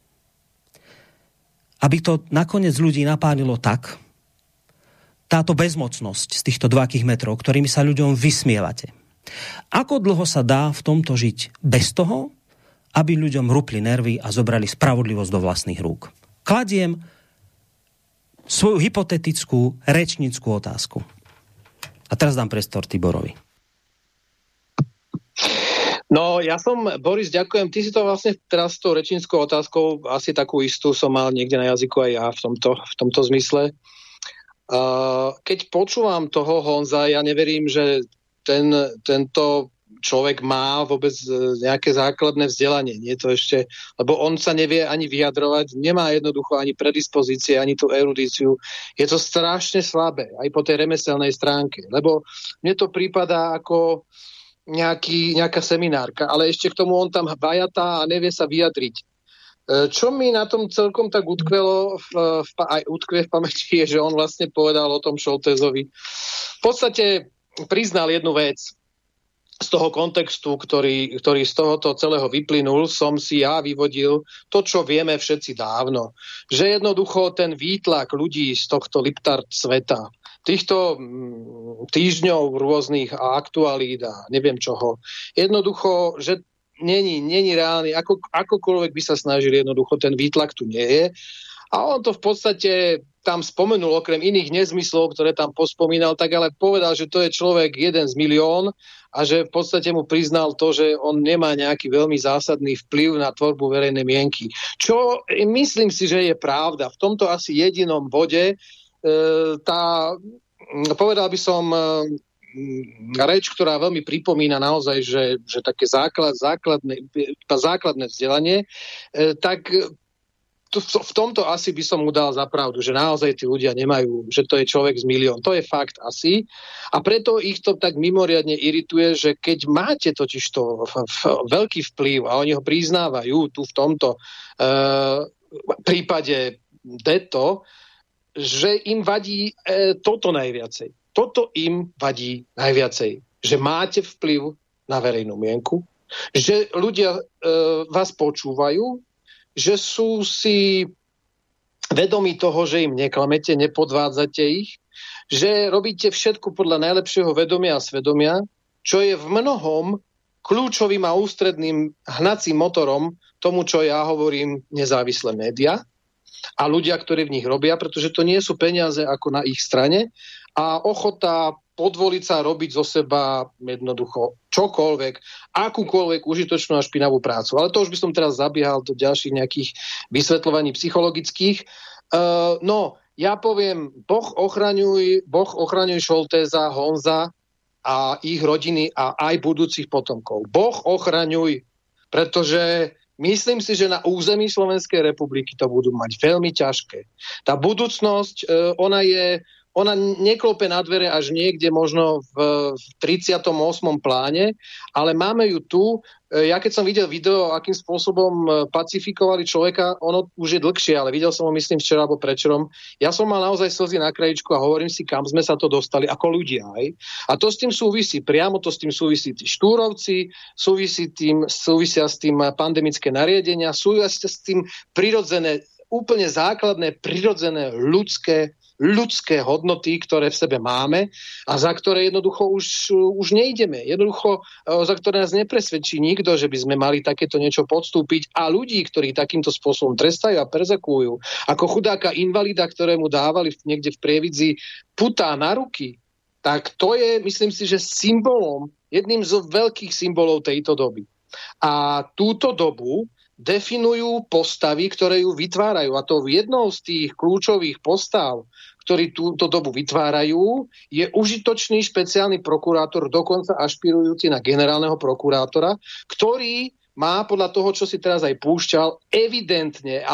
Speaker 2: aby to nakoniec ľudí napálilo tak, táto bezmocnosť z týchto dvojakých metrov, ktorými sa ľuďom vysmievate. Ako dlho sa dá v tomto žiť bez toho, aby ľuďom rupli nervy a zobrali spravodlivosť do vlastných rúk? Kladiem svoju hypotetickú rečnícku otázku. A teraz dám priestor Tiborovi.
Speaker 3: No, ja som, Boris, ďakujem. Ty si to vlastne teraz s tou rečníckou otázkou, asi takú istú som mal niekde na jazyku aj ja v tomto zmysle. Keď počúvam toho Honza, ja neverím, že tento človek má vôbec nejaké základné vzdelanie. Nie to ešte, lebo on sa nevie ani vyjadrovať, nemá jednoducho ani predispozície, ani tú erudíciu. Je to strašne slabé, aj po tej remeselnej stránke. Lebo mne to prípada ako nejaká seminárka, ale ešte k tomu on tam vajatá a nevie sa vyjadriť. Čo mi na tom celkom tak utkvelo, aj utkve v pamäti, je, že on vlastne povedal o tom Šoltésovi. V podstate priznal jednu vec z toho kontextu, ktorý z tohoto celého vyplynul, som si ja vyvodil to, čo vieme všetci dávno. Že jednoducho ten výtlak ľudí z tohto Liptard sveta, týchto týždňov rôznych a aktualít a neviem čoho, jednoducho, že není reálny, akokoľvek by sa snažili, jednoducho ten výtlak tu nie je. A on to v podstate tam spomenul, okrem iných nezmyslov, ktoré tam pospomínal, tak ale povedal, že to je človek jeden z milión a že v podstate mu priznal to, že on nemá nejaký veľmi zásadný vplyv na tvorbu verejnej mienky. Čo myslím si, že je pravda. V tomto asi jedinom bode povedal by som reč, ktorá veľmi pripomína naozaj, že také základné vzdelanie, tak v tomto asi by som mu dal za pravdu, že naozaj tí ľudia nemajú, že to je človek z milión. To je fakt asi. A preto ich to tak mimoriadne irituje, že keď máte totižto veľký vplyv a oni ho priznávajú tu v tomto prípade DETO, že im vadí toto najviacej. Toto im vadí najviacej. Že máte vplyv na verejnú mienku, že ľudia vás počúvajú, že sú si vedomí toho, že im neklamete, nepodvádzate ich, že robíte všetko podľa najlepšieho vedomia a svedomia, čo je v mnohom kľúčovým a ústredným hnacím motorom tomu, čo ja hovorím, nezávislé médiá a ľudia, ktorí v nich robia, pretože to nie sú peniaze ako na ich strane a ochota podvoliť sa robiť zo seba jednoducho čokoľvek, akúkoľvek užitočnú a špinavú prácu. Ale to už by som teraz zabiehal do ďalších nejakých vysvetľovaní psychologických. No, ja poviem, Boh ochraňuj Šoltésa, Honza a ich rodiny a aj budúcich potomkov. Boh ochraňuj, pretože myslím si, že na území Slovenskej republiky to budú mať veľmi ťažké. Tá budúcnosť, ona neklope na dvere až niekde možno v 38. pláne, ale máme ju tu. Ja keď som videl video, akým spôsobom pacifikovali človeka, ono už je dlhšie, ale videl som ho myslím včera alebo predvčerom. Ja som mal naozaj slzy na krajičku a hovorím si, kam sme sa to dostali ako ľudia. Aj? A to s tým súvisí, priamo to s tým súvisí tí štúrovci, súvisia s tým pandemické nariadenia, súvisia s tým prirodzené, úplne základné, prirodzené ľudské ľudské hodnoty, ktoré v sebe máme a za ktoré jednoducho už nejdeme. Jednoducho, za ktoré nás nepresvedčí nikto, že by sme mali takéto niečo podstúpiť a ľudí, ktorí takýmto spôsobom trestajú a perzekujú, ako chudáka invalida, ktorému dávali niekde v Prievidzi putá na ruky, tak to je, myslím si, že symbolom, jedným z veľkých symbolov tejto doby. A túto dobu definujú postavy, ktoré ju vytvárajú. A to jednou z tých kľúčových postav, ktorí túto dobu vytvárajú, je užitočný špeciálny prokurátor, dokonca ašpirujúci na generálneho prokurátora, ktorý má podľa toho, čo si teraz aj púšťal, evidentne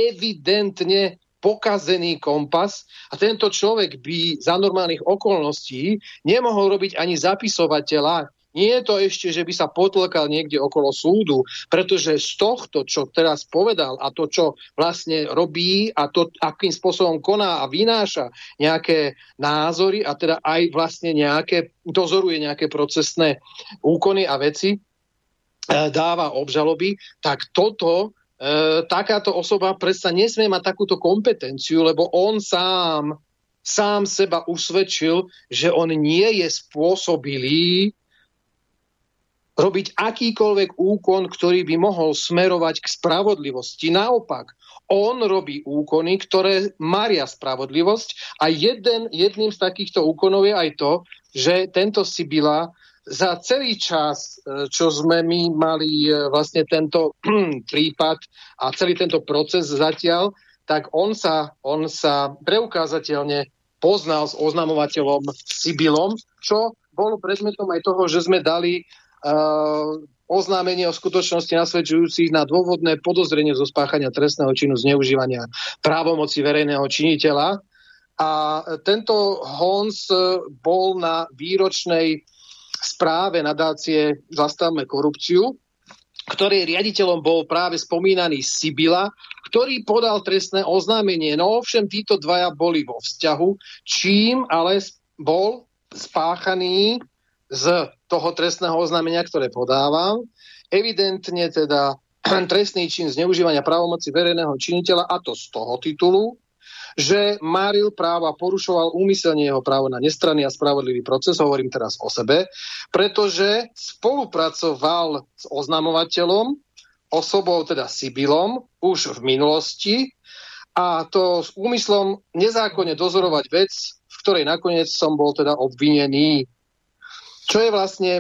Speaker 3: pokazený kompas a tento človek by za normálnych okolností nemohol robiť ani zapisovateľa. Nie je to ešte, že by sa potlkal niekde okolo súdu, pretože z tohto, čo teraz povedal a to, čo vlastne robí a to, akým spôsobom koná a vynáša nejaké názory a teda aj vlastne dozoruje nejaké procesné úkony a veci, dáva obžaloby, tak takáto osoba predsa nesmie mať takúto kompetenciu, lebo on sám seba usvedčil, že on nie je spôsobilý robiť akýkoľvek úkon, ktorý by mohol smerovať k spravodlivosti. Naopak, on robí úkony, ktoré maria spravodlivosť a jedným z takýchto úkonov je aj to, že tento Sibila za celý čas, čo sme my mali vlastne tento prípad a celý tento proces zatiaľ, tak on sa preukázateľne poznal s oznamovateľom Sibilom, čo bolo predmetom aj toho, že sme dali oznámenie o skutočnosti nasvedčujúcich na dôvodné podozrenie zo spáchania trestného činu zneužívania právomoci verejného činiteľa. A tento Hons bol na výročnej správe nadácie Zastavme korupciu, ktorej riaditeľom bol práve spomínaný Sibila, ktorý podal trestné oznámenie. No ovšem títo dvaja boli vo vzťahu, čím ale bol spáchaný z toho trestného oznámenia, ktoré podávam, evidentne teda trestný čin zneužívania právomoci verejného činiteľa, a to z toho titulu, že máril právo a porušoval úmyselne jeho právo na nestranný a spravodlivý proces, hovorím teraz o sebe, pretože spolupracoval s oznamovateľom, osobou teda Sibilom, už v minulosti, a to s úmyslom nezákonne dozorovať vec, v ktorej nakoniec som bol teda obvinený. Čo je vlastne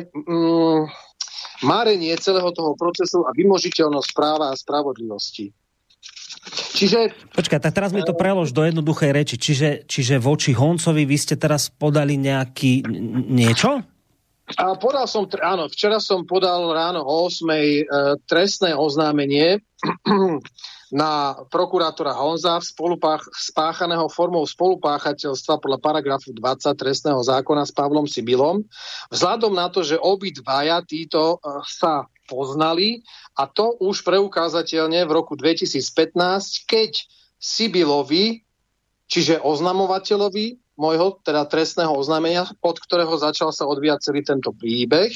Speaker 3: márenie celého toho procesu a vymožiteľnosť práva a spravodlivosti.
Speaker 2: Počkaj, tak teraz mi to prelož do jednoduchej reči. Čiže voči Honcovi vy ste teraz podali niečo?
Speaker 3: A včera som podal ráno o 8:00 trestné oznámenie na prokurátora Honza spáchaného formou spolupáchateľstva podľa paragrafu 20 trestného zákona s Pavlom Sibilom. Vzhľadom na to, že obidvaja títo sa poznali, a to už preukázateľne v roku 2015, keď Sibilovi, čiže oznamovateľovi môjho teda trestného oznámenia, od ktorého začal sa odvíjať celý tento príbeh,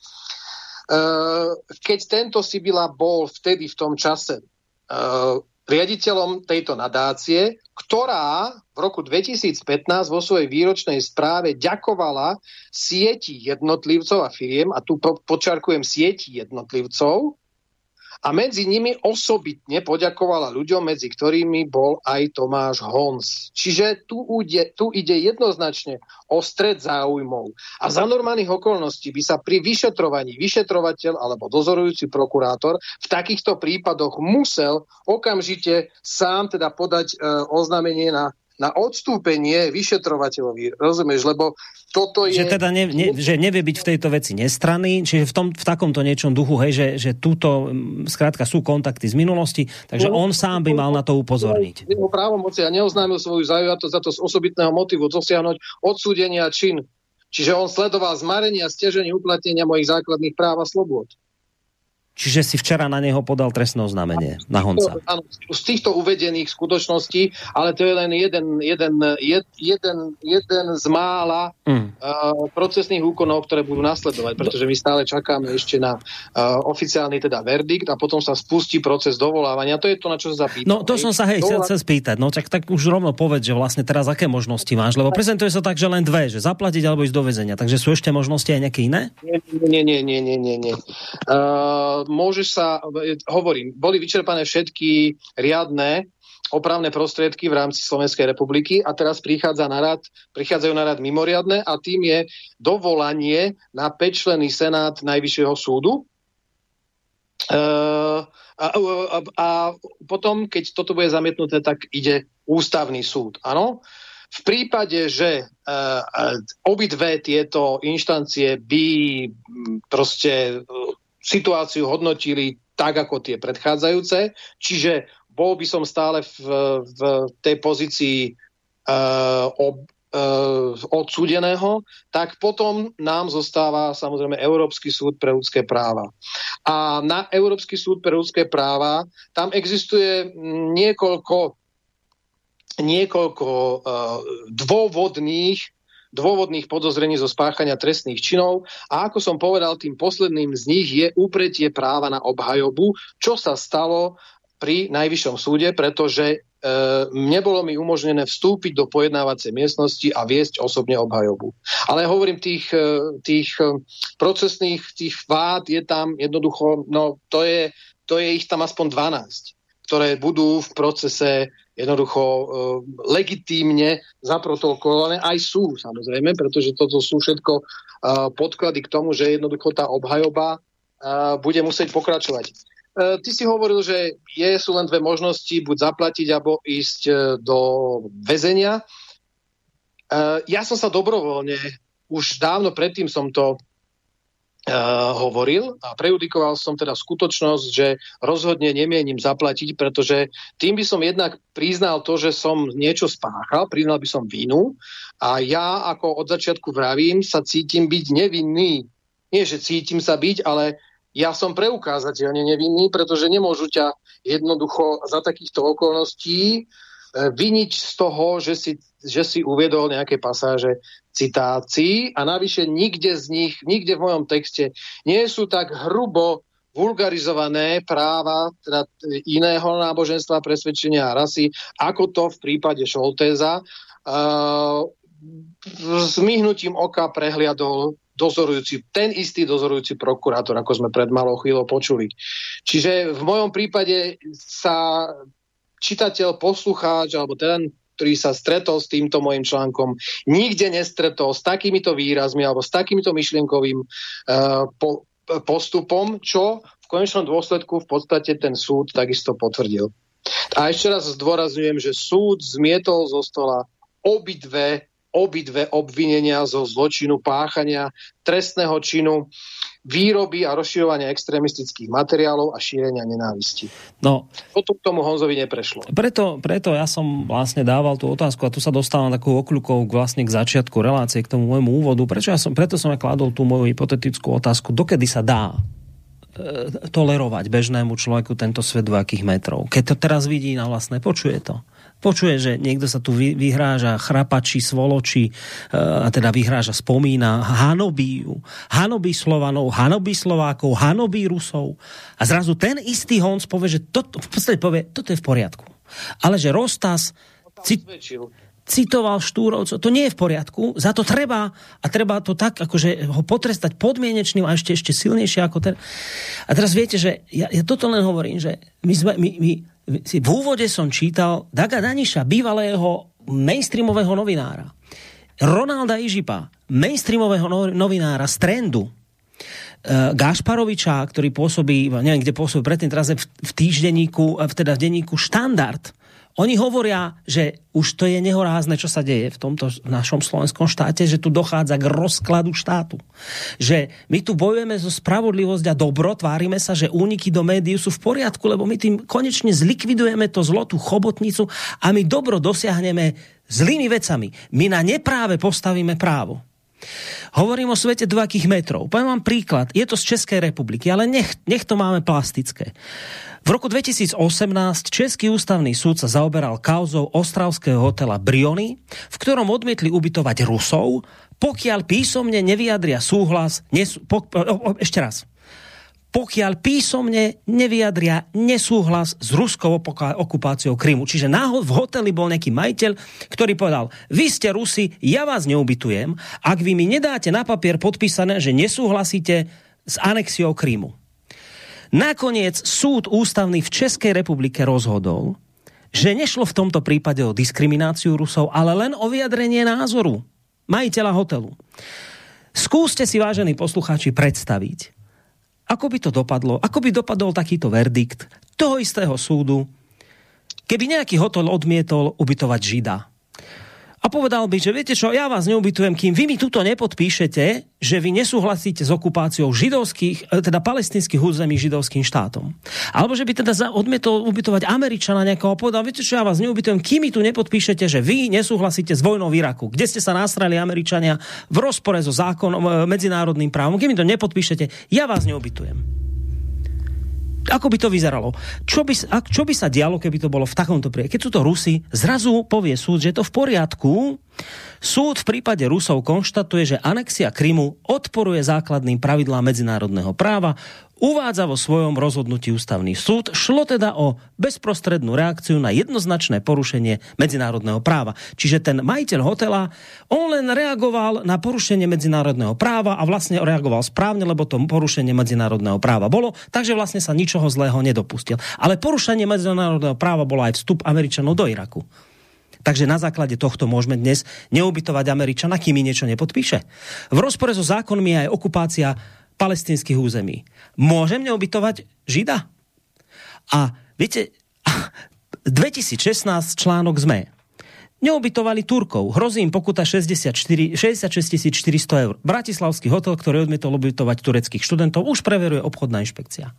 Speaker 3: keď tento Sibila bol vtedy v tom čase riaditeľom tejto nadácie, ktorá v roku 2015 vo svojej výročnej správe ďakovala sieti jednotlivcov a firiem, a tu podčiarkujem sieti jednotlivcov, a medzi nimi osobitne poďakovala ľuďom, medzi ktorými bol aj Tomáš Hons. Čiže tu ide jednoznačne o stret záujmov. A za normálnych okolností by sa pri vyšetrovaní vyšetrovateľ alebo dozorujúci prokurátor v takýchto prípadoch musel okamžite sám teda podať oznámenie na odstúpenie vyšetrovateľovi. Rozumieš? Lebo toto je...
Speaker 2: Že teda že nevie byť v tejto veci nestranný, čiže v takomto niečom duchu, hej, že túto, skrátka, sú kontakty z minulosti, takže on sám by mal na to upozorniť.
Speaker 3: Jeho právomoci a neoznámil svoju zaujatosť za to z osobitného motivu dosiahnuť odsúdenia čin. Čiže on sledoval zmarenie a stiaženie uplatnenia mojich základných práv a slobôd.
Speaker 2: Čiže si včera na neho podal trestné oznámenie, na Honca.
Speaker 3: Áno, z týchto uvedených skutočností, ale to je len jeden z mála procesných úkonov, ktoré budú nasledovať, pretože my stále čakáme ešte na oficiálny teda verdikt a potom sa spustí proces dovolávania. To je to, na čo sa zapýtam.
Speaker 2: No to som sa chcel spýtať. No tak už rovno povedz, že vlastne teraz aké možnosti máš, lebo prezentuje sa tak, že len dve, že zaplatiť alebo ísť do väzenia. Takže sú ešte možnosti aj nejaké iné?
Speaker 3: Nie. Môžeš sa, hovorím, boli vyčerpané všetky riadne opravné prostriedky v rámci Slovenskej republiky a teraz prichádzajú na rad mimoriadne a tým je dovolanie na 5-členný senát Najvyššieho súdu. A potom, keď toto bude zamietnuté, tak ide ústavný súd. Áno? V prípade, že obidve tieto inštancie by proste situáciu hodnotili tak, ako tie predchádzajúce, čiže bol by som stále v tej pozícii odsúdeného, tak potom nám zostáva samozrejme Európsky súd pre ľudské práva. A na Európsky súd pre ľudské práva tam existuje niekoľko dôvodných podozrení zo spáchania trestných činov a ako som povedal, tým posledným z nich je úpretie práva na obhajobu, čo sa stalo pri Najvyššom súde, pretože nebolo mi umožnené vstúpiť do pojednávacej miestnosti a viesť osobne obhajobu. Ale hovorím, tých procesných tých vád je tam jednoducho, no to je ich tam aspoň 12, ktoré budú v procese jednoducho legitímne zaprotokolované. Aj sú, samozrejme, pretože toto sú všetko podklady k tomu, že jednoducho tá obhajoba bude musieť pokračovať. Ty si hovoril, že sú len dve možnosti, buď zaplatiť, alebo ísť do väzenia. Ja som sa dobrovoľne, už dávno predtým som to hovoril a prejudikoval som teda skutočnosť, že rozhodne nemienim zaplatiť, pretože tým by som jednak priznal to, že som niečo spáchal, priznal by som vinu a ja, ako od začiatku vravím, sa cítim byť nevinný. Nie, že cítim sa byť, ale ja som preukázateľne nevinný, pretože nemôžu ťa jednoducho za takýchto okolností viniť z toho, že si uviedol nejaké pasáže citácií a navyše nikde v mojom texte nie sú tak hrubo vulgarizované práva teda iného náboženstva, presvedčenia a rasy, ako to v prípade Šoltésa. S myhnutím oka prehliadol ten istý dozorujúci prokurátor, ako sme pred malou chvíľou počuli. Čiže v mojom prípade sa čitateľ, poslucháč, alebo ten, ktorý sa stretol s týmto mojim článkom, nikde nestretol s takýmito výrazmi alebo s takýmito myšlienkovým postupom, čo v konečnom dôsledku v podstate ten súd takisto potvrdil. A ešte raz zdôrazňujem, že súd zmietol zo stola obidve obvinenia zo zločinu páchania trestného činu výroby a rozširovania extrémistických materiálov a šírenia nenávisti. No, potom k tomu Honzovi neprešlo.
Speaker 2: Preto ja som vlastne dával tú otázku a tu sa dostávam takú okľukou vlastne k začiatku relácie, k tomu môjmu úvodu. Preto som ja kladol tú moju hypotetickú otázku, dokedy sa dá tolerovať bežnému človeku tento svet 2 metrov. Keď to teraz vidí na vlastné, počuje to. Počuje, že niekto sa tu vyhráža, chrapačí, svoločí, a teda vyhráža, spomína, hanobí ju, hanobí Slovanov, hanobí Slovákov, hanobí Rusov. A zrazu ten istý Honc povie, že toto je v poriadku. Ale že Rostas citoval Štúrovcov, to nie je v poriadku, za to treba to tak, akože ho potrestať podmienečným a ešte silnejšie ako ten. A teraz viete, že ja toto len hovorím, že my v úvode som čítal Daga Daniša, bývalého mainstreamového novinára, Ronalda Ižipa, mainstreamového novinára z Trendu, Gašparoviča, ktorý pôsobí, neviem, kde pôsobí predtým, teraz v týždenníku, teda v denníku Štandard. Oni hovoria, že už to je nehorázne, čo sa deje v tomto našom slovenskom štáte, že tu dochádza k rozkladu štátu. Že my tu bojujeme zo spravodlivosť a dobro, tvárime sa, že úniky do médií sú v poriadku, lebo my tým konečne zlikvidujeme to zlo, tú chobotnicu a my dobro dosiahneme zlými vecami. My na nepráve postavíme právo. Hovorím o svete dvojakých metrov. Poviem vám príklad. Je to z Českej republiky, ale nech to máme plastické. V roku 2018 Český ústavný súd sa zaoberal kauzou ostravského hotela Briony, v ktorom odmietli ubytovať Rusov, pokiaľ písomne nevyjadria súhlas... Ešte raz. Pokiaľ písomne nevyjadria nesúhlas s ruskou okupáciou Krymu. Čiže v hoteli bol nejaký majiteľ, ktorý povedal, vy ste Rusi, ja vás neubytujem, ak vy mi nedáte na papier podpísané, že nesúhlasíte s anexiou Krymu. Nakoniec súd ústavný v Českej republike rozhodol, že nešlo v tomto prípade o diskrimináciu Rusov, ale len o vyjadrenie názoru majiteľa hotelu. Skúste si, vážení poslucháči, predstaviť, ako by to dopadlo, ako by dopadol takýto verdikt toho istého súdu, keby nejaký hotel odmietol ubytovať Žida. A povedal by, že viete čo, ja vás neubytujem, kým vy mi tuto nepodpíšete, že vy nesúhlasíte s okupáciou teda palestinských území židovským štátom. Alebo že by teda odmietol ubytovať Američana nejakého a povedal, viete čo, ja vás neubytujem, kým mi tu nepodpíšete, že vy nesúhlasíte s vojnou v Iraku, kde ste sa nastrali Američania v rozpore so zákonom, medzinárodným právom, kým mi to nepodpíšete, ja vás neubytujem. Ako by to vyzeralo? Čo by sa dialo, keby to bolo v takomto prípade? Keď sú to Rusi, zrazu povie súd, že je to v poriadku. Súd v prípade Rusov konštatuje, že anexia Krymu odporuje základným pravidlám medzinárodného práva, uvádza vo svojom rozhodnutí ústavný súd. Šlo teda o bezprostrednú reakciu na jednoznačné porušenie medzinárodného práva. Čiže ten majiteľ hotela, on len reagoval na porušenie medzinárodného práva a vlastne reagoval správne, lebo to porušenie medzinárodného práva bolo, takže vlastne sa ničoho zlého nedopustil. Ale porušenie medzinárodného práva bolo aj vstup Američanov do Iraku. Takže na základe tohto môžeme dnes neubytovať Američana, kým mi niečo nepodpíše. V rozpore so zákonmi je aj okupácia palestinských území. Môžem neubytovať Žida? A viete, 2016 článok ZME. Neubytovali Turkov. Hrozí im pokuta 66 400 eur. Bratislavský hotel, ktorý odmietol ubytovať tureckých študentov, už preveruje obchodná inšpekcia.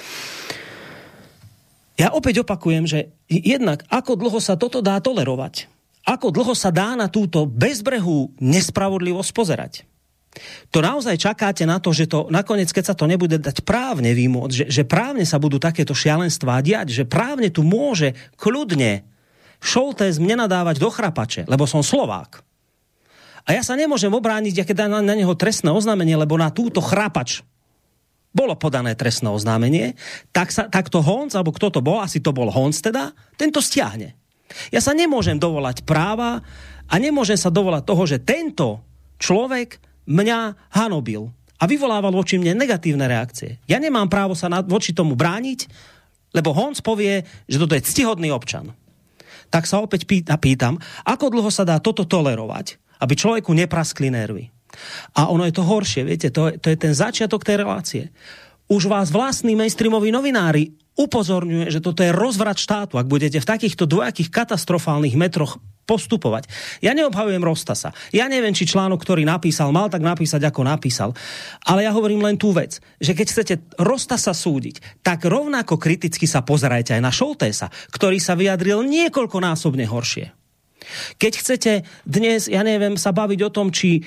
Speaker 2: Ja opäť opakujem, že jednak ako dlho sa toto dá tolerovať? Ako dlho sa dá na túto bezbrehú nespravodlivosť pozerať? To naozaj čakáte na to, že to nakoniec, keď sa to nebude dať právne vymôcť, že právne sa budú takéto šialenstvá diať, že právne tu môže kľudne Šoltés mne nadávať do chrapače, lebo som Slovák. A ja sa nemôžem obrániť, keď dám na neho trestné oznámenie, lebo na túto chrapač bolo podané trestné oznámenie, tak to Honc, alebo kto to bol, asi to bol Honc teda, tento stiahne. Ja sa nemôžem dovolať práva a nemôžem sa dovolať toho, že tento človek mňa hanobil a vyvolával voči mne negatívne reakcie. Ja nemám právo sa voči tomu brániť, lebo Honc povie, že toto je ctihodný občan. Tak sa opäť pýtam, ako dlho sa dá toto tolerovať, aby človeku nepraskli nervy. A ono je to horšie, viete, to je ten začiatok tej relácie. Už vás vlastní mainstreamoví novinári upozorňuje, že toto je rozvrat štátu, ak budete v takýchto dvojakých katastrofálnych metroch postupovať. Ja neobhajujem Rostasa. Ja neviem, či článok, ktorý napísal, mal tak napísať, ako napísal. Ale ja hovorím len tú vec, že keď chcete Rostasa súdiť, tak rovnako kriticky sa pozerajte aj na Šoltésa, ktorý sa vyjadril niekoľkonásobne horšie. Keď chcete dnes, ja neviem, sa baviť o tom, či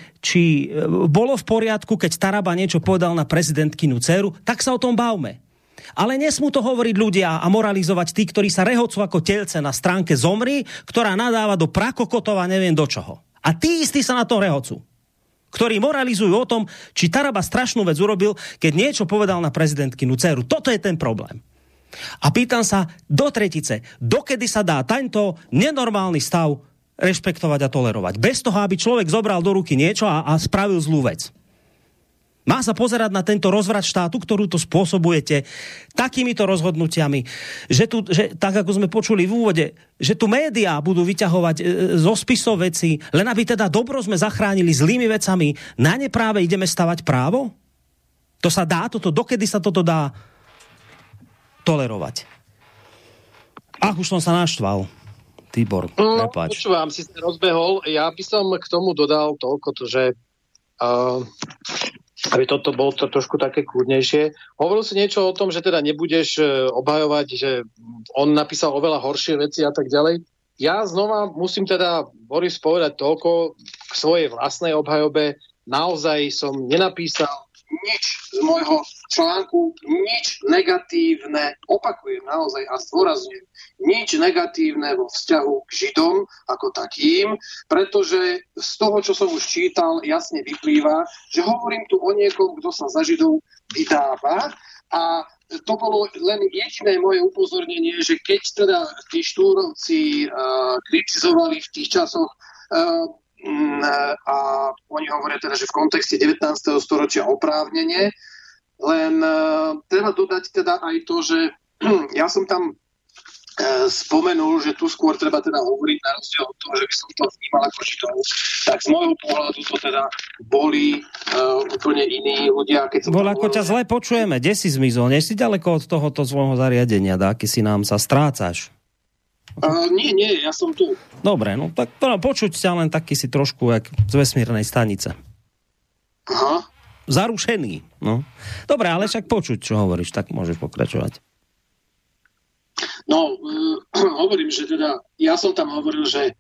Speaker 2: bolo v poriadku, keď Taraba niečo povedal na prezidentkynu dceru, tak sa o tom bavme. Ale nesmú to hovoriť ľudia a moralizovať tí, ktorí sa rehocú ako telce na stránke Zomri, ktorá nadáva do prakokotov a neviem do čoho. A tí istí sa na to rehocú, ktorí moralizujú o tom, či Taraba strašnú vec urobil, keď niečo povedal na prezidentkynu dceru. Toto je ten problém. A pýtam sa do tretice, dokedy sa dá tento nenormálny stav rešpektovať a tolerovať. Bez toho, aby človek zobral do ruky niečo a spravil zlú vec. Má sa pozerať na tento rozvrat štátu, ktorú to spôsobujete takýmito rozhodnutiami, že tak ako sme počuli v úvode, že tu médiá budú vyťahovať zo spisov veci, len aby teda dobro sme zachránili zlými vecami, na ne práve ideme stavať právo? To sa dá toto? Dokedy sa toto dá tolerovať? Ach, už som sa naštval. Tibor, prepáč.
Speaker 3: Počúvam, si sa rozbehol. Ja by som k tomu dodal toľko, že aby toto bolo to trošku také kľudnejšie. Hovoril si niečo o tom, že teda nebudeš obhajovať, že on napísal oveľa horšie veci a tak ďalej. Ja znova musím teda, Boris, povedať toľko k svojej vlastnej obhajobe. naozaj som nenapísal nič z môjho článku, nič negatívne, opakujem naozaj a zdôrazňujem, nič negatívne vo vzťahu k Židom ako takým, pretože z toho, čo som už čítal, jasne vyplýva, že hovorím tu o niekom, kto sa za Židov vydáva a to bolo len jediné moje upozornenie, že keď teda tí štúrovci kritizovali v tých časoch a oni hovoria teda, že v kontexte 19. storočia oprávnenie, len treba dodať teda aj to, že ja som tam spomenul, že tu skôr treba teda hovoriť na rozdiel od toho, že by som to vnímal ako Židov, tak z môjho pohľadu to teda boli úplne iní ľudia.
Speaker 2: Bol ako ťa zle počujeme, kde si zmizol? Nie si ďaleko od tohoto svojho zariadenia, dáky si nám sa strácaš?
Speaker 3: Nie, ja som tu.
Speaker 2: Dobre, no tak počuť sa len taký si trošku jak z vesmírnej stanice.
Speaker 3: Aha.
Speaker 2: Zarušený, no. Dobre, ale však počuť, čo hovoríš, tak môžeš pokračovať.
Speaker 3: No, hovorím, že teda, ja som tam hovoril, že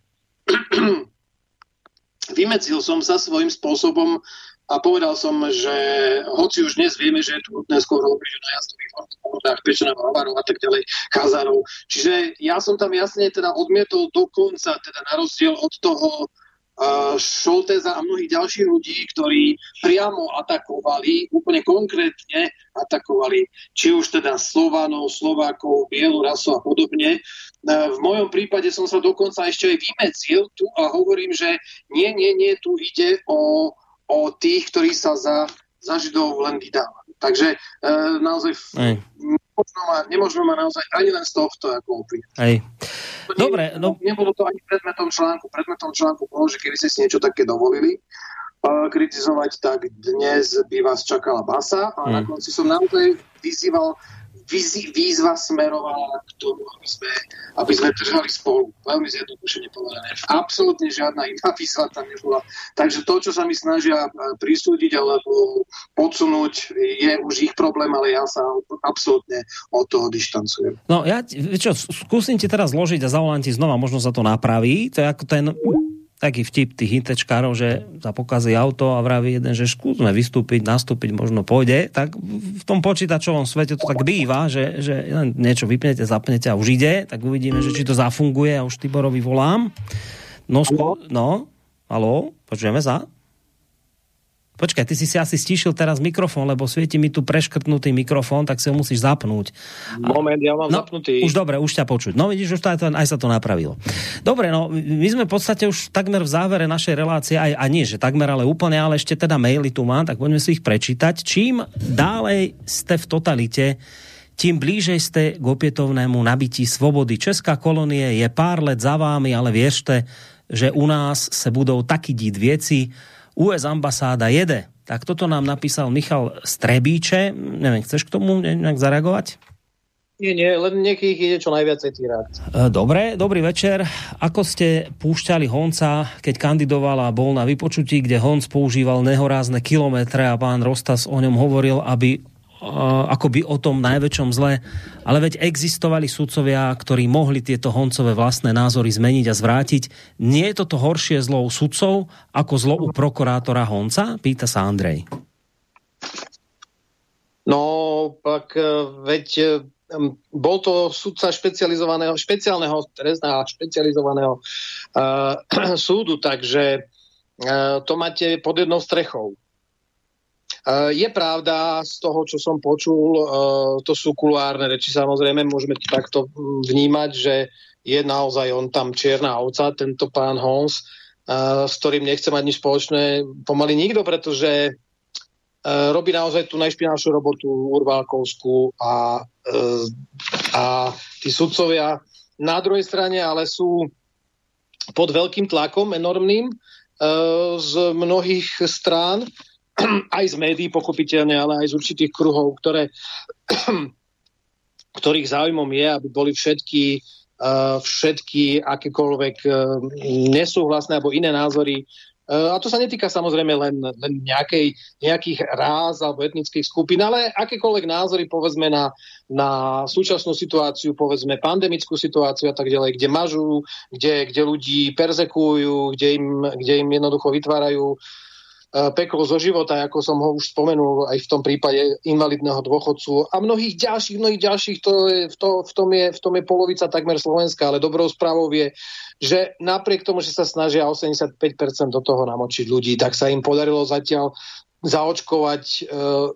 Speaker 3: vymedzil som sa svojím spôsobom a povedal som, že hoci už dnes vieme, že je tu nutné skôr robiť na jazdových vodách, pečeného hovarov a tak ďalej, kazárov. Čiže ja som tam jasne teda odmietol dokonca, teda na rozdiel od toho Šoltéza a mnohých ďalších ľudí, ktorí priamo atakovali, úplne konkrétne atakovali, či už teda Slovanov, Slovákov, bielu rasu a podobne. V mojom prípade som sa dokonca ešte aj vymedzil tu a hovorím, že nie, tu ide o tých, ktorí sa za Židov len vydávajú. Takže naozaj nemôžeme ma naozaj ani len z tohto ako oprieť.
Speaker 2: Dobre, no.
Speaker 3: Nebolo to ani predmetom článku. Predmetom článku bolo, že keby ste si niečo také dovolili kritizovať, tak dnes by vás čakala basa a na konci som naozaj výzva smerovala k tomu, aby sme držali spolu. Veľmi zjednodušene povedané. Absolútne žiadna iná výzva tam nebola. Takže to, čo sa mi snažia prisúdiť alebo podsunúť, je už ich problém, ale ja sa absolútne od toho dištancujem.
Speaker 2: No ja, skúsim ti teraz zložiť a zavolám ti znova, možno sa to napraví. To je ako ten taký vtip tých hitečkárov, že sa pokazí auto a vraví jeden, že skúsme vystúpiť, nastúpiť, možno pôjde. Tak v tom počítačovom svete to tak býva, že niečo vypnete, zapnete a už ide, tak uvidíme, že či to zafunguje a už Tiborovi volám. No, haló, počujeme sa? Počkaj, ty si asi stíšil teraz mikrofón, lebo svieti mi tu preškrtnutý mikrofón, tak si ho musíš zapnúť.
Speaker 3: Moment, ja mám zapnutý.
Speaker 2: Už dobre, už ťa počuť. No vidíš, už aj sa to napravilo. Dobre, no my sme v podstate už takmer v závere našej relácie, a nie, že takmer, ale úplne, ale ešte teda maily tu mám, tak poďme si ich prečítať. Čím dálej ste v totalite, tým blížej ste k opätovnému nabití slobody. Česká kolónie je pár let za vámi, ale viešte, že u nás se budou taky dít vieci. US ambasáda jede. Tak toto nám napísal Michal Strebíče. Neviem, chceš k tomu nejak zareagovať?
Speaker 3: Nie, len niekých ide čo najviacej tých reakcií.
Speaker 2: Dobre, dobrý večer. Ako ste púšťali Honca, keď kandidoval a bol na vypočutí, kde Honc používal nehorázne kilometre a pán Rostas o ňom hovoril, akoby o tom najväčšom zle. Ale veď existovali sudcovia, ktorí mohli tieto Honcové vlastné názory zmeniť a zvrátiť. Nie je toto horšie zlo u sudcov ako zlo u prokurátora Honca? Pýta sa Andrej.
Speaker 3: No, tak veď bol to sudca špeciálneho súdu, takže to máte pod jednou strechou. Je pravda, z toho, čo som počul, to sú kuluárne reči, samozrejme, môžeme to takto vnímať, že je naozaj on tam čierna ovca, tento pán Hons, s ktorým nechce mať nič spoločné pomaly nikto, pretože robí naozaj tú najšpinavšiu robotu urvalkovskú a tí sudcovia na druhej strane ale sú pod veľkým tlakom enormným z mnohých strán, aj z médií pochopiteľne, ale aj z určitých kruhov, ktorých záujmom je, aby boli všetky akékoľvek nesúhlasné alebo iné názory. A to sa netýka samozrejme len nejakých ráz alebo etnických skupín, ale akékoľvek názory, povedzme, na súčasnú situáciu, povedzme pandemickú situáciu a tak ďalej, kde mažú, kde ľudí perzekujú, kde im jednoducho vytvárajú peklo zo života, ako som ho už spomenul aj v tom prípade invalidného dôchodcu a mnohých ďalších, v tom je polovica takmer Slovenska, ale dobrou správou je, že napriek tomu, že sa snažia 85% do toho namočiť ľudí, tak sa im podarilo zatiaľ zaočkovať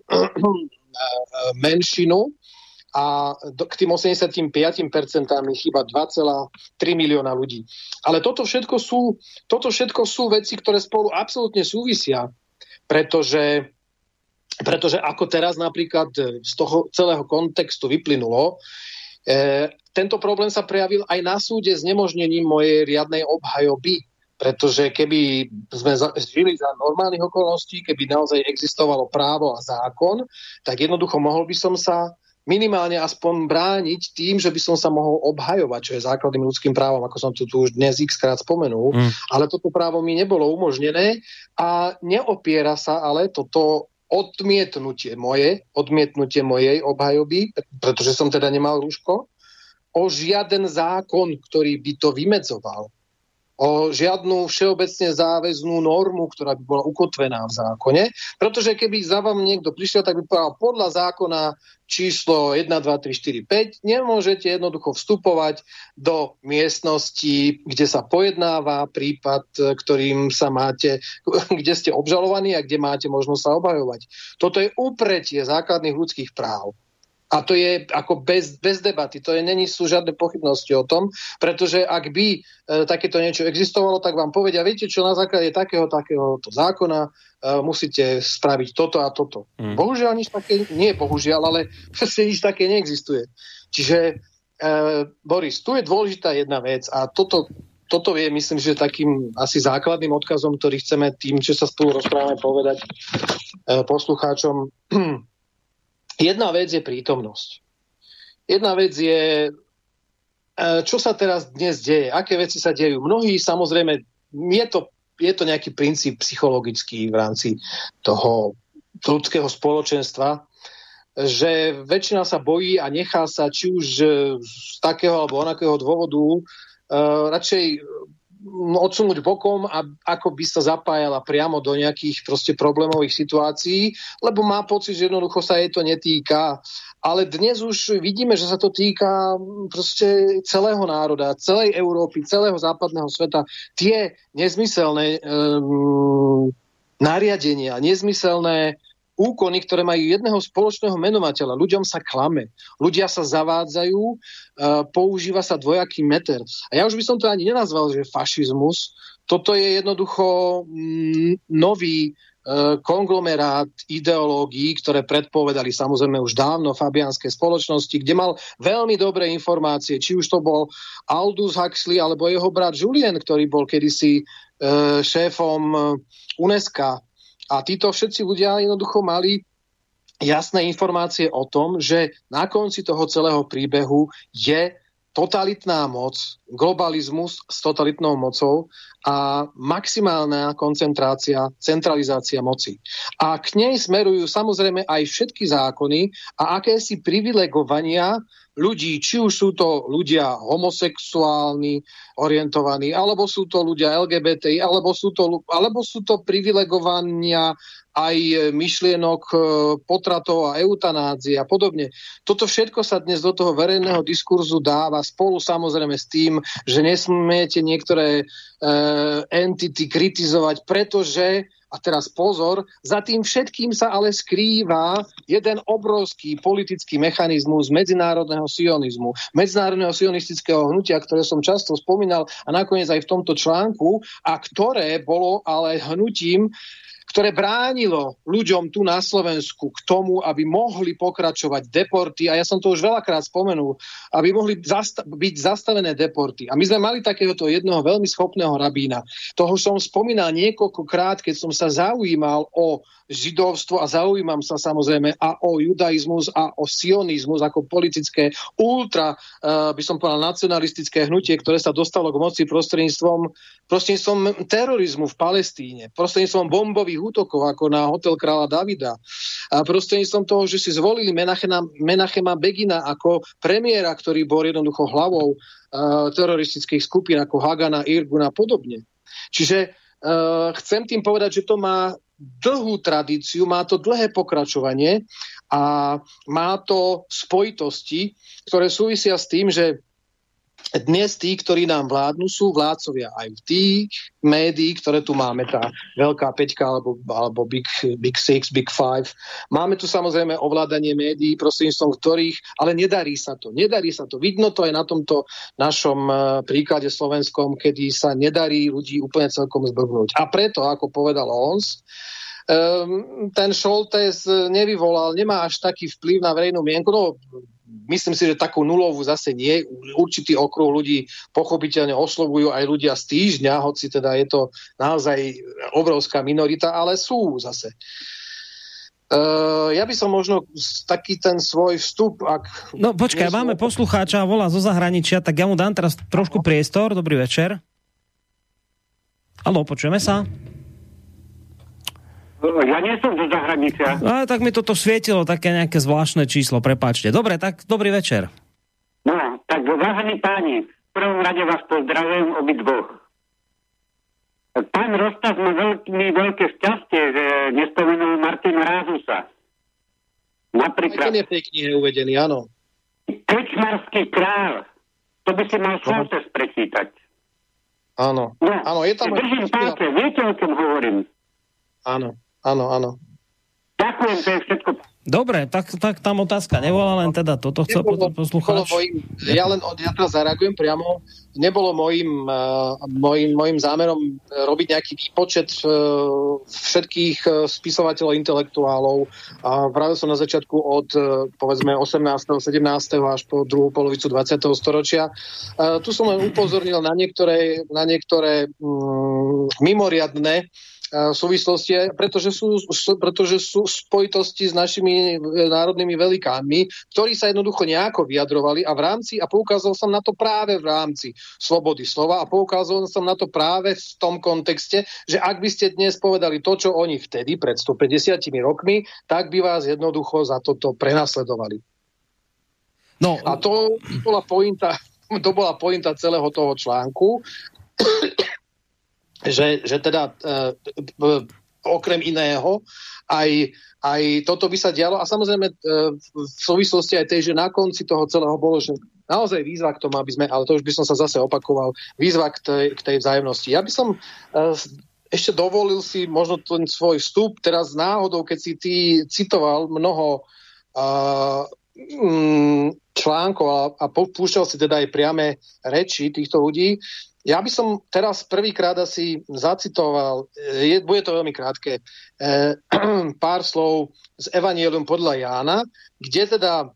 Speaker 3: menšinu a k tým 85% chýba 2,3 milióna ľudí. Ale toto všetko sú veci, ktoré spolu absolútne súvisia, pretože ako teraz napríklad z toho celého kontextu vyplynulo, tento problém sa prejavil aj na súde s nemožnením mojej riadnej obhajoby, pretože keby sme žili za normálnych okolností, keby naozaj existovalo právo a zákon, tak jednoducho mohol by som sa minimálne aspoň brániť tým, že by som sa mohol obhajovať, čo je základným ľudským právom, ako som tu už dnes x-krát spomenul, ale toto právo mi nebolo umožnené a neopiera sa ale toto odmietnutie mojej obhajoby, pretože som teda nemal rúško, o žiaden zákon, ktorý by to vymedzoval, o žiadnu všeobecne záväznú normu, ktorá by bola ukotvená v zákone, pretože keby za vám niekto prišiel, tak by povedal, podľa zákona číslo 1, 2, 3, 4, 5 nemôžete jednoducho vstupovať do miestnosti, kde sa pojednáva prípad, ktorým sa máte, kde ste obžalovaní a kde máte možnosť sa obhajovať. Toto je úpretie základných ľudských práv. A to je ako bez debaty, sú žiadne pochybnosti o tom, pretože ak by takéto niečo existovalo, tak vám povedia, viete čo, na základe takéhoto zákona musíte spraviť toto a toto. Bohužiaľ nič také, nie bohužiaľ, ale proste nič také neexistuje. Čiže Boris, tu je dôležitá jedna vec a toto je, myslím, že takým asi základným odkazom, ktorý chceme tým, čo sa spolu rozprávame, povedať poslucháčom. Jedna vec je prítomnosť. Jedna vec je, čo sa teraz dnes deje, aké veci sa dejú. Mnohí, samozrejme, je to nejaký princíp psychologický v rámci toho ľudského spoločenstva, že väčšina sa bojí a nechá sa či už z takého alebo onakého dôvodu radšej odsunúť bokom, ako by sa zapájala priamo do nejakých proste problémových situácií, lebo má pocit, že jednoducho sa jej to netýka. Ale dnes už vidíme, že sa to týka proste celého národa, celej Európy, celého západného sveta. Tie nezmyselné nariadenia, nezmyselné úkony, ktoré majú jedného spoločného menovateľa. Ľuďom sa klame, ľudia sa zavádzajú, používa sa dvojaký meter. A ja už by som to ani nenazval, že fašizmus. Toto je jednoducho nový konglomerát ideológií, ktoré predpovedali samozrejme už dávno fabiánske spoločnosti, kde mal veľmi dobré informácie, či už to bol Aldous Huxley alebo jeho brat Julien, ktorý bol kedysi šéfom UNESCO. A títo všetci ľudia jednoducho mali jasné informácie o tom, že na konci toho celého príbehu je totalitná moc, globalizmus s totalitnou mocou a maximálna koncentrácia, centralizácia moci. A k nej smerujú samozrejme aj všetky zákony a akési privilegovania ľudí, či už sú to ľudia homosexuálni, orientovaní, alebo sú to ľudia LGBTI, alebo sú to privilegovania aj myšlienok potratov a eutanázie a podobne. Toto všetko sa dnes do toho verejného diskurzu dáva spolu samozrejme s tým, že nesmiete niektoré entity kritizovať, pretože, a teraz pozor, za tým všetkým sa ale skrýva jeden obrovský politický mechanizmus medzinárodného sionizmu, medzinárodného sionistického hnutia, ktoré som často spomínal a nakoniec aj v tomto článku, a ktoré bolo ale hnutím, ktoré bránilo ľuďom tu na Slovensku k tomu, aby mohli pokračovať deporty, a ja som to už veľakrát spomenul, aby mohli byť zastavené deporty. A my sme mali takéhoto jednoho veľmi schopného rabína. Toho som spomínal niekoľkokrát, keď som sa zaujímal o židovstvo a zaujímam sa samozrejme a o judaizmus a o sionizmus ako politické ultra, by som povedal, nacionalistické hnutie, ktoré sa dostalo k moci prostredníctvom terorizmu v Palestíne, prostredníctvom bombových útokov ako na hotel kráľa Davida, a prostredníctvom toho, že si zvolili Menachema Begina ako premiéra, ktorý bol jednoducho hlavou teroristických skupín ako Hagana, Irgun a podobne. Čiže chcem tým povedať, že to má dlhú tradíciu, má to dlhé pokračovanie a má to spojitosti, ktoré súvisia s tým, že dnes tí, ktorí nám vládnu, sú vládcovia aj v tých médií, ktoré tu máme, tá veľká peťka alebo Big Six, Big Five. Máme tu samozrejme ovládanie médií, prostredníctvom ktorých, ale nedarí sa to. Vidno to aj na tomto našom príklade slovenskom, kedy sa nedarí ľudí úplne celkom zblbnúť. A preto, ako povedal Ons, ten Šoltés nemá až taký vplyv na verejnú mienku. No, myslím si, že takú nulovú zase nie. Určitý okruh ľudí pochopiteľne oslovujú aj ľudia z týždňa, hoci teda je to naozaj obrovská minorita, ale sú zase. Ja by som možno taký ten svoj vstup...
Speaker 2: No počkaj, máme poslucháča, volá zo zahraničia, tak ja mu dám teraz trošku priestor. Dobrý večer. Haló, počujeme sa?
Speaker 9: Ja nie som zo zahraničia.
Speaker 2: Tak mi toto svietilo, také nejaké zvláštne číslo, prepáčte. Dobre, tak dobrý večer.
Speaker 9: No, tak vážení páni, v prvom rade vás pozdravujem obidvoch. Pán Rostas má veľké šťastie, že nespomenul Martina Rázusa. Napríklad...
Speaker 3: Aj ten je v tej knihe uvedený, áno.
Speaker 9: Krčmarský král. To by si mal Šoltés prečítať.
Speaker 3: Áno.
Speaker 9: No,
Speaker 3: áno, je tam...
Speaker 9: Držím palce, viete, o čom hovorím?
Speaker 3: Áno.
Speaker 9: Ďakujem, to je všetko.
Speaker 2: Dobre, tak tam otázka nebola, len teda toto chcel poslucháč.
Speaker 3: Ja teraz zareagujem priamo. Nebolo mojím zámerom robiť nejaký výpočet všetkých spisovateľov, intelektuálov. Vravil som na začiatku od povedzme 18., 17. až po druhú polovicu 20. storočia. Tu som len upozornil na niektoré mimoriadne súvislosti, pretože sú spojitosti s našimi národnými velikánmi, ktorí sa jednoducho nejako vyjadrovali a poukázal som na to práve v rámci slobody slova a poukázal som na to práve v tom kontexte, že ak by ste dnes povedali to, čo oni vtedy, pred 150 rokmi, tak by vás jednoducho za toto prenasledovali. No. A to bola pointa celého toho článku, že teda okrem iného aj toto by sa dialo a samozrejme v súvislosti aj tej, že na konci toho celého bolo, že naozaj výzva k tomu, aby sme, ale to už by som sa zase opakoval, výzva k tej vzájomnosti. Ja by som ešte dovolil si možno ten svoj vstup teraz náhodou, keď si ty citoval mnoho článkov a púšťal si teda aj priame reči týchto ľudí. Ja by som teraz prvýkrát asi zacitoval, bude to veľmi krátke, pár slov z Evangelium podľa Jána, kde teda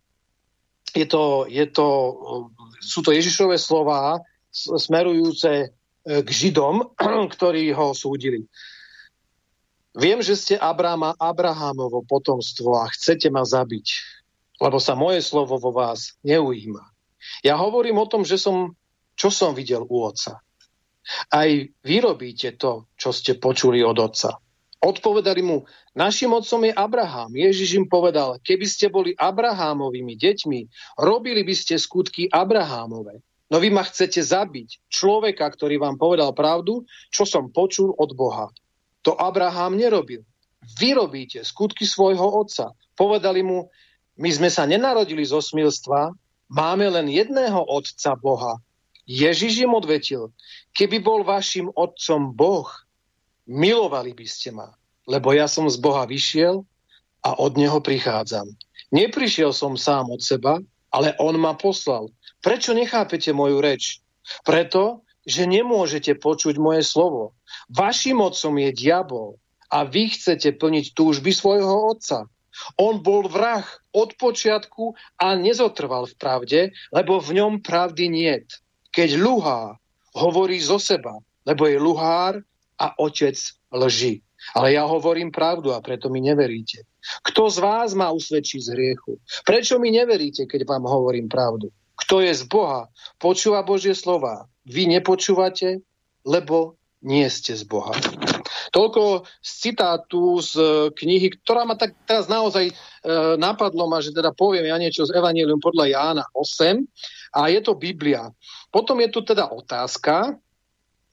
Speaker 3: sú to Ježišové slová smerujúce k Židom, ktorí ho súdili. Viem, že ste Abrahámovo potomstvo a chcete ma zabiť, lebo sa moje slovo vo vás neujíma. Ja hovorím o tom, čo som videl u otca. Aj vy robíte to, čo ste počuli od otca. Odpovedali mu, našim otcom je Abraham. Ježiš im povedal, keby ste boli Abrahámovými deťmi, robili by ste skutky Abrahámove. No vy ma chcete zabiť, človeka, ktorý vám povedal pravdu, čo som počul od Boha. To Abraham nerobil. Vy robíte skutky svojho otca. Povedali mu, my sme sa nenarodili zo smilstva, máme len jedného otca Boha. Ježiš im odvetil, keby bol vašim otcom Boh, milovali by ste ma, lebo ja som z Boha vyšiel a od neho prichádzam. Neprišiel som sám od seba, ale on ma poslal. Prečo nechápete moju reč? Preto, že nemôžete počuť moje slovo. Vašim otcom je diabol a vy chcete plniť túžby svojho otca. On bol vrah od počiatku a nezotrval v pravde, lebo v ňom pravdy niet. Keď ľuhá, hovorí zo seba, lebo je luhár a otec lži. Ale ja hovorím pravdu a preto mi neveríte. Kto z vás ma usvedčí z hriechu? Prečo mi neveríte, keď vám hovorím pravdu? Kto je z Boha, počúva Božie slová. Vy nepočúvate, lebo nie ste z Boha. Toľko z citátu z knihy, ktorá ma tak teraz naozaj napadlo ma, že teda poviem ja niečo z Evangelium podľa Jána 8 a je to Biblia. Potom je tu teda otázka,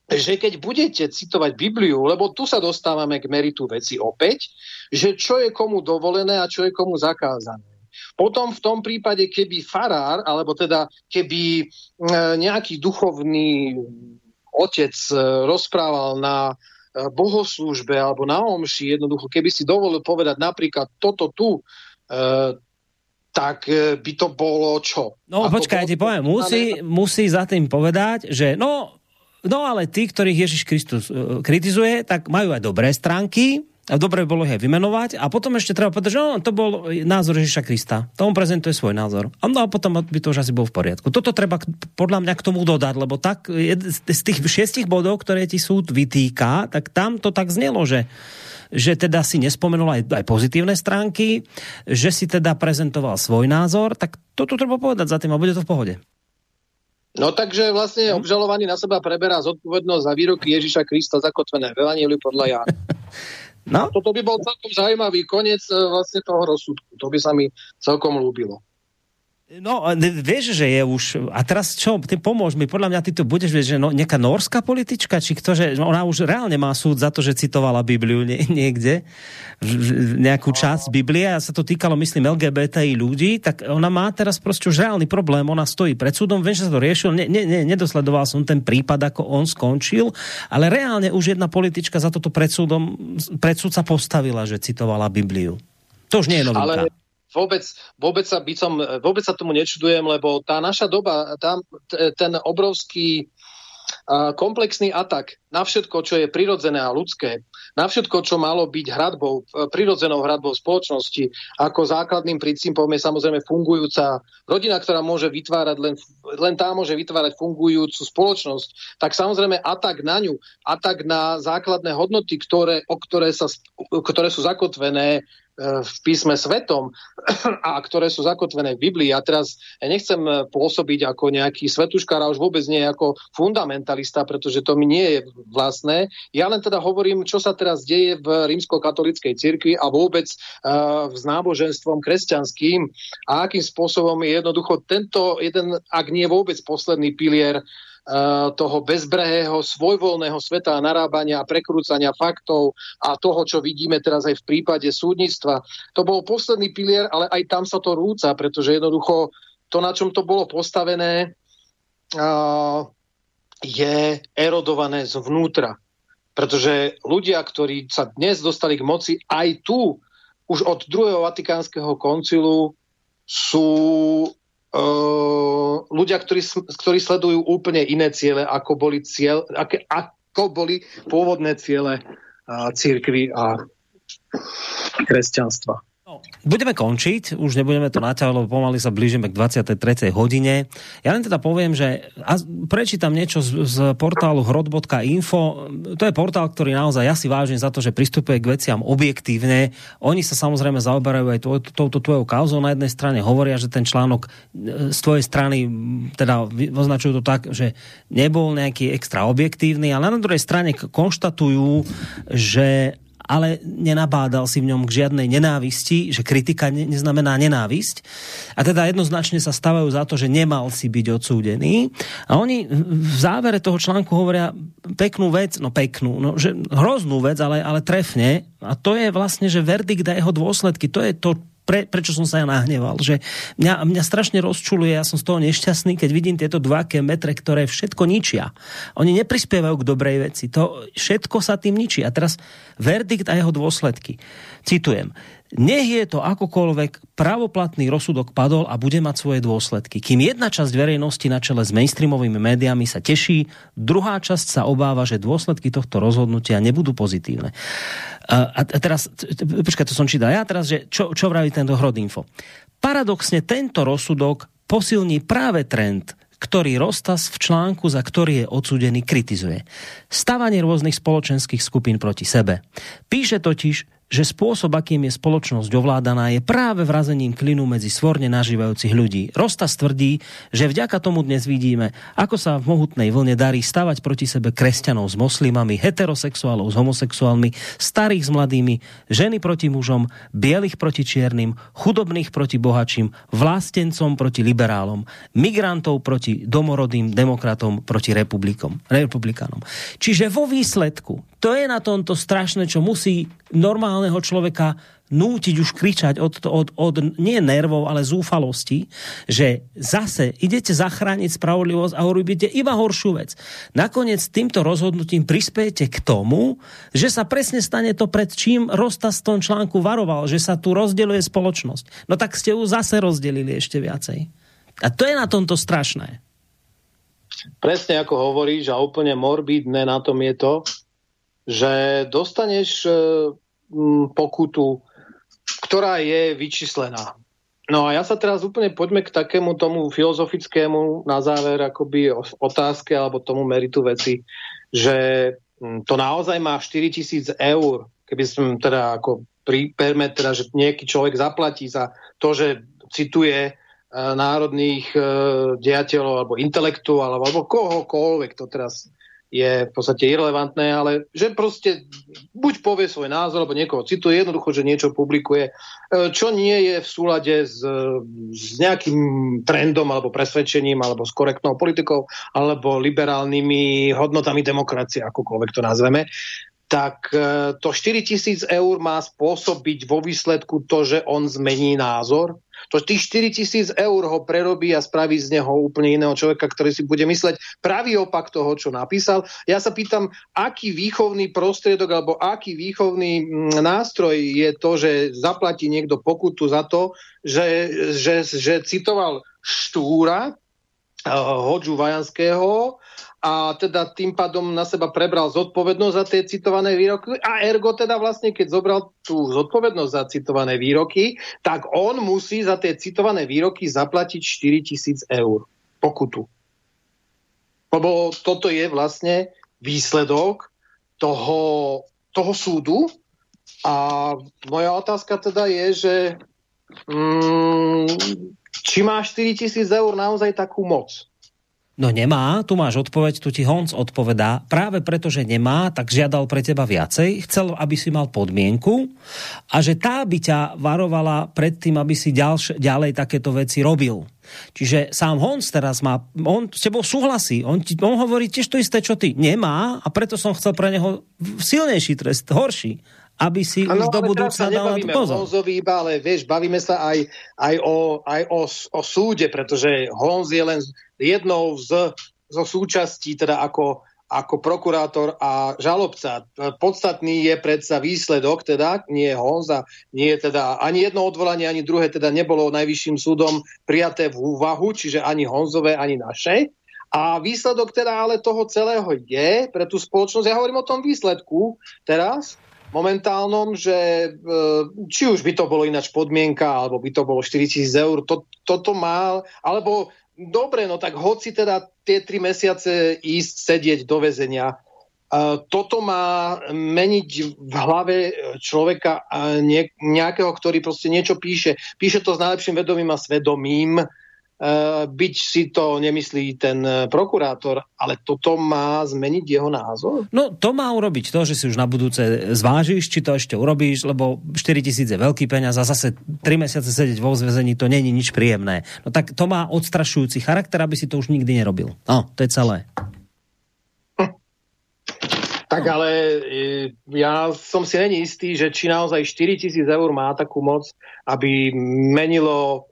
Speaker 3: že keď budete citovať Bibliu, lebo tu sa dostávame k meritu veci opäť, že čo je komu dovolené a čo je komu zakázané. Potom v tom prípade, keby farár, alebo teda keby nejaký duchovný otec rozprával na bohoslúžbe alebo na omši, jednoducho, keby si dovolil povedať napríklad toto tu, tak by to bolo čo?
Speaker 2: No počkaj, ti poviem, musí za tým povedať, že no ale tí, ktorých Ježiš Kristus kritizuje, tak majú aj dobré stránky, a dobre bolo ich aj vymenovať, a potom ešte treba povedať, že to bol názor Ježiša Krista. To on prezentuje svoj názor. No a potom by to už asi bol v poriadku. Toto treba podľa mňa k tomu dodať, lebo tak z tých 6 bodov, ktoré ti súd vytýka, tak tam to tak znelo, že teda si nespomenul aj pozitívne stránky, že si teda prezentoval svoj názor, tak toto treba povedať za tým a bude to v pohode.
Speaker 3: No takže vlastne obžalovaný na seba preberá zodpovednosť za výroky Ježiša Krista zakotvené v Evanjeliu podľa Jána. No? Toto by bol celkom zaujímavý koniec vlastne toho rozsudku. To by sa mi celkom ľúbilo.
Speaker 2: No, vieš, že je už... A teraz čo? Ty pomôž mi. Podľa mňa ty tu budeš, vieš, že nejaká norská politička, či kto, že ona už reálne má súd za to, že citovala Bibliu niekde, nejakú časť Biblie, a sa to týkalo, myslím, LGBTI ľudí, tak ona má teraz proste už reálny problém. Ona stojí pred súdom, viem, že sa to riešil, nedosledoval som ten prípad, ako on skončil, ale reálne už jedna politička za toto pred súd sa postavila, že citovala Bibliu. To už nie je novinka. Ale...
Speaker 3: Vôbec sa tomu nečudujem, lebo tá naša doba, ten obrovský komplexný atak na všetko, čo je prirodzené a ľudské, na všetko, čo malo byť hradbou, prirodzenou hradbou spoločnosti, ako základným princípom je samozrejme fungujúca rodina, ktorá môže vytvárať, len tá môže vytvárať fungujúcu spoločnosť, tak samozrejme atak na ňu, atak na základné hodnoty, ktoré sú zakotvené v písme svetom a ktoré sú zakotvené v Biblii. Ja teraz nechcem pôsobiť ako nejaký svetuškár a už vôbec nie ako fundamentalista, pretože to mi nie je vlastné. Ja len teda hovorím, čo sa teraz deje v rímskokatolíckej cirkvi a vôbec s náboženstvom kresťanským a akým spôsobom je jednoducho tento jeden, ak nie vôbec posledný pilier toho bezbrehého, svojvoľného sveta a narábania a prekrúcania faktov a toho, čo vidíme teraz aj v prípade súdnictva. To bol posledný pilier, ale aj tam sa to rúca, pretože jednoducho to, na čom to bolo postavené, je erodované zvnútra. Pretože ľudia, ktorí sa dnes dostali k moci aj tu, už od druhého Vatikánskeho koncilu, sú ľudia, ktorí sledujú úplne iné ciele, ako boli pôvodné ciele cirkvi a kresťanstva.
Speaker 2: Budeme končiť, už nebudeme to naťahovať, lebo pomaly sa blížime k 23. hodine. Ja len teda poviem, že prečítam niečo z portálu hrod.info. To je portál, ktorý naozaj ja si vážim za to, že pristupuje k veciam objektívne. Oni sa samozrejme zaoberajú aj touto tvojou kauzou. Na jednej strane hovoria, že ten článok z tvojej strany teda označujú to tak, že nebol nejaký extra objektívny, ale na druhej strane konštatujú, že ale nenabádal si v ňom k žiadnej nenávisti, že kritika neznamená nenávisť. A teda jednoznačne sa stavajú za to, že nemal si byť odsúdený. A oni v závere toho článku hovoria peknú vec, že hroznú vec, ale trefne. A to je vlastne, že verdikt a jeho dôsledky, to je to, prečo som sa ja nahneval, že mňa strašne rozčuluje, ja som z toho nešťastný, keď vidím tieto 2 metre, ktoré všetko ničia. Oni neprispievajú k dobrej veci, to všetko sa tým ničí. A teraz verdikt a jeho dôsledky. Citujem: nech je to akokoľvek, pravoplatný rozsudok padol a bude mať svoje dôsledky. Kým jedna časť verejnosti na čele s mainstreamovými médiami sa teší, druhá časť sa obáva, že dôsledky tohto rozhodnutia nebudú pozitívne. A teraz, počkaj, to som čítal ja teraz, že čo vraví tento Hrodinfo. Paradoxne tento rozsudok posilní práve trend, ktorý Rostas v článku, za ktorý je odsúdený, kritizuje. Stavanie rôznych spoločenských skupín proti sebe. Píše totiž, že spôsob, akým je spoločnosť ovládaná, je práve vrazením klinu medzi svorne nažívajúcich ľudí. Rostas tvrdí, že vďaka tomu dnes vidíme, ako sa v mohutnej vlne darí stavať proti sebe kresťanov s moslimami, heterosexuálov s homosexuálmi, starých s mladými, ženy proti mužom, bielých proti čiernym, chudobných proti bohatším, vlastencom proti liberálom, migrantov proti domorodým, demokratom proti republikánom. Čiže vo výsledku, to je na tomto strašné, čo musí normálneho človeka nútiť už kričať od nie nervov, ale zúfalosti, že zase idete zachrániť spravodlivosť a urobíte iba horšiu vec. Nakoniec týmto rozhodnutím prispiejete k tomu, že sa presne stane to, pred čím Rostas v tom článku varoval, že sa tu rozdeľuje spoločnosť. No tak ste ju zase rozdelili ešte viacej. A to je na tomto strašné.
Speaker 3: Presne ako hovoríš, a úplne morbidné na tom je to, že dostaneš pokutu, ktorá je vyčíslená. No a ja sa teraz úplne poďme k takému tomu filozofickému na záver akoby otázke alebo tomu meritu veci, že to naozaj má 4 000 eur, keby som teda ako príperme, teda, že nejaký človek zaplatí za to, že cituje národných dejateľov alebo intelektuálov alebo kohokoľvek, to teraz je v podstate irelevantné, ale že proste buď povie svoj názor, alebo niekoho cituje, jednoducho, že niečo publikuje, čo nie je v súlade s nejakým trendom, alebo presvedčením, alebo s korektnou politikou, alebo liberálnymi hodnotami demokracie, akokoľvek to nazveme, tak to 4 000 eur má spôsobiť vo výsledku to, že on zmení názor. To tých 4 000 eur ho prerobí a spraví z neho úplne iného človeka, ktorý si bude mysleť pravý opak toho, čo napísal. Ja sa pýtam, aký výchovný prostriedok alebo aký výchovný nástroj je to, že zaplatí niekto pokutu za to, že citoval Štúra, hodžu Vajanského, a teda tým pádom na seba prebral zodpovednosť za tie citované výroky a ergo teda vlastne, keď zobral tú zodpovednosť za citované výroky, tak on musí za tie citované výroky zaplatiť 4 000 eur pokutu. Lebo toto je vlastne výsledok toho súdu a moja otázka teda je, že či má 4 000 eur naozaj takú moc?
Speaker 2: No nemá, tu máš odpoveď, tu ti Honc odpovedá. Práve preto, že nemá, tak žiadal pre teba viacej. Chcel, aby si mal podmienku a že tá by ťa varovala pred tým, aby si ďalej takéto veci robil. Čiže sám Honc teraz on s tebou súhlasí. On hovorí tiež to isté, čo ty. Nemá a preto som chcel pre neho silnejší trest, horší. Aby si už do budúcna dal na to pozor.
Speaker 3: Honzovi iba, ale vieš, bavíme sa aj o súde, pretože Honz je len jednou zo súčastí, teda ako prokurátor a žalobca. Podstatný je predsa výsledok, teda nie Honz a nie teda ani jedno odvolanie, ani druhé teda nebolo najvyšším súdom prijaté v úvahu, čiže ani Honzové, ani naše. A výsledok teda ale toho celého je pre tú spoločnosť, ja hovorím o tom výsledku teraz, momentálnom, že či už by to bolo ináč podmienka, alebo by to bolo 4 000 eur, toto má, alebo dobre, no tak hoci teda tie 3 mesiace ísť sedieť do väzenia, toto má meniť v hlave človeka nejakého, ktorý proste niečo píše. Píše to s najlepším vedomím a svedomím, byť si to nemyslí ten prokurátor, ale toto má zmeniť jeho názor?
Speaker 2: No to má urobiť to, že si už na budúce zvážiš, či to ešte urobíš, lebo 4 000 je veľký peňaz a zase 3 mesiace sedieť vo zväzení, to není nič príjemné. No tak to má odstrašujúci charakter, aby si to už nikdy nerobil. No, to je celé.
Speaker 3: Tak ale ja som si není istý, že či naozaj 4 000 eur má takú moc, aby menilo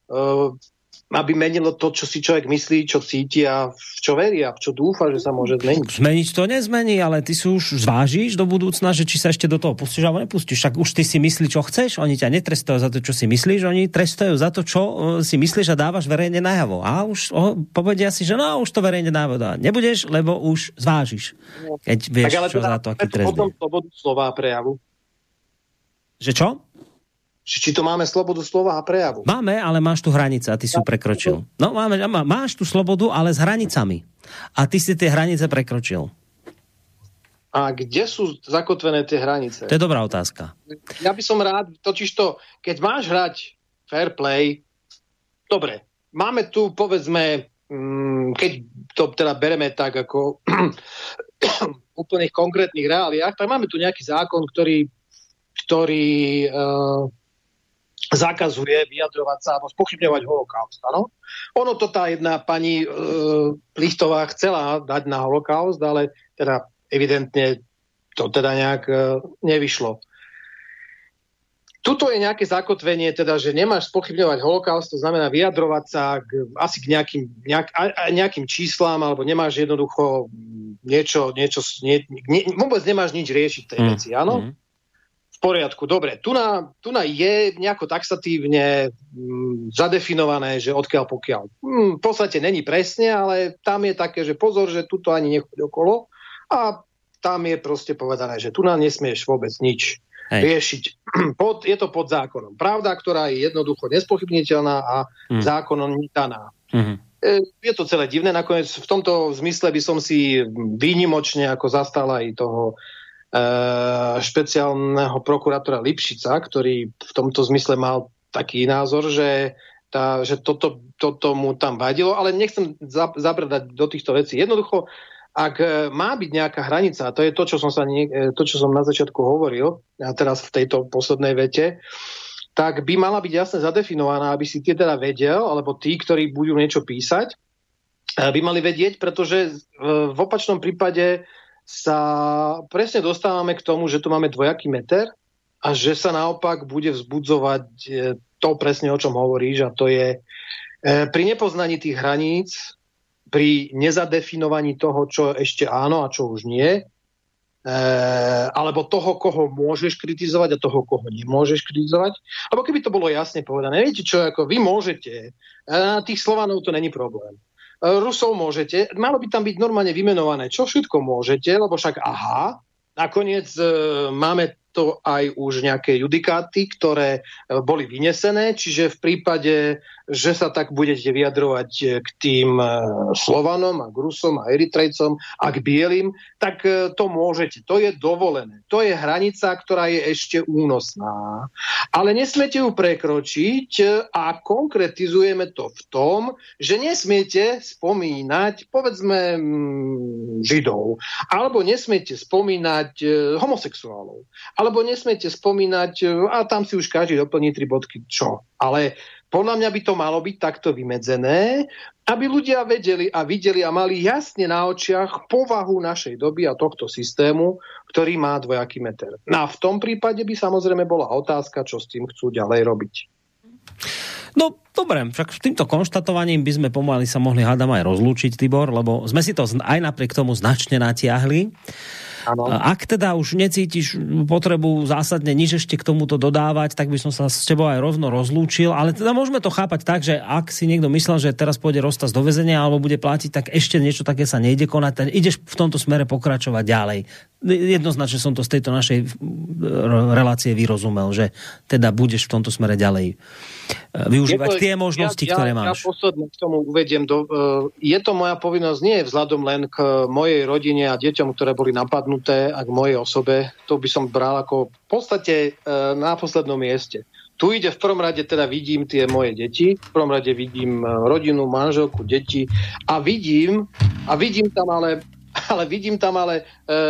Speaker 3: to, čo si človek myslí, čo cíti a v čo verí a v čo dúfa, že sa môže zmeniť.
Speaker 2: Zmeniť to nezmení, ale ty si už zvážiš do budúcna, že či sa ešte do toho pustíš alebo nepustíš. Však už ty si myslí, čo chceš, oni ťa netrestajú za to, čo si myslíš, oni trestajú za to, čo si myslíš a dávaš verejne najavo. A už povedia si, že no, už to verejne najavo dávať nebudeš, lebo už zvážiš. Keď vieš, tak, čo teda, za to, aký trest je.
Speaker 3: Potom slobodu slova a prejavu.
Speaker 2: Že čo?
Speaker 3: Či to máme slobodu slova a prejavu?
Speaker 2: Máme, ale máš tu hranice a ty si ju prekročil. No, máš tu slobodu, ale s hranicami. A ty si tie hranice prekročil.
Speaker 3: A kde sú zakotvené tie hranice?
Speaker 2: To je dobrá otázka.
Speaker 3: Ja by som rád, totižto, keď máš hrať fair play, dobre, máme tu, povedzme, keď to teda bereme tak ako v úplných konkrétnych reáliách, tak máme tu nejaký zákon, ktorý zakazuje vyjadrovať sa alebo spochybňovať holokaust. Áno? Ono to tá jedna pani Plichtová chcela dať na holokaust, ale teda evidentne to teda nejak nevyšlo. Tuto je nejaké zakotvenie, teda, že nemáš spochybňovať holokaust, to znamená vyjadrovať sa asi k nejakým číslám, alebo nemáš jednoducho vôbec nemáš nič riešiť tej veci, áno? V poriadku, dobre. Tu na je nejako taxatívne zadefinované, že odkiaľ pokiaľ. V podstate není presne, ale tam je také, že pozor, že tuto ani nechoď okolo a tam je proste povedané, že tu nám nesmieš vôbec nič riešiť. Je to pod zákonom. Pravda, ktorá je jednoducho nespochybniteľná a zákonom nedaná. Je to celé divné. Nakoniec v tomto zmysle by som si výnimočne ako zastal aj toho špeciálneho prokurátora Lipšica, ktorý v tomto zmysle mal taký názor, že toto mu tam vadilo, ale nechcem zabrdať do týchto vecí. Jednoducho, ak má byť nejaká hranica, a to je to, čo som na začiatku hovoril, a teraz v tejto poslednej vete, tak by mala byť jasne zadefinovaná, aby si ty teda vedel, alebo tí, ktorí budú niečo písať, by mali vedieť, pretože v opačnom prípade sa presne dostávame k tomu, že tu máme dvojaký meter a že sa naopak bude vzbudzovať to presne, o čom hovoríš, a to je pri nepoznaní tých hraníc, pri nezadefinovaní toho, čo ešte áno a čo už nie, alebo toho, koho môžeš kritizovať a toho, koho nemôžeš kritizovať. Lebo keby to bolo jasne povedané, viete čo, ako vy môžete, tých Slovanov to není problém. Rusov môžete, malo by tam byť normálne vymenované, čo všetko môžete, lebo však nakoniec máme to aj už nejaké judikáty, ktoré boli vynesené, čiže v prípade, že sa tak budete vyjadrovať k tým Slovanom a k Rusom a Eritrejcom a k bielým, tak to môžete, to je dovolené. To je hranica, ktorá je ešte únosná. Ale nesmiete ju prekročiť a konkretizujeme to v tom, že nesmiete spomínať, povedzme, Židov, alebo nesmiete spomínať homosexuálov, alebo nesmiete spomínať, a tam si už každý doplní 3 bodky, čo. Ale podľa mňa by to malo byť takto vymedzené, aby ľudia vedeli a videli a mali jasne na očiach povahu našej doby a tohto systému, ktorý má dvojaký meter. No a v tom prípade by samozrejme bola otázka, čo s tým chcú ďalej robiť.
Speaker 2: No, dobre, však týmto konštatovaním by sme pomaly sa mohli hádam aj rozlúčiť, Tibor, lebo sme si to aj napriek tomu značne natiahli. Ano. Ak teda už necítiš potrebu zásadne nič ešte k tomuto dodávať, tak by som sa s tebou aj rovno rozlúčil, ale teda môžeme to chápať tak, že ak si niekto myslel, že teraz pôjde Rostas do väzenia alebo bude platiť, tak ešte niečo také sa nejde konať, ten ideš v tomto smere pokračovať ďalej. Jednoznačne som to z tejto našej relácie vyrozumel, že teda budeš v tomto smere ďalej využívať tie možnosti, ktoré máš.
Speaker 3: Ja posledne k tomu uvediem. Je to moja povinnosť nie vzhľadom len k mojej rodine a deťom, ktoré boli napadnuté, a k mojej osobe. To by som bral ako v podstate na poslednom mieste. Tu ide v prvom rade, teda vidím tie moje deti, v prvom rade vidím rodinu, manželku, deti a vidím tam ale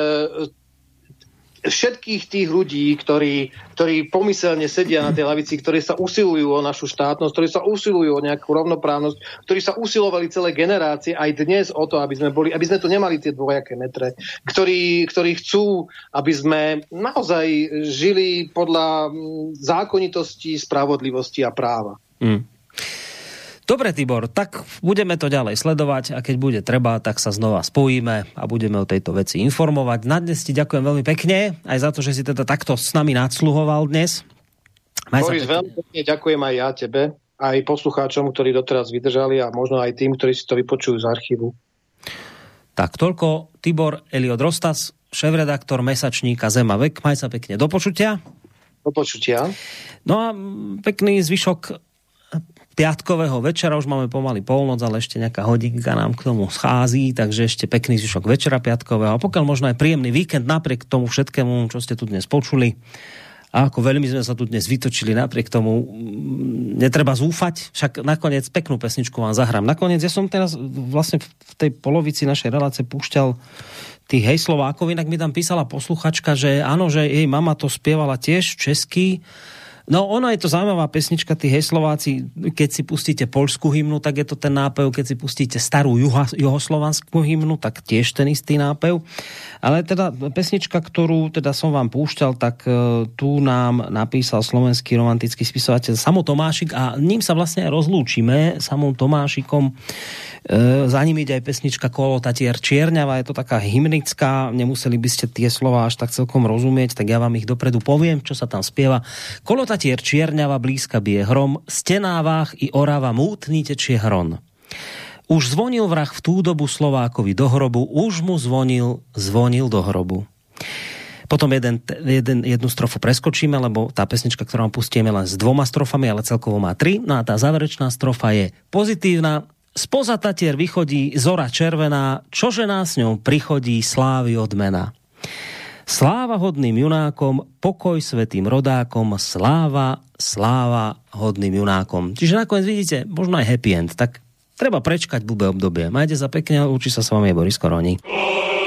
Speaker 3: všetkých tých ľudí, ktorí pomyselne sedia na tej lavici, ktorí sa usilujú o našu štátnosť, ktorí sa usilujú o nejakú rovnoprávnosť, ktorí sa usilovali celé generácie aj dnes o to, aby sme tu nemali tie dvojaké metre, ktorí chcú, aby sme naozaj žili podľa zákonitosti, spravodlivosti a práva.
Speaker 2: Dobre, Tibor, tak budeme to ďalej sledovať a keď bude treba, tak sa znova spojíme a budeme o tejto veci informovať. Na dnes ti ďakujem veľmi pekne, aj za to, že si teda takto s nami nadsluhoval dnes.
Speaker 3: Boris, veľmi pekne ďakujem aj ja tebe, aj poslucháčom, ktorí doteraz vydržali a možno aj tým, ktorí si to vypočujú z archívu.
Speaker 2: Tak toľko Tibor Eliot Rostas, šéfredaktor mesačníka Zem a vek. Maj sa pekne. Do počutia.
Speaker 3: Do počutia.
Speaker 2: No a pekný zvyšok piatkového večera, už máme pomaly polnoc, ale ešte nejaká hodinka nám k tomu schází, takže ešte pekný zvyšok večera piatkového a pokiaľ možno aj príjemný víkend napriek tomu všetkému, čo ste tu dnes počuli. A ako veľmi sme sa tu dnes vytočili, napriek tomu netreba zúfať, však nakoniec peknú pesničku vám zahrám. Nakoniec ja som teraz vlastne v tej polovici našej relácie púšťal tých Hej Slovákov, inak mi tam písala posluchačka, že áno, že jej mama to spievala tiež česky. No ono je to zaujímavá pesnička, tí Hej Slováci, keď si pustíte poľskú hymnu, tak je to ten nápev, keď si pustíte starú juhoslovanskú hymnu, tak tiež ten istý nápev. Ale teda pesnička, ktorú teda som vám púšťal, tak tu nám napísal slovenský romantický spisovateľ Samo Tomášik a ním sa vlastne aj rozlúčime, Samom Tomášikom. Za ním ide aj pesnička Kolotatier Čierňava, je to taká hymnická, nemuseli by ste tie slová až tak celkom rozumieť, tak ja vám ich dopredu poviem, čo sa tam spieva. Kolotatier Čierňava, blízka bije hrom, stenávách i Orava mútni tečie hron. Už zvonil vrah v tú dobu Slovákovi do hrobu, už mu zvonil do hrobu. Potom jednu strofu preskočíme, lebo tá pesnička, ktorú vám pustíme len s 2 strofami, ale celkovo má 3. No a tá záverečná strofa je pozitívna. Spoza Tatier vychodí zora červená, čože nás s ňou prichodí slávy odmena. Sláva hodným junákom, pokoj svätým rodákom, sláva hodným junákom. Čiže nakoniec vidíte, možno aj happy end, tak treba prečkať blbé obdobie. Majte sa pekne, učí sa s vami Boris Koroni.